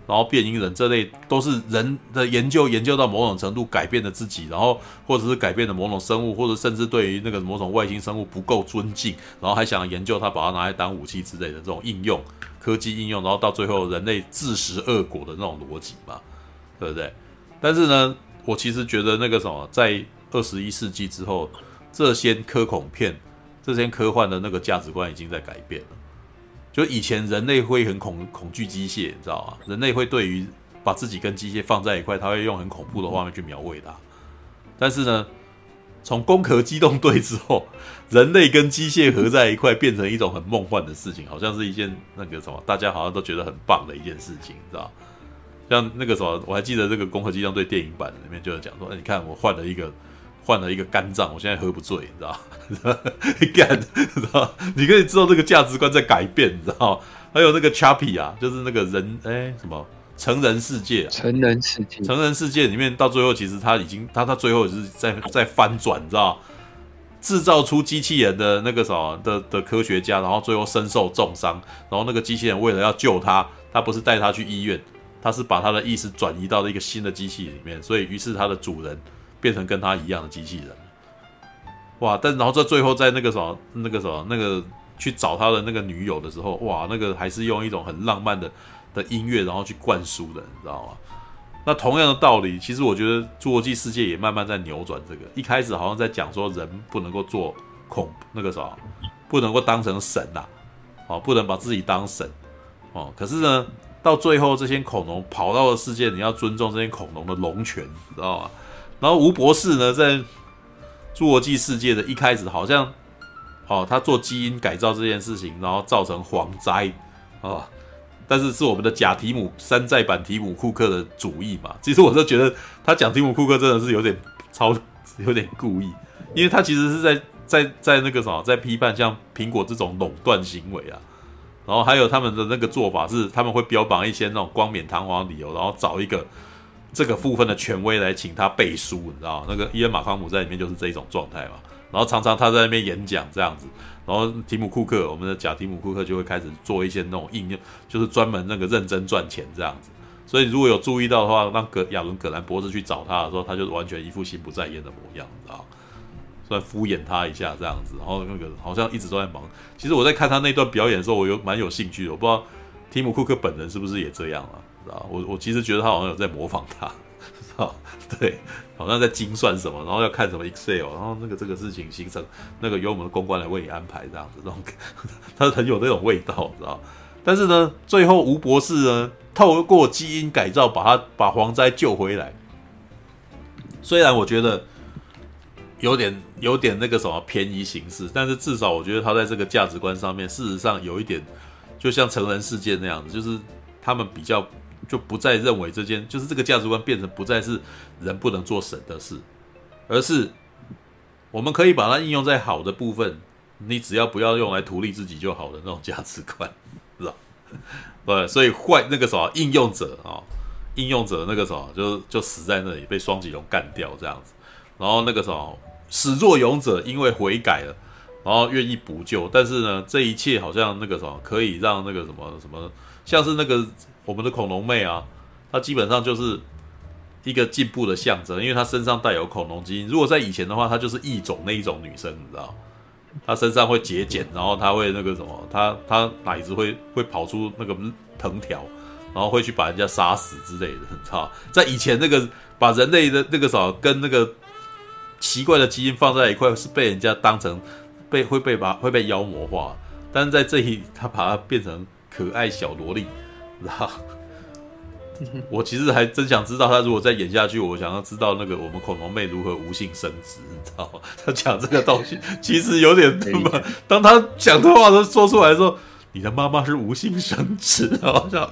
然后变音人这类都是人的研究到某种程度改变了自己，然后或者是改变了某种生物，或者甚至对于那个某种外星生物不够尊敬，然后还想研究它，把它拿来当武器之类的这种应用，科技应用，然后到最后人类自食恶果的那种逻辑嘛，对不对？但是呢，我其实觉得那个什么，在21世纪之后，这些科恐片、这些科幻的那个价值观已经在改变了。就以前人类会很恐惧机械，你知道吗？人类会对于把自己跟机械放在一块，他会用很恐怖的画面去描绘它。但是呢，从攻壳机动队之后，人类跟机械合在一块，变成一种很梦幻的事情，好像是一件那个什么，大家好像都觉得很棒的一件事情，你知道？像那个什么，我还记得这个攻壳机动队电影版里面就有讲说，你看我换了一个肝脏，我现在喝不醉，你知道？干，你知道？你可以知道这个价值观在改变，你知道？还有那个 Chappie 啊，就是那个人什么成人世界、啊，成人世界里面到最后，其实他最后就是在翻转，你知道？制造出机器人的那个什么的科学家，然后最后身受重伤，然后那个机器人为了要救他不是带他去医院，他是把他的意识转移到了一个新的机器里面，所以于是他的主人变成跟他一样的机器人。哇！然后在最后在那个去找他的那个女友的时候，哇，那个还是用一种很浪漫的音乐，然后去灌输的，你知道吗？那同样的道理，其实我觉得《侏罗纪世界》也慢慢在扭转这个。一开始好像在讲说人不能够做不能够当成神啊，不能把自己当神哦。可是呢，到最后这些恐龙跑到了世界，你要尊重这些恐龙的龙权，知道吗？然后吴博士呢，在侏罗纪世界的一开始好像他做基因改造这件事情，然后造成蝗灾但是是我们的假提姆山寨版提姆库克的主意嘛。其实我就觉得他讲提姆库克真的是有点故意，因为他其实是在那个什么，在批判像苹果这种垄断行为啊。然后还有他们的那个做法是，他们会标榜一些那种冠冕堂皇的理由，然后找一个这个部分的权威来请他背书，你知道吗？那个伊恩马康姆在里面就是这一种状态嘛。然后常常他在那边演讲这样子，然后提姆库克，我们的假提姆库克就会开始做一些那种应用，就是专门那个认真赚钱这样子。所以如果有注意到的话，让亚伦葛兰博士去找他的时候，他就完全一副心不在焉的模样，你知道吗？虽然敷衍他一下这样子，然后那个好像一直都在忙。其实我在看他那段表演的时候，我蛮有兴趣的。我不知道提姆库克本人是不是也这样啊？知道我其实觉得他好像有在模仿他，知道对。好像在精算什么，然后要看什么 Excel， 然后这个事情形成那个由我们的公关来为你安排这样子，那种他很有那种味道，知道？但是呢，最后吴博士呢，透过基因改造把蝗灾救回来。虽然我觉得有点那个什么偏移形式，但是至少我觉得他在这个价值观上面，事实上有一点，就像成人世界那样子，就是他们比较。就不再认为就是这个价值观变成不再是人不能做神的事，而是我们可以把它应用在好的部分，你只要不要用来图利自己就好的那种价值观，知道？对，所以坏那个什么应用者那个什么就死在那里，被双脊龙干掉这样子。然后那个什么始作俑者因为悔改了，然后愿意补救，但是呢，这一切好像那个什么可以让那个什么，像是那个。我们的恐龙妹啊，她基本上就是一个进步的象征，因为她身上带有恐龙基因。如果在以前的话，她就是异种那一种女生，你知道，她身上会节俭，然后她会那个什么，她奶子会跑出那个藤条，然后会去把人家杀死之类的，你知道，在以前那个把人类的那个什么跟那个奇怪的基因放在一块，是被人家当成会被妖魔化，但是在这里，她把它变成可爱小萝莉。知道，我其实还真想知道他如果再演下去，我想要知道那个我们恐龙妹如何无性生殖，你知道吗？他讲这个东西其实有点当他讲的话都说出来的时候，你的妈妈是无性生殖，然后想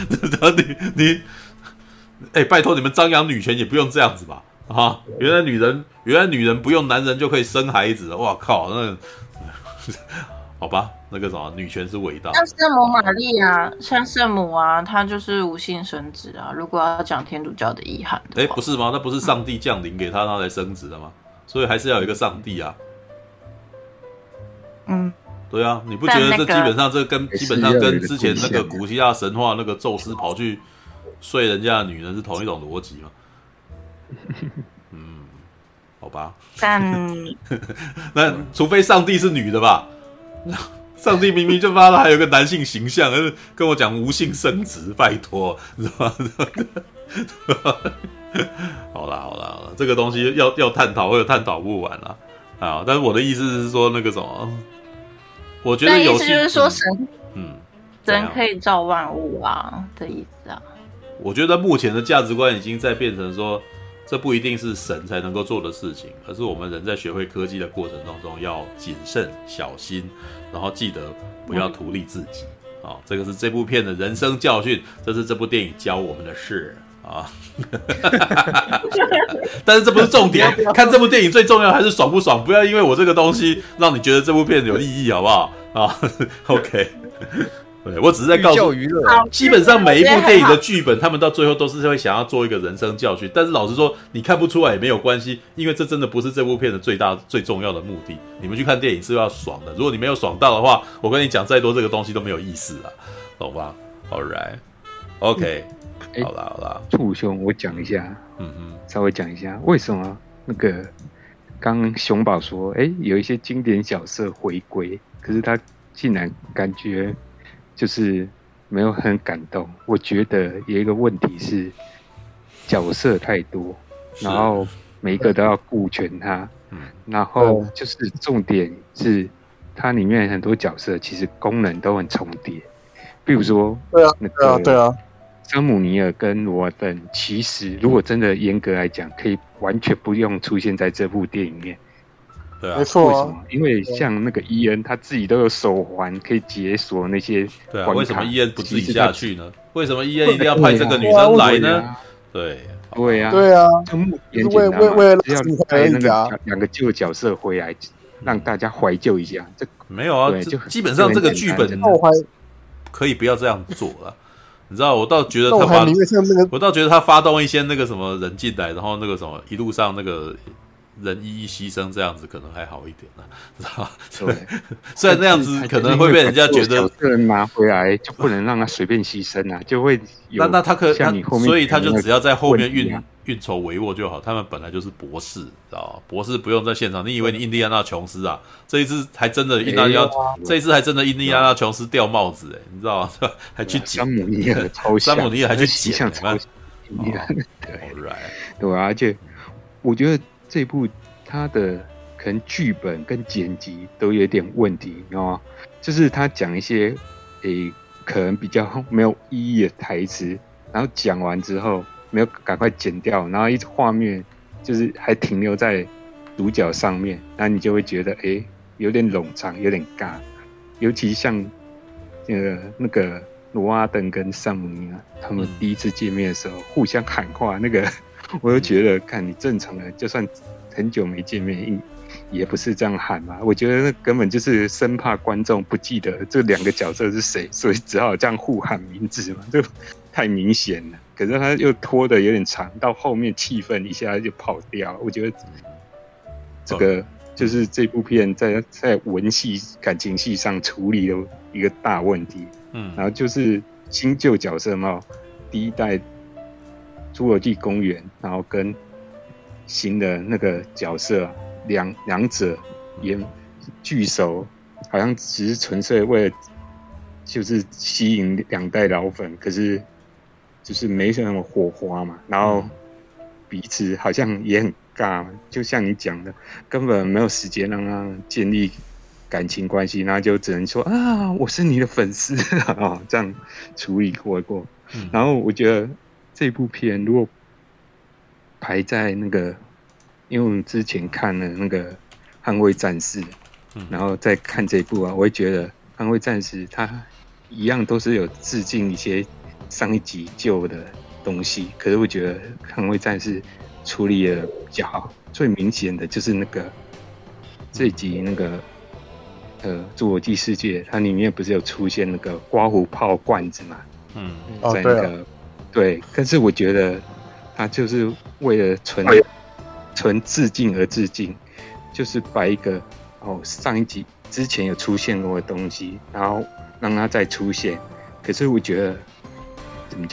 你拜托你们张扬女权也不用这样子吧？啊，原来女人不用男人就可以生孩子，哇靠，那好吧。那个什么，女权是伟大。 像圣母玛利亚，像圣母啊，她就是无性生殖啊。如果要讲天主教的遗憾的话， 不是吗？那不是上帝降临给她来生殖的吗？所以还是要有一个上帝啊。对啊，你不觉得这基本上跟之前那个古希腊神话那个宙斯跑去睡人家的女人是同一种逻辑吗？好吧。 但那除非上帝是女的吧？上帝明明就妈的还有个男性形象，跟我讲无性生殖，拜托，你知道吗？好啦，这个东西要探讨，会有探讨不完啦。啊，但是我的意思是说那个什么，我觉得有意思就是说神可以造万物啊的意思啊。 我觉得目前的价值观已经在变成说，这不一定是神才能够做的事情，而是我们人在学会科技的过程当中要谨慎小心，然后记得不要图利自己。这个是这部片的人生教训，这是这部电影教我们的事啊。但是这不是重点，看这部电影最重要还是爽不爽，不要因为我这个东西让你觉得这部片有意义，好不好啊 ？OK。对，我只是在告诉，基本上每一部电影的剧本，他们到最后都是会想要做一个人生教训。但是老实说，你看不出来也没有关系，因为这真的不是这部片的最重要的目的。你们去看电影是要爽的，如果你没有爽到的话，我跟你讲再多这个东西都没有意思了，懂吧 ？All right， OK， 好啦， 兔兄，我讲一下，稍微讲一下为什么那个刚熊宝说，有一些经典角色回归，可是他竟然感觉。就是没有很感动，我觉得有一个问题是角色太多，然后每一个都要顾全他，然后就是重点是它里面很多角色其实功能都很重叠，比如说对啊， 山姆尼尔跟罗尔登，其实如果真的严格来讲，可以完全不用出现在这部电影里面。 对啊， 没错为什么？因为像那个伊恩，他自己都有手环可以解锁那些对啊，为什么伊恩不自己下去呢？为什么伊恩一定要派这个女生来呢？对啊，就为了要带那个两个旧角色回来，让大家怀旧一下。这没有啊，基本上这个剧本可以不要这样做了。你知道，我倒觉得他发动一些那个什么人进来，然后那个什么一路上那个。人一一牺牲这样子可能还好一点知道吧？对，虽然那样子可能会被人家觉得， 个人拿回来就不能让他随便牺牲啊，就会有。 那他所以他就只要在后面运筹帷幄就好。他们本来就是博士，知道吧？博士不用在现场。你以为你印第安纳琼斯啊？这一次还真的印第安纳琼斯掉帽子你知道吗？还去捡山姆尼尔超像， 山姆尼尔还去捡， 对啊，而且我觉得。这部它的可能剧本跟剪辑都有点问题，你知道吗？就是他讲一些可能比较没有意义的台词，然后讲完之后没有赶快剪掉，然后一直画面就是还停留在主角上面，那你就会觉得有点冗长，有点尬。尤其像那个罗阿登跟山姆尼尔他们第一次见面的时候，互相喊话那个。我就觉得，看你正常的，就算很久没见面，也不是这样喊嘛。我觉得那根本就是生怕观众不记得这两个角色是谁，所以只好这样互喊名字嘛，就太明显了。可是他又拖得有点长，到后面气氛一下就跑掉。我觉得这个就是这部片在文戏、感情戏上处理的一个大问题。然后就是新旧角色嘛，第一代。侏罗纪公园，然后跟新的那个角色两者也聚首，好像只是纯粹为了就是吸引两代老粉，可是就是没什么火花嘛，然后彼此好像也很尬，就像你讲的，根本没有时间让他建立感情关系，然后就只能说啊，我是你的粉丝这样处理过。然后我觉得。这部片如果排在那个，因为我们之前看了那个《捍卫战士》，然后再看这部我会觉得《捍卫战士》它一样都是有致敬一些上一集旧的东西，可是我觉得《捍卫战士》处理的比较好。最明显的就是那个这一集那个侏罗纪世界，它里面不是有出现那个刮胡泡罐子嘛？在那个。对，但是我觉得他就是为了纯致敬而致敬，就是把一个上一集之前有出现过的东西，然后让它再出现。可是我觉得怎么讲，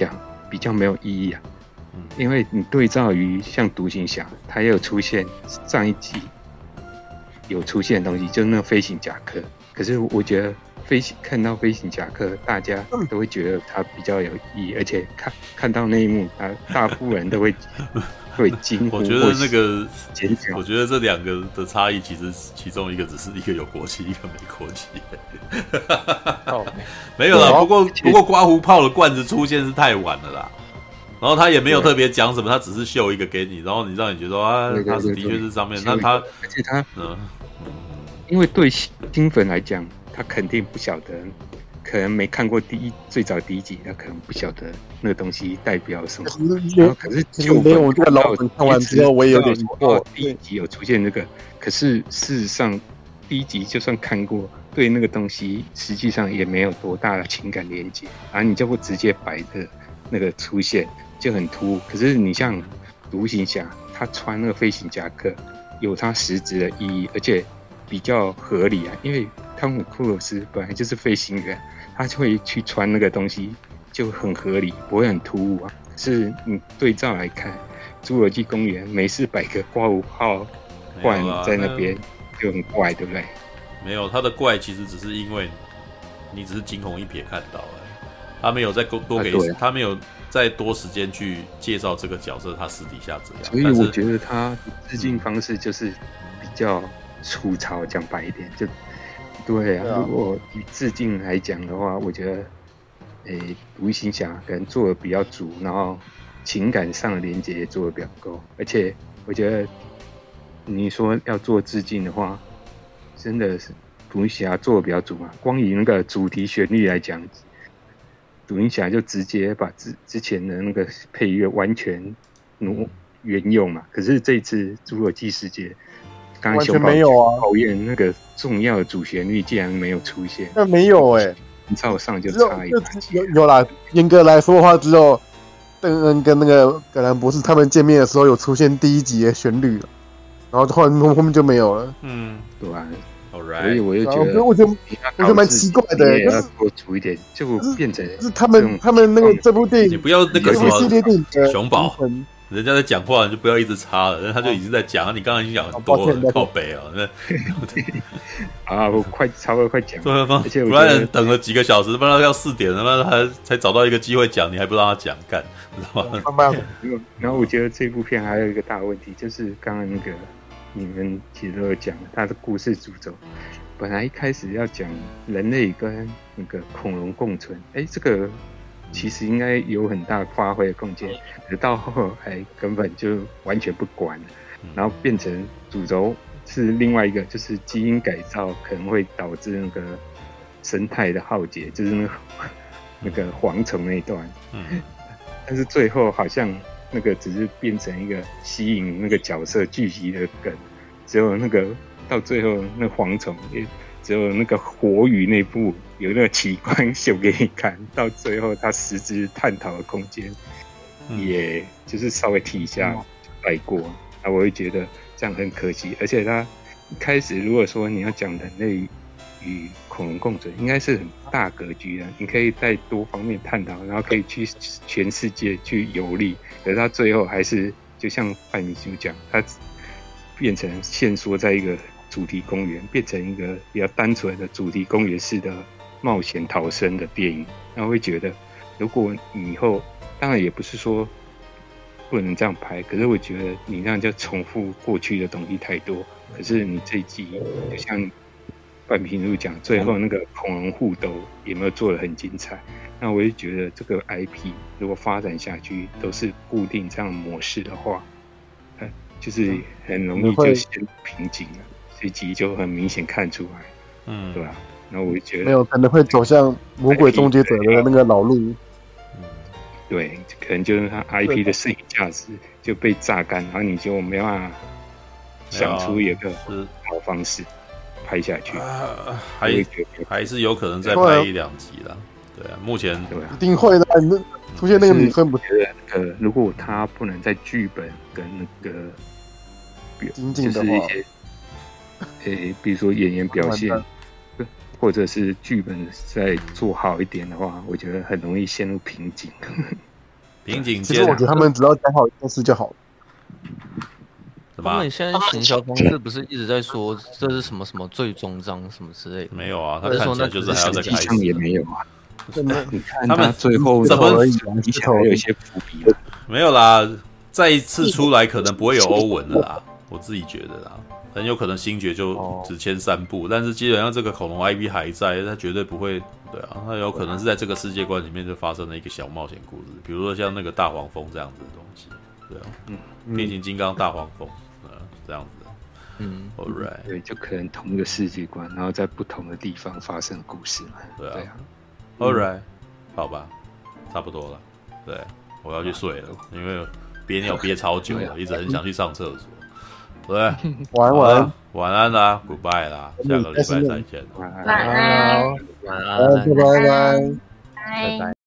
比较没有意义啊。因为你对照于像独行侠，它也有出现上一集有出现的东西，就是那个飞行夹克。可是我觉得看到飞行夹克，大家都会觉得它比较有意义，而且看到那一幕，大部分人都会惊呼。 我觉得那个我觉得这两个的差异，其实其中一个只是一个有国旗，一个没国旗。没有啦，不过刮胡泡的罐子出现是太晚了啦。然后他也没有特别讲什么，他只是秀一个给你，然后让你觉得啊，他是的确是上面。那他， 而且他，因为对新粉来讲，他肯定不晓得，可能没看过最早第一集，他可能不晓得那个东西代表什么。可是就连我这个老粉看完之后，我也有点疑惑。 第一集有出现那个，可是事实上第一集就算看过，对那个东西实际上也没有多大的情感连接，然后你就会直接摆的那个出现。就很突兀，可是你像独行侠，他穿那个飞行夹克有他实质的意义，而且比较合理啊。因为汤姆·克鲁斯本来就是飞行员，他就会去穿那个东西，就很合理，不会很突兀啊。可是你对照来看，《侏罗纪公园》没事摆个刮胡泡罐在那边，就很怪，对不对？ 没有，他的怪其实只是因为你只是惊鸿一瞥看到而已，他没有再多给，他没有再多时间去介绍这个角色，他私底下怎样。 所以我觉得他致敬方式就是比较粗糙，讲白一点，就对啊。如果以致敬来讲的话，我觉得，独行侠可能做的比较足，然后情感上的连接也做的比较够，而且我觉得你说要做致敬的话，真的是独行侠做的比较足嘛。光以那个主题旋律来讲。独行侠就直接把之前的那个配乐完全原用嘛，可是这一次侏罗纪世界，刚刚熊宝讨厌那个重要的主旋律竟然没有出现， 那没有营造上就差一点。 有啦，严格来说的话，只有邓恩跟那个格兰博士他们见面的时候有出现第一集的旋律了，然后后面就没有了。 对啊。 所以我就觉得， 我觉得蛮奇怪的， 要多出一点，就变成就是他们那个这部电影， 你不要那个什么系列电影熊宝，人家在讲话你就不要一直插了，他就已经在讲，你刚刚已经讲很多了，靠北啊！ 我差不多快讲， 而且不然等了几个小时，不然要4点了，他才找到一个机会讲，你还不让他讲，干，知道吗？ 然后我觉得这部片还有一个大问题，就是刚刚那个。你们其实都有讲他的故事主轴，本来一开始要讲人类跟那个恐龙共存，这个其实应该有很大发挥的空间，可是到后来根本就完全不管了，然后变成主轴是另外一个，就是基因改造可能会导致那个生态的浩劫，就是那个蝗虫那一段，但是最后好像。那个只是变成一个吸引那个角色聚集的梗，只有那个到最后那蝗虫也只有那个火语那部有那个奇观秀给你看，到最后他实质探讨的空间，也就是稍微提一下带过，我会觉得这样很可惜。而且他一开始如果说你要讲人类与恐龙共存，应该是很大格局的，你可以在多方面探讨，然后可以去全世界去游历。可是他最后还是就像范米书讲，他变成限缩在一个主题公园，变成一个比较单纯的主题公园式的冒险逃生的电影。那我会觉得，如果你以后当然也不是说不能这样拍，可是我觉得你这样就重复过去的东西太多。可是你这一集就像范平如讲，最后那个恐龙互斗有没有做得很精彩？那我也觉得这个 IP 如果发展下去都是固定这样模式的话，就是很容易就陷入瓶颈了。这集就很明显看出来，对吧？然后我就觉得没有可能会走向魔鬼终结者的那个老路。 对，可能就是他 IP 的摄影价值就被榨干，然后你就没办法想出一个好方式拍下去， 还是有可能再拍1-2集啦。对啊，目前对一定会的。出现那个女生不觉得，如果他不能在剧本跟那个就是一些比如说演员表现，或者是剧本再做好一点的话，我觉得很容易陷入瓶颈。 平井其实我觉得他们只要讲好一件事就好了。 他们现在行销方式不是一直在说这是什么什么最终章什么之类的？ 没有啊，他看起来就是还要再开始。 也没有啊。你看他们最后怎么你想还有一些伏笔了？ 没有啦，再一次出来可能不会有欧文了啦，我自己觉得啦，很有可能星爵就只签3部，但是基本上这个恐龙 IP 还在，他绝对不会，对啊，他有可能是在这个世界观里面就发生了一个小冒险故事，比如说像那个大黄蜂这样子的东西，对啊，变形金刚大黄蜂，这样子，All right， 对，就可能同一个世界观，然后在不同的地方发生故事嘛，对啊 ，All right， 好吧，差不多了，对，我要去睡了，因为憋尿憋超久了，一直很想去上厕所。对，晚安啦 ，Goodbye 啦，下个礼拜再见。 晚安， 拜拜。 拜拜。